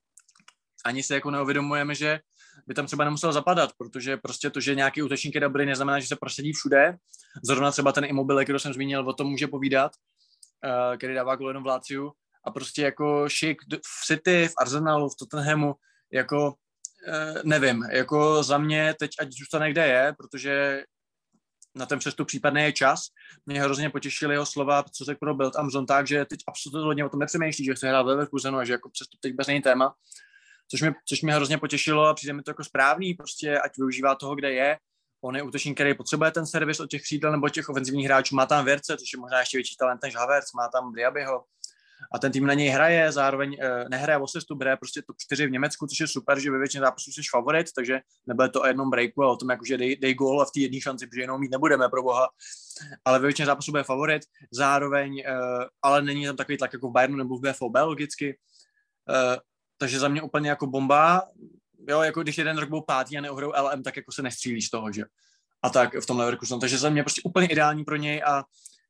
Speaker 2: ani se jako neuvědomujeme, že by tam třeba nemusel zapadat, protože prostě to, že nějaký útočník je dobrý, neznamená, že se prosadí všude. Zrovna třeba ten Immobile, který jsem zmínil, o tom může povídat, uh, který dává gól jenom v Láciu. A prostě jako Šik v City, v Arsenalu, v Tottenhamu, jako uh, nevím, jako za mě teď ať zůstane kde je, protože na ten přestup případný je čas. Mě hrozně potěšily jeho slova, co řekl pro Bild am Sonntag, že teď absolutně o tom nepřemýšlí, že chce hrát v Leverkusenu a že jako přestup teď vůbec není téma. Což mě, což mě hrozně potěšilo a přijde mi to jako správný, prostě ať využívá toho, kde je. On je útočník, který potřebuje ten servis od těch křídel nebo těch ofenzivních hráčů. Má tam Verce, což je možná ještě větší talent než Havertz, má tam Diabyho. A ten tým na něj hraje, zároveň eh, nehraje o sestup, hraje prostě top čtyři v Německu, což je super, že ve většině zápasů jsi favorit, takže nebude to o jednom breaku a o tom, jakože dej, dej gól a v té jedné šanci, protože jenom mít nebudeme pro boha. Ale ve většině zápasů bude favorit, zároveň, eh, ale není tam takový tlak jako v Bayernu nebo v B F B logicky. Eh, Takže za mě úplně jako bomba, jo, jako když jeden rok byl pátý a neuhrou L M, tak jako se nestřílí z toho, že? A tak v tom Leverkusenu, takže za mě prostě úplně ideální pro něj a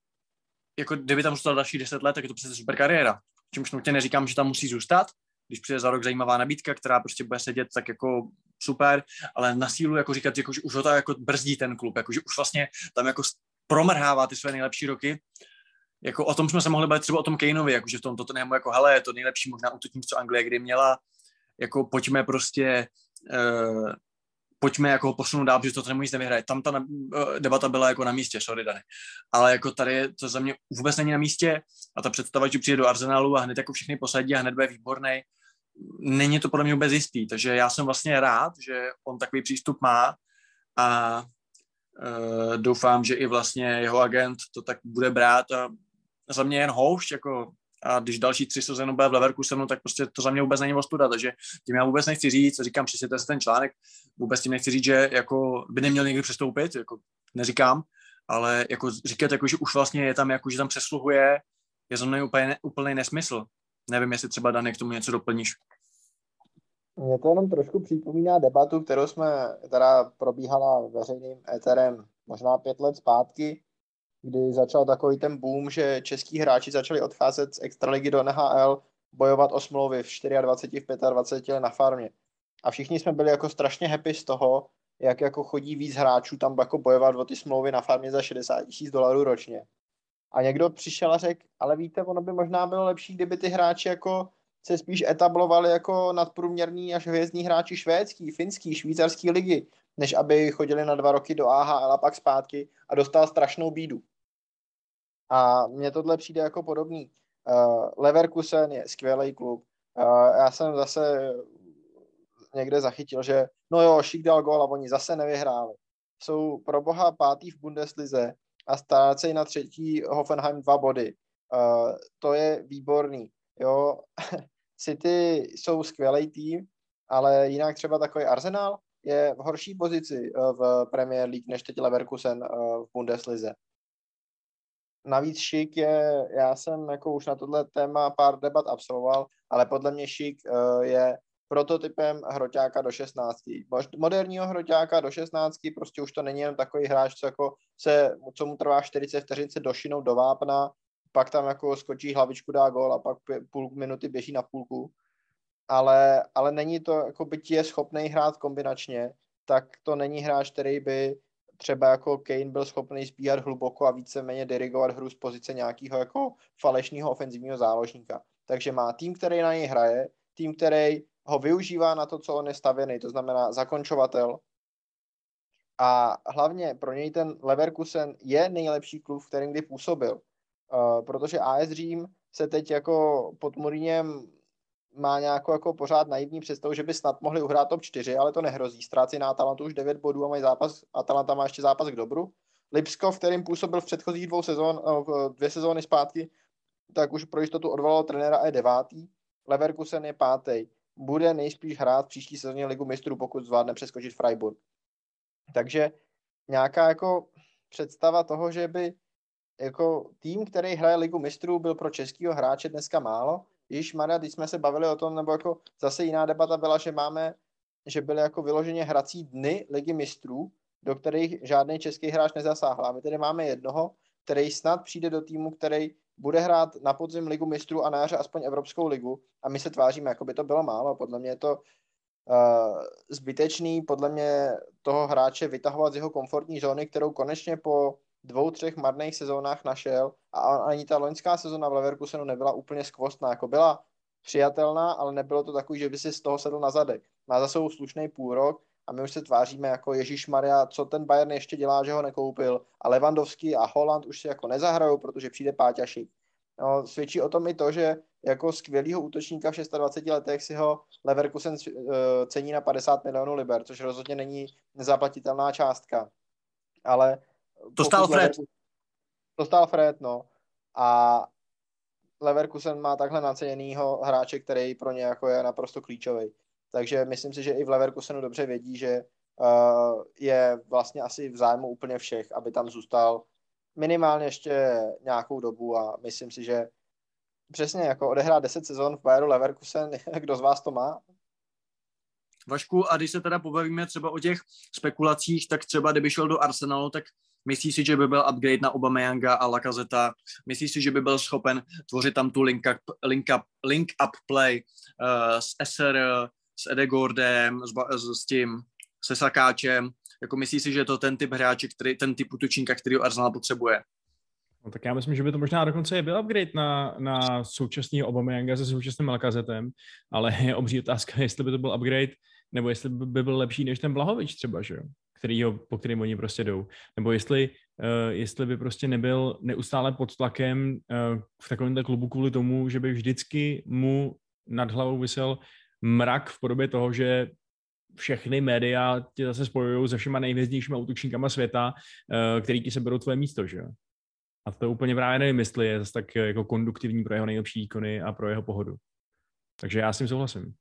Speaker 2: jako kdyby tam zůstal další deset let, tak je to přece super kariéra. Čímž nutně neříkám, že tam musí zůstat, když přijde za rok zajímavá nabídka, která prostě bude sedět, tak jako super, ale na sílu jako říkat, jako, že už ho to jako brzdí ten klub, jako, že už vlastně tam jako promrhává ty své nejlepší roky. Jako o tom jsme se mohli bavit třeba o tom Kaneovi, jakože v tom Tottenhamu, jako hele, je to nejlepší možná útočník, co Anglie kdy měla, jako pojďme prostě, uh, pojďme jako posunout dál, protože Tottenhamu nic nevyhraje. Tam ta uh, debata byla jako na místě, sorry Dany. Ale jako tady to za mě vůbec není na místě a ta představa, že přijde do Arsenalu a hned jako všechny posadí a hned bude výbornej, není to podle mě vůbec jistý, takže já jsem vlastně rád, že on takový přístup má a uh, doufám, že i vlastně jeho agent to tak bude brát a za mě jen houšť, jako a když další tři sezóny bude v Leverkusenu, tak prostě to za mě vůbec není ostuda, takže tím já vůbec nechci říct, říkám, přečtěte si ten článek, vůbec tím nechci říct, že jako by neměl někdy přestoupit, jako neříkám, ale jako říkat, jako, že už vlastně je tam, jako, že tam přesluhuje, je za mě úplně, úplný nesmysl. Nevím, jestli třeba Dany k tomu něco doplníš.
Speaker 3: Mně to jenom trošku připomíná debatu, kterou jsme teda probíhala veřejným éterem možná pět let zpátky, kdy začal takový ten boom, že český hráči začali odcházet z extraligy do N H L, bojovat o smlouvy v dvacet čtyři, v dvacet pět let na farmě. A všichni jsme byli jako strašně happy z toho, jak jako chodí víc hráčů tam jako bojovat o ty smlouvy na farmě za šedesát tisíc dolarů ročně. A někdo přišel a řekl, ale víte, ono by možná bylo lepší, kdyby ty hráči jako se spíš etablovali jako nadprůměrní až hvězdní hráči švédský, finský, švýcarský ligy, než aby chodili na dva roky do A H L a pak zpátky a dostal strašnou bídu. A mně tohle přijde jako podobný. Uh, Leverkusen je skvělý klub. Uh, já jsem zase někde zachytil, že no jo, Šik dal gól a oni zase nevyhráli. Jsou pro boha pátý v Bundeslize a ztrácejí na třetí Hoffenheim dva body. Uh, to je výborný. Jo, City jsou skvělý tým, ale jinak třeba takový Arsenal je v horší pozici v Premier League než teď Leverkusen v Bundeslize. Navíc Šik je, já jsem jako už na tohle téma pár debat absolvoval, ale podle mě Šik je prototypem hroťáka do šestnácti. Moderního hroťáka do šestnácti, prostě už to není jen takový hráč, co, jako se, co mu trvá čtyřicet vteřin se došinou do vápna, pak tam jako skočí hlavičku, dá gól a pak půl minuty běží na půlku. Ale, ale není to, jako byť je schopný hrát kombinačně, tak to není hráč, který by třeba jako Kane byl schopný zbíhat hluboko a víceméně dirigovat hru z pozice nějakého jako falešného ofenzivního záložníka. Takže má tým, který na něj hraje, tým, který ho využívá na to, co on je stavěný, to znamená zakončovatel. A hlavně pro něj ten Leverkusen je nejlepší klub, v kterém kdy působil. Uh, protože A S Řím se teď jako pod Mourinhem má nějakou jako pořád naivní představu, že by snad mohli uhrát top čtyři, ale to nehrozí. Ztrácí na Atalantu už devět bodů a mají zápas, Atalanta má ještě zápas k dobru. Lipsko, v kterým působil v předchozích dvou sezón, dvě sezóny zpátky, tak už pro jistotu odvolal trenéra a je devátý. Leverkusen je pátý. Bude nejspíš hrát v příští sezóně Ligu mistrů, pokud zvládne přeskočit Freiburg. Takže nějaká jako představa toho, že by jako tým, který hraje Ligu mistrů, byl pro českého hráče dneska málo. Již Maria, když jsme se bavili o tom, nebo jako zase jiná debata byla, že máme, že byly jako vyloženě hrací dny Ligy mistrů, do kterých žádný český hráč nezasáhl. A my tedy máme jednoho, který snad přijde do týmu, který bude hrát na podzim Ligu mistrů a na jaře aspoň Evropskou ligu. A my se tváříme, jako by to bylo málo. Podle mě je to uh, zbytečný, podle mě toho hráče vytahovat z jeho komfortní zóny, kterou konečně po dvou, třech marných sezónách našel a ani ta loňská sezóna v Leverkusenu nebyla úplně skvostná, jako byla přijatelná, ale nebylo to takový, že by si z toho sedl na zadek. Má za sebou slušný půl rok a my už se tváříme jako Ježíšmarja, co ten Bayern ještě dělá, že ho nekoupil a Lewandowski a Haaland už si jako nezahrajou, protože přijde Páťa Šik. No, svědčí o tom i to, že jako skvělýho útočníka v dvaceti šesti letech si ho Leverkusen cení na padesát milionů liber, což rozhodně není nezaplatitelná částka. Ale
Speaker 2: To stál Fred.
Speaker 3: To stál Fred, no. A Leverkusen má takhle naceněnýho hráče, který pro ně jako je naprosto klíčový. Takže myslím si, že i v Leverkusenu dobře vědí, že uh, je vlastně asi v zájmu úplně všech, aby tam zůstal minimálně ještě nějakou dobu a myslím si, že přesně jako odehrát deset sezon v Bayeru Leverkusen, kdo z vás to má?
Speaker 2: Vašku, a když se teda pobavíme třeba o těch spekulacích, tak třeba kdyby šel do Arsenalu, tak myslíš si, že by byl upgrade na Aubameyanga a Lacazette? Myslíš si, že by byl schopen tvořit tam tu link up, link up, link up play uh, s Esser, s Edegordem, s, s tím, se Sakáčem? Jako myslíš si, že je to ten typ hráče, který, ten typ útočníka, který Arsenal potřebuje?
Speaker 1: No, tak já myslím, že by to možná dokonce je byl upgrade na, na současného Aubameyanga se současným Lacazettem, ale je obří otázka, jestli by to byl upgrade, nebo jestli by byl lepší než ten Blahovič třeba, že jo? Kterýho, po kterým oni prostě jdou. Nebo jestli, uh, jestli by prostě nebyl neustále pod tlakem uh, v takovémhle klubu kvůli tomu, že by vždycky mu nad hlavou visel mrak v podobě toho, že všechny média tě zase spojují se všema nejhvězdnějšíma útočníkama světa, uh, který ti se berou tvoje místo, že jo? A to úplně právě nevím, jestli je zase tak jako konduktivní pro jeho nejlepší výkony a pro jeho pohodu. Takže já s tím souhlasím.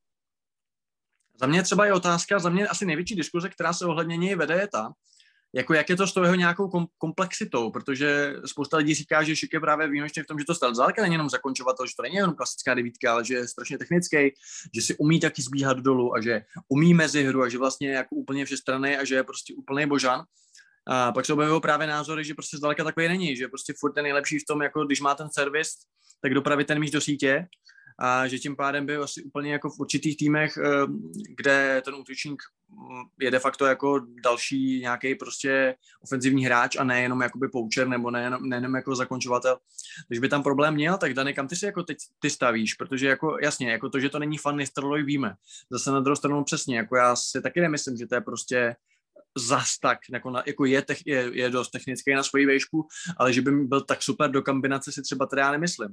Speaker 2: Za mě třeba je otázka, za mě asi největší diskuze, která se ohledně něj vede, je ta, jako jak je to s tou jeho nějakou kom- komplexitou, protože spousta lidí říká, že Šik je právě výjimečný v tom, že to stal zdaleka není jenom zakončovatel, že to není jenom klasická devítka, ale že je strašně technický, že si umí taky zbíhat dolů a že umí mezi hru a že vlastně je jako úplně všestranný a že je prostě úplný božan. A pak se objevují právě názory, že prostě zdaleka takový není, že prostě furt ten nejlepší v tom, jako když má ten servis, tak dopravit ten míč do sítě. a že tím pádem by asi úplně jako v určitých týmech, kde ten útočník je de facto jako další nějaký prostě ofenzivní hráč a nejenom jakoby poucher nebo nejenom, nejenom jako zakončovatel. Když by tam problém měl, tak Dany, kam ty si jako teď ty stavíš? Protože jako jasně, jako to, že to není Van Nistelrooy, víme. Zase na druhou stranu přesně, jako já si taky nemyslím, že to je prostě zas tak, jako, na, jako je, tech, je, je dost technický na svoji výšku, ale že by byl tak super do kombinace si třeba teda já nemyslím.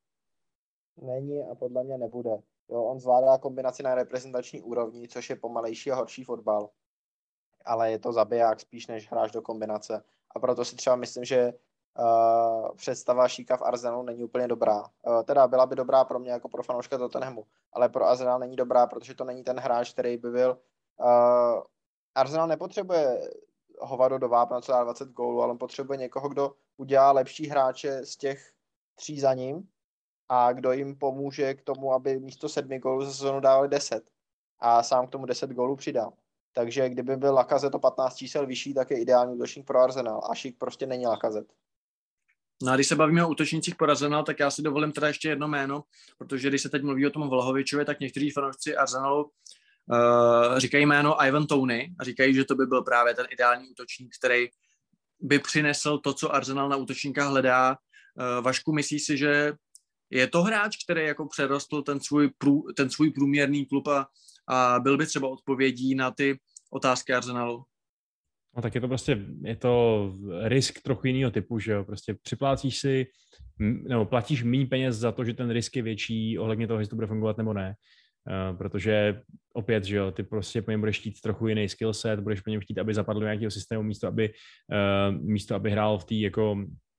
Speaker 3: Není a podle mě nebude. Jo, on zvládá kombinaci na reprezentační úrovni, což je pomalejší a horší fotbal. Ale je to zabiják spíš, než hráč do kombinace. A proto si třeba myslím, že uh, představa Šíka v Arsenalu není úplně dobrá. Uh, teda byla by dobrá pro mě jako pro fanouška Tottenhamu, ale pro Arsenal není dobrá, protože to není ten hráč, který by byl... Uh, Arsenal nepotřebuje hovado do vápna, co dá dvacet gólů, ale on potřebuje někoho, kdo udělá lepší hráče z těch tří za ním a kdo jim pomůže k tomu, aby místo sedmi gólů za sezonu dávali deset a sám k tomu deset gólů přidal. Takže kdyby byl Lacazette o patnáct čísel vyšší, tak je ideální útočník pro Arsenal a Šík prostě není Lacazette.
Speaker 2: No a když se bavíme o útočnících pro Arsenal, tak já si dovolím teda ještě jedno jméno, protože když se teď mluví o tom Vlahovičovi, tak někteří fanoušci Arsenalu uh, říkají jméno Ivan Toney a říkají, že to by byl právě ten ideální útočník, který by přinesl to, co Arsenal na útočníka hledá. Uh, Vašku, myslíš si, že je to hráč, který jako přerostl ten svůj, prů, ten svůj průměrný klub a, a byl by třeba odpovědí na ty otázky Arsenalu?
Speaker 1: No tak je to prostě, je to risk trochu jiného typu, že jo, prostě připlácíš si, nebo platíš méně peněz za to, že ten risk je větší ohledně toho, jestli to bude fungovat nebo ne, uh, protože opět, že jo, ty prostě po něm budeš chtít trochu jiný skillset, budeš po něm chtít, aby zapadl do nějakého systému místo, aby, uh, místo, aby hrál v té jako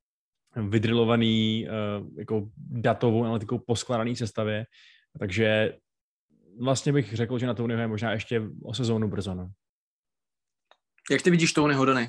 Speaker 1: vydrilovaný uh, jako datovou analytikou poskladaný sestavě, takže vlastně bych řekl, že na Tonyho je možná ještě o sezónu brzo, no.
Speaker 2: Jak ty vidíš Tonyho, Dany?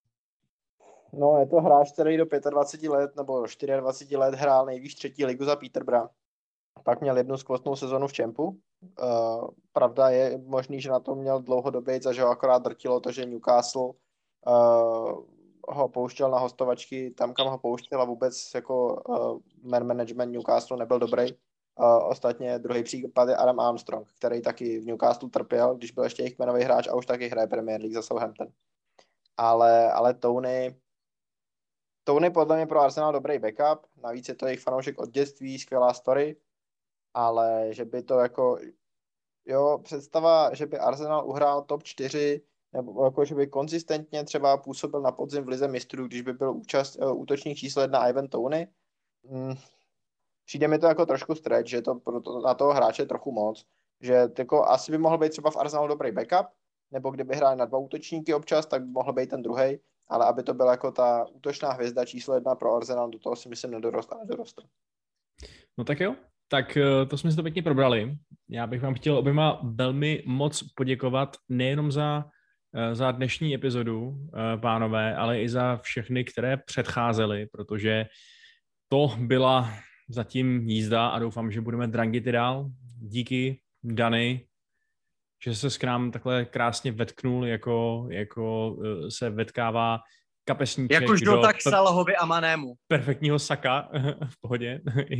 Speaker 3: No, je to hráč, který do dvaceti pěti let nebo dvaceti čtyři let hrál nejvíc třetí ligu za Peterborough. Pak měl jednu skvostnou sezonu v Čempu. Uh, pravda je možný, že na to měl dlouhodobě, že ho akorát drtilo to, že Newcastle uh, ho pouštěl na hostovačky tam, kam ho pouštěl a vůbec jako uh, man management Newcastle nebyl dobrý. Uh, ostatně druhý případ je Adam Armstrong, který taky v Newcastle trpěl, když byl ještě jejich jmenový hráč a už taky hraje Premier League za Southampton. Ale, ale Tony, Tony podle mě pro Arsenal dobrý backup, navíc je to jejich fanoušek od dětství, skvělá story, ale že by to jako, jo, představa, že by Arsenal uhrál top čtyři, nebo jako, že by konzistentně třeba působil na podzim v lize mistrů, když by byl účast, uh, útočník číslo jedna Ivan Toney, mm, přijde mi to jako trošku stretch, že to pro to, na toho hráče je trochu moc, že jako asi by mohl být třeba v Arsenalu dobrý backup, nebo kdyby hráli na dva útočníky občas, tak by mohl být ten druhej, ale aby to byla jako ta útočná hvězda číslo jedna pro Arsenal, do toho si myslím nedorost a nedorost.
Speaker 1: No tak jo, tak to jsme si to pěkně probrali. Já bych vám chtěl oběma velmi moc poděkovat nejenom za, za dnešní epizodu, pánové, ale i za všechny, které předcházely, protože to byla zatím jízda a doufám, že budeme drangit i dál. Díky, Dany, že se k nám takhle krásně vetknul, jako, jako se vetkává kapesníček.
Speaker 2: Jakož do tak Salahovi a Manému.
Speaker 1: Perfektního Saka v pohodě.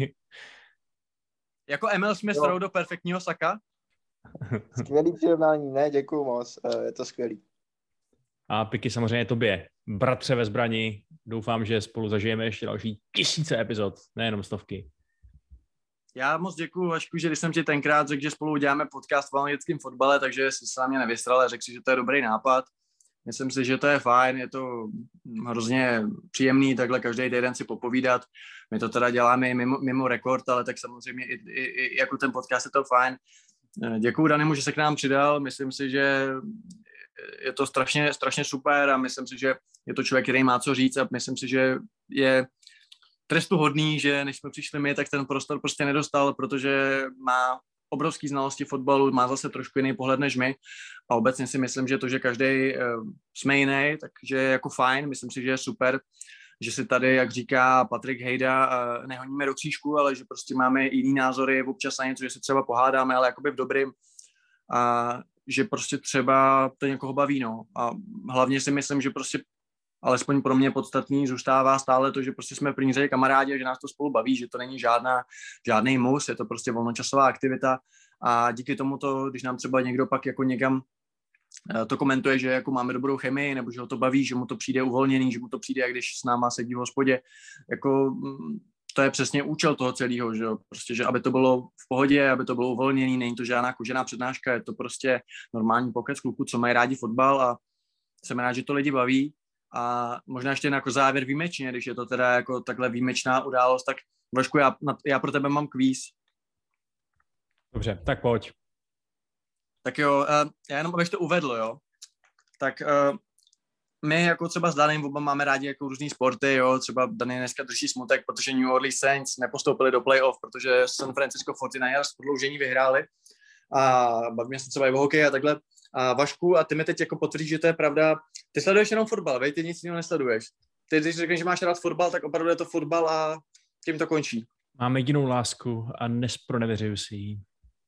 Speaker 2: Jako Emil Smith Rowe do perfektního Saka?
Speaker 3: Skvělý přirovnání, ne, děkuju moc, je to skvělý.
Speaker 1: A Piky samozřejmě tobě, bratře ve zbrani, doufám, že spolu zažijeme ještě další tisíce epizod, nejenom stovky.
Speaker 2: Já moc děkuju, Vašku, že když jsem ti tenkrát řekl, že spolu uděláme podcast o anglickém fotbale, takže jsi se na mě nevystral a řekl si, že to je dobrý nápad. Myslím si, že to je fajn, je to hrozně příjemný takhle každý den si popovídat. My to teda děláme i mimo, mimo rekord, ale tak samozřejmě i, i, i jako ten podcast je to fajn. Děkuju Danimu, že se k nám přidal. Myslím si, že je to strašně, strašně super a myslím si, že je to člověk, který má co říct a myslím si, že je trestuhodný, že než jsme přišli my, tak ten prostor prostě nedostal, protože má obrovský znalosti fotbalu, má zase trošku jiný pohled než my a obecně si myslím, že to, že každý jsme jiný, takže je jako fajn, myslím si, že je super, že si tady, jak říká Patrik Hejda, nehoníme do křížku, ale že prostě máme jiný názory, občas na něco, že se třeba pohádáme, ale jakoby v dobrým a že prostě třeba to někoho baví, no. A hlavně si myslím, že prostě alespoň pro mě podstatný, zůstává stále to, že prostě jsme v první řadě kamarádi a že nás to spolu baví, že to není žádná, žádný mus, je to prostě volnočasová aktivita a díky tomu to, když nám třeba někdo pak jako někam to komentuje, že jako máme dobrou chemii, nebo že ho to baví, že mu to přijde uvolněný, že mu to přijde, jak když s náma sedí v hospodě, jako to je přesně účel toho celého, že jo, prostě, že aby to bylo v pohodě, aby to bylo uvolněný, není to žádná kožená přednáška, je to prostě normální pokec kluků, co mají rádi fotbal a jsem rád, že to lidi baví a možná ještě jako závěr výjimečně, když je to teda jako takhle výjimečná událost, tak Vašku, já, já pro tebe mám kvíz.
Speaker 1: Dobře, tak pojď.
Speaker 2: Tak jo, uh, já jenom abych to uvedl, jo, tak uh, my jako třeba s Danem oba máme rádi jako různý sporty, jo, třeba Dany dneska drží smutek, protože New Orleans Saints nepostoupili do playoff, protože San Francisco forty-niners v prodloužení vyhráli a bavíme se třeba i o hokeji a takhle. A Vašku, a ty mi teď jako potvrdíš, že to je pravda, ty sleduješ jenom fotbal, vej, ty nic jiného nesleduješ. Ty když řekneš, že máš rád fotbal, tak opravdu je to fotbal a tím to končí.
Speaker 1: Mám jedinou lásku a nespronevěřuju si ji.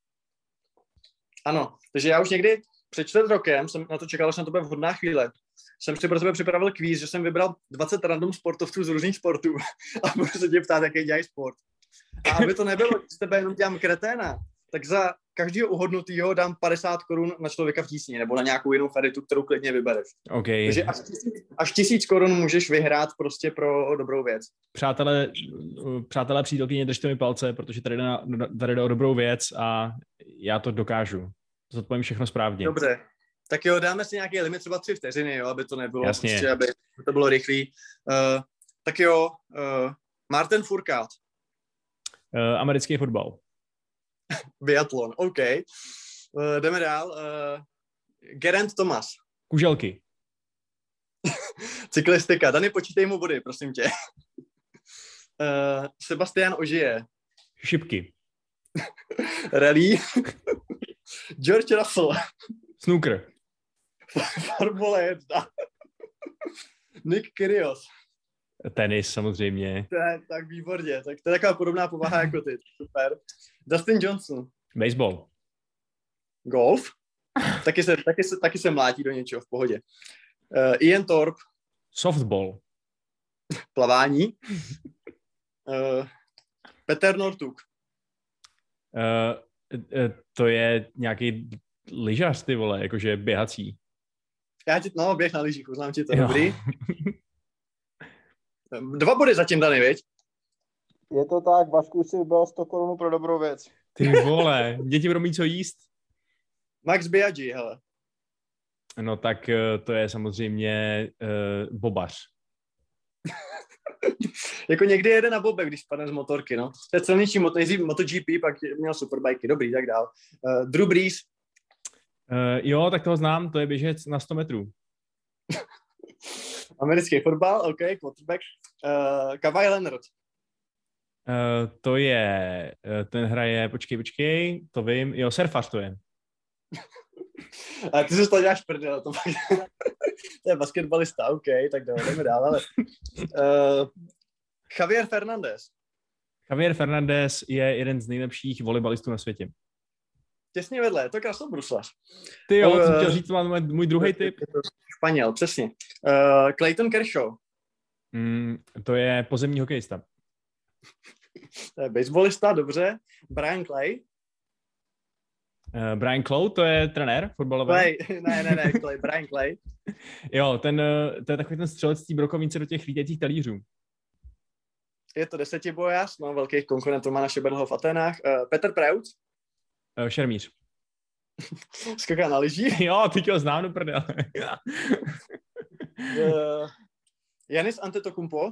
Speaker 2: Ano, takže já už někdy před čtvrt rokem jsem na to čekal, že na to bude vhodná chvíle. Jsem si pro tebe připravil kvíz, že jsem vybral dvacet random sportovců z různých sportů a budu se tě ptát, jaký dělají sport. A aby to nebylo, že z tebe jenom dělám kreténa, tak za každého uhodnutýho dám padesát korun na člověka v tísni nebo na nějakou jinou charitu, kterou klidně vybereš.
Speaker 1: Okay.
Speaker 2: Takže až tisíc, až tisíc korun můžeš vyhrát prostě pro dobrou věc.
Speaker 1: Přátelé, přátelé přítelkyně, držte mi palce, protože tady jde, na, tady jde o dobrou věc a já to dokážu. Zodpovím všechno správně.
Speaker 2: Dobře. Tak jo, dáme si nějaký limit, třeba tři vteřiny, jo, aby to nebylo,
Speaker 1: Jasně.
Speaker 2: Prostě, aby to bylo rychlý. Uh, tak jo, uh, Martin Furkát.
Speaker 1: Uh, americký fotbal.
Speaker 2: Biatlon, OK. Uh, jdeme dál. Uh, Geraint Thomas.
Speaker 1: Kuželky.
Speaker 2: Cyklistika. Dany, počítej mu body, prosím tě. Uh, Sebastian Ožije.
Speaker 1: Šipky.
Speaker 2: Rally. George Russell.
Speaker 1: Snooker.
Speaker 2: Formule jedna. Nick Kyrgios.
Speaker 1: Tenis samozřejmě.
Speaker 2: To je tak výborně. Tak to je taková podobná povaha jako ty. Super. Dustin Johnson.
Speaker 1: Baseball.
Speaker 2: Golf. Taky se, taky se, taky se mlátí do něčeho v pohodě. Uh, Ian Thorpe.
Speaker 1: Softball.
Speaker 2: Plavání. Uh, Peter Nortuk.
Speaker 1: Uh, uh, to je nějaký lyžař, ty vole, jakože běhací.
Speaker 2: Já ti, no, běh na lyžích, uznám ti to,
Speaker 1: jo.
Speaker 2: Dobrý. Dva body zatím, Dany, viď?
Speaker 3: Je to tak, Vašku si vybral sto korun pro dobrou věc.
Speaker 1: Ty vole, děti budou mít co jíst.
Speaker 2: Max Biaggi, hele.
Speaker 1: No tak uh, to je samozřejmě uh, bobař.
Speaker 2: Jako někdy jede na bobek, když spadne z motorky, no. To je celnější moto, nejdřív MotoGP, pak měl superbajky, dobrý, tak dál. Uh, Drew Brees.
Speaker 1: Uh, jo, tak toho znám, to je běžec na sto metrů.
Speaker 2: Americký fotbal, OK, quarterback. Uh, Kawhi Leonard.
Speaker 1: Uh, to je, uh, ten hraje, počkej, počkej, to vím, jo, surfař to je.
Speaker 2: A ty se z toho děláš prdele, to, to je basketbalista, OK, tak jdeme dál, ale uh, Javier Fernandez.
Speaker 1: Javier Fernandez je jeden z nejlepších volejbalistů na světě.
Speaker 2: Těsně vedle, je to krasnobruslař.
Speaker 1: Ty jo,
Speaker 2: uh,
Speaker 1: jsem chtěl říct, to má můj, můj druhý tip.
Speaker 2: Španěl, přesně. Uh, Clayton Kershaw.
Speaker 1: Mm, to je pozemní hokejista.
Speaker 2: To je baseballista, dobře. Brian Clay.
Speaker 1: Uh, Brian Clough, to je trenér fotbalový.
Speaker 2: Clay, ne, ne, ne, Clay, Brian Clay.
Speaker 1: Jo, ten, to je takový ten střelec té brokovnice do těch lítajících talířů.
Speaker 2: Je to desetibojař, no, velkých konkurentů má naše Berlho v Atenách. Uh, Petr Preutz.
Speaker 1: Uh, šermíř.
Speaker 2: Skaká na lyžích.
Speaker 1: Jo, ty ho znám do prdele.
Speaker 2: uh, Janis Antetokounmpo.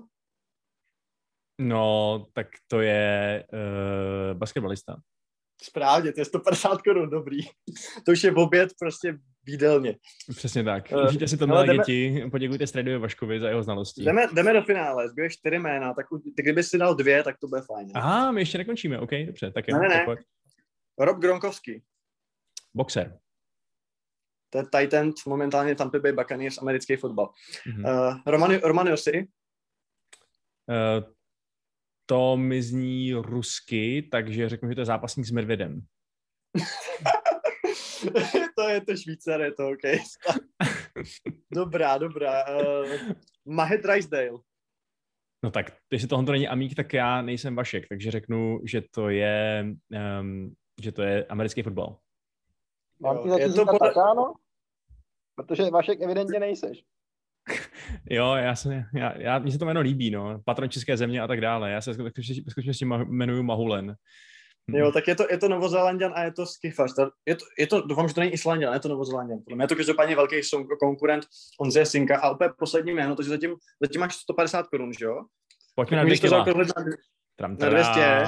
Speaker 1: No, tak to je uh, basketbalista.
Speaker 2: Správně, to je sto padesát korun, dobrý. To už je v oběd prostě výdelně.
Speaker 1: Přesně tak.
Speaker 2: Uh,
Speaker 1: Užijte si to, milé jdeme... děti. Poděkujte Stredovi Vaškovi za jeho znalosti.
Speaker 2: Jdeme, jdeme do finále, zbývají čtyři jména, tak ty, kdyby si dal dvě, tak to bude fajn.
Speaker 1: Aha, my ještě nekončíme, OK, dobře. Tak jo,
Speaker 2: ne, ne,
Speaker 1: tak
Speaker 2: ne. Rob Gronkowski.
Speaker 1: Boxer.
Speaker 2: To je tight end, momentálně Tampa Bay Buccaneers, americký fotbal.
Speaker 1: Mm-hmm.
Speaker 2: Uh, Roman, Roman Josi.
Speaker 1: Uh, to mi zní rusky, takže řeknu, že to je zápasník s medvědem.
Speaker 2: to je to Švýcar, je to OK. Dobrá, dobrá. Uh, Mahet Drysdale.
Speaker 1: No tak, jestli tohle není Amík, tak já nejsem Vašek, takže řeknu, že to je, um, že to je americký fotbal.
Speaker 3: Mám ti zatím říkat podle... tak, ano? Protože Vašek evidentně nejseš.
Speaker 1: Jo, já se, já, já, mně se to jméno líbí, no. Patron české země a tak dále. Já se skutečně s tím jmenuji Mahulen.
Speaker 2: Jo, tak je to, je to Novozélanďan a je to skifař. Je to, je to, doufám, že to není Islanďan, je to Novozélanďan. Podle mě je to každopádně velký konkurent Ondřeje Sinka a opět poslední jméno, takže zatím, zatím máš sto padesát korun, že jo?
Speaker 1: Pojďme na dvě kila.
Speaker 2: Na, na dvě stě.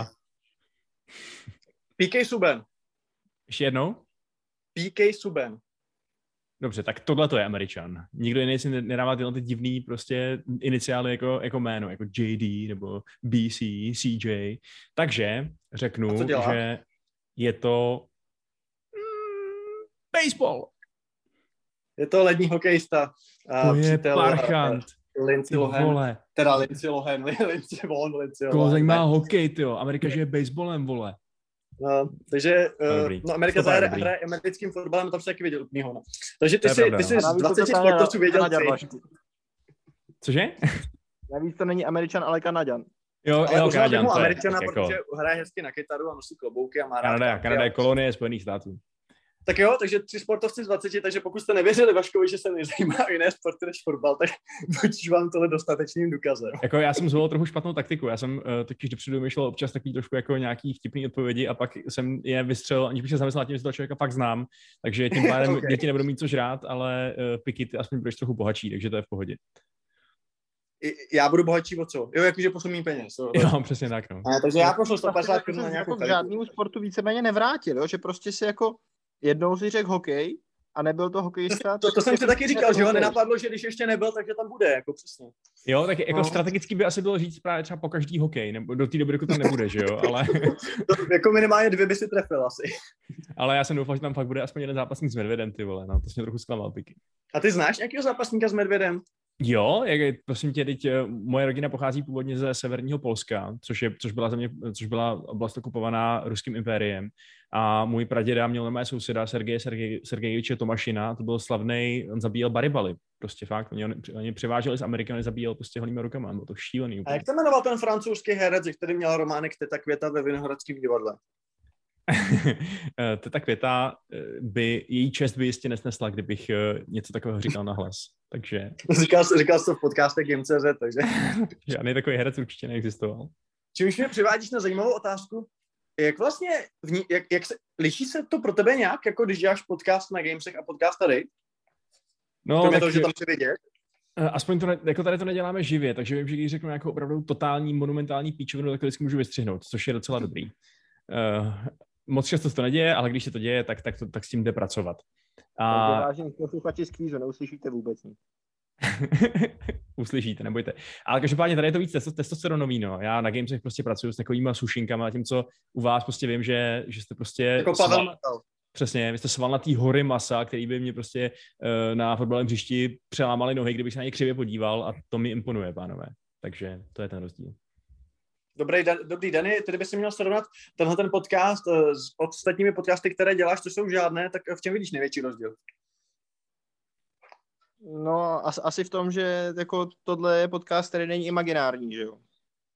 Speaker 2: P K Subban.
Speaker 1: Ještě jednou?
Speaker 2: P K Subban.
Speaker 1: Dobře, tak tohle to je Američan. Nikdo jiný si nedává tyhle ty divný prostě iniciály jako, jako jméno, jako J D nebo B C, C J. Takže řeknu, že je to mm, baseball.
Speaker 2: Je to lední hokejista.
Speaker 1: To je parchant.
Speaker 2: Lindsey Lohan. Teda Lindsey Lohan. Lindsey Lohan, Lindsey Lohan.
Speaker 1: Koho zajímá hokej, tyjo. Amerika žije baseballem, vole.
Speaker 2: No, takže uh, no, Amerika hraje, hraje americkým fotbalem, tam se taky věděl úplnýho. No. Takže ty jsi, ty jsi z dvacet sportovců věděl tři.
Speaker 1: Cože?
Speaker 3: Navíc to není Američan, ale Kanaďan.
Speaker 1: Jo,
Speaker 2: ale
Speaker 1: jo, Kanaďan.
Speaker 2: Ale Američana, protože jako... hraje hezky na kytaru a nosí klobouky a má rád.
Speaker 1: Kanada, Kanada je kolonie Spojených států.
Speaker 2: Tak jo, takže tři sportovci z dvaceti, takže pokud jste nevěřili Vaškovi, že se nezajímá jiné sporty než fotbal, tak buď vám tohle dostatečným důkazem.
Speaker 1: Jako já jsem zvolil trochu špatnou taktiku, já jsem uh, totiž dopředu myšlel občas takový trošku jako nějaký vtipný odpovědi a pak jsem je vystřelil, aniž bych se zamyslel nad tím, že toho člověka fakt znám, takže tím pádem okay. Děti nebudou mít co žrát, ale uh, Piky, ty aspoň budeš trochu bohatší, takže to je v pohodě.
Speaker 2: Já budu bohatší o co? Jo, jakože pošlu mý peněz. Jo,
Speaker 1: jo, přesně tak, no.
Speaker 2: A, takže já pošlu sto padesát korun na nějakou
Speaker 3: jako žádnému sportu víceméně nevrátil, jo? Že prostě si jako jednou si řekl hokej a nebyl to hokejista.
Speaker 2: To, to, to jsem si taky říkal, že ho nenapadlo, že když ještě nebyl, takže tam bude, jako přesně.
Speaker 1: Jo, tak jako no. Strategicky by asi bylo říct právě třeba po každý hokej, nebo do té doby, dokud tam nebude, že jo, ale...
Speaker 2: to, jako minimálně dvě by si trefil asi.
Speaker 1: Ale já jsem doufal, že tam fakt bude aspoň jeden zápasník s medvědem, ty vole, no, to jsem trochu zklamal, Piky.
Speaker 2: A ty znáš nějakého zápasníka s medvědem?
Speaker 1: Jo, jak, prosím tě, teď moje rodina pochází původně ze severního Polska, což, je, což, byla země, což byla oblast okupovaná ruským impériem. A můj praděda měl na mé souseda Sergeje Sergej, Sergejeviče Tomašina, to byl slavnej, on zabíjel baribaly, prostě fakt, oni, oni převáželi z Ameriky, on zabíjel prostě holýma rukama, bylo to šílený.
Speaker 2: Úplně. A jak se jmenoval ten francouzský herec, který měl románek Teta Květa ve Vinohradském divadle?
Speaker 1: Teta Květa by, její čest by jistě nesnesla, kdybych něco takového říkal nahlas, takže...
Speaker 2: Říkal, říkal jsi to v podcastech Game tečka cé zet, takže...
Speaker 1: Žádný takový herec určitě neexistoval.
Speaker 2: Čímž mě přivádíš na zajímavou otázku, jak vlastně, v ní, jak, jak se, liší se to pro tebe nějak, jako když děláš podcast na Gamesech a podcast tady?
Speaker 1: No,
Speaker 2: to
Speaker 1: tak...
Speaker 2: to, že tam chci vidět.
Speaker 1: Aspoň to, ne, jako tady to neděláme živě, takže vím, že když řeknu nějakou opravdu totální monumentální píčovinu, tak to vždycky můžu vystřihnout, což je docela dobrý. Uh, moc často to neděje, ale když se to děje, tak, tak, to, tak s tím jde pracovat.
Speaker 3: A... Takže vážení posluchači z kvízu, neuslyšíte vůbec nic.
Speaker 1: Uslyšíte, nebojte. Ale každopádně tady je to víc testosteronový, no. Já na Gamesech prostě pracuji s takovýma sušinkama, tím, co u vás prostě vím, že, že jste prostě...
Speaker 2: Jako Pavel Matal.
Speaker 1: Přesně, vy jste svalnatý hory masa, který by mě prostě uh, na fotbalovém hřišti přelámali nohy, kdybych se na ně křivě podíval a to mi imponuje, pánové. Takže to je ten rozdíl.
Speaker 2: Dobrý, Dan, dobrý Dani, tedy by si měl srovnat tenhle ten podcast uh, s ostatními podcasty, které děláš, to jsou žádné, tak v čem vidíš největší rozdíl?
Speaker 3: No, as, asi v tom, že jako tohle je podcast, který není imaginární, že jo?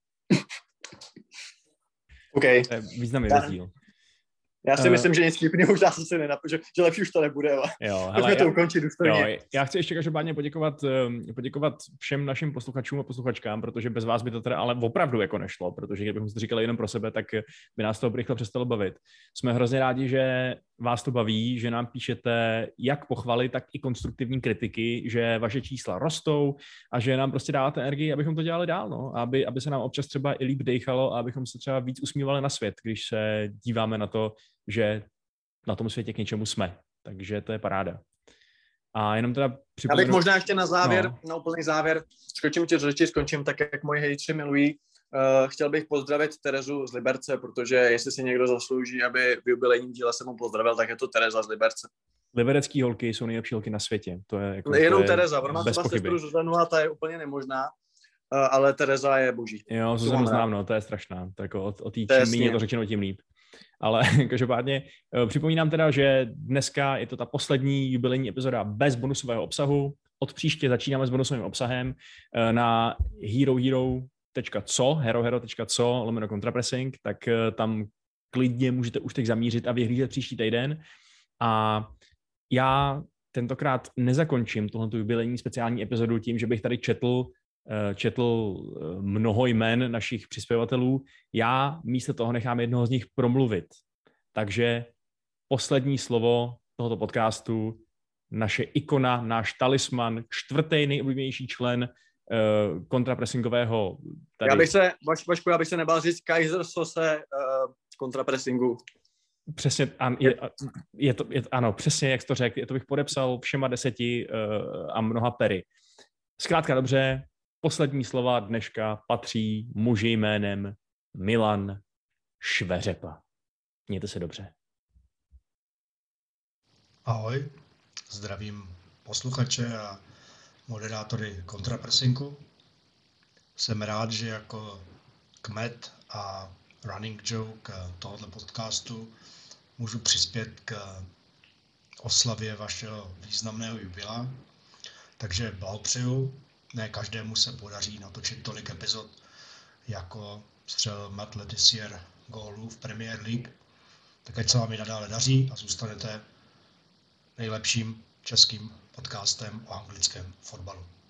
Speaker 2: OK.
Speaker 1: To je významný rozdíl.
Speaker 2: Já si uh, myslím, že nic vtipného už nás asi nenapadlo, že, že lepší už to nebude, ale
Speaker 1: jo,
Speaker 2: pojďme to ukončit důstojně.
Speaker 1: Já chci ještě každopádně poděkovat, poděkovat všem našim posluchačům a posluchačkám, protože bez vás by to teda ale opravdu jako nešlo, protože kdybychom si to říkali jenom pro sebe, tak by nás to rychle přestalo bavit. Jsme hrozně rádi, že vás to baví, že nám píšete jak pochvaly, tak i konstruktivní kritiky, že vaše čísla rostou a že nám prostě dáváte energii, abychom to dělali dál, no, aby, aby se nám občas třeba i líp dejchalo a abychom se třeba víc usmívali na svět, když se díváme na to, že na tom světě k něčemu jsme. Takže to je paráda. A jenom teda připomenu...
Speaker 2: Já bych možná ještě na závěr,
Speaker 1: no.
Speaker 2: na úplný závěr, skočím ti do řeči, skončím tak, jak moji hejtři milují. Uh, chtěl bych pozdravit Terezu z Liberce, protože jestli si někdo zaslouží, aby v jubilejním díle se mu pozdravil, tak je to Tereza z Liberce.
Speaker 1: Liberecký holky jsou nejlepší holky na světě. To je jako,
Speaker 2: Jenom
Speaker 1: to je
Speaker 2: Tereza, ona má třeba sestru Zuzanu a ta je úplně nemožná, uh, ale Tereza je boží.
Speaker 1: Jo, Zuzanu znám, no, to je strašná. Tak o, o té čím méně to řečeno, tím líp. Ale každopádně připomínám teda, že dneska je to ta poslední jubilejní epizoda bez bonusového obsahu. Od příště začínáme s bonusovým obsahem na herohero.co, herohero.co, lomeno contrapressing, tak tam klidně můžete už teď zamířit a vyhlížet příští týden. A já tentokrát nezakončím tuhletu jubilejní speciální epizodu tím, že bych tady četl, četl mnoho jmen našich přispěvatelů. Já místo toho nechám jednoho z nich promluvit. Takže poslední slovo tohoto podcastu, naše ikona, náš talisman, čtvrtý nejoblíbenější člen uh, kontrapressingového. Tady.
Speaker 2: Já bych se, Vaš, Vašku, já bych se nebál říct Kaiser Sose uh, kontrapressingu.
Speaker 1: Přesně, an, je, je to, je, ano, přesně, jak jsi to řekl, je to bych podepsal všema deseti uh, a mnoha pery. Zkrátka dobře, poslední slova dneška patří muži jménem Milan Šveřepa. Mějte se dobře.
Speaker 4: Ahoj, zdravím posluchače a moderátory kontrapressingu. Jsem rád, že jako kmet a running joke tohoto podcastu můžu přispět k oslavě vašeho významného jubilea. Takže blahopřeju. Ne každému se podaří natočit tolik epizod, jako střelil Matt Letizier gólů v Premier League. Tak ať se vám i nadále daří a zůstanete nejlepším českým podcastem o anglickém fotbalu.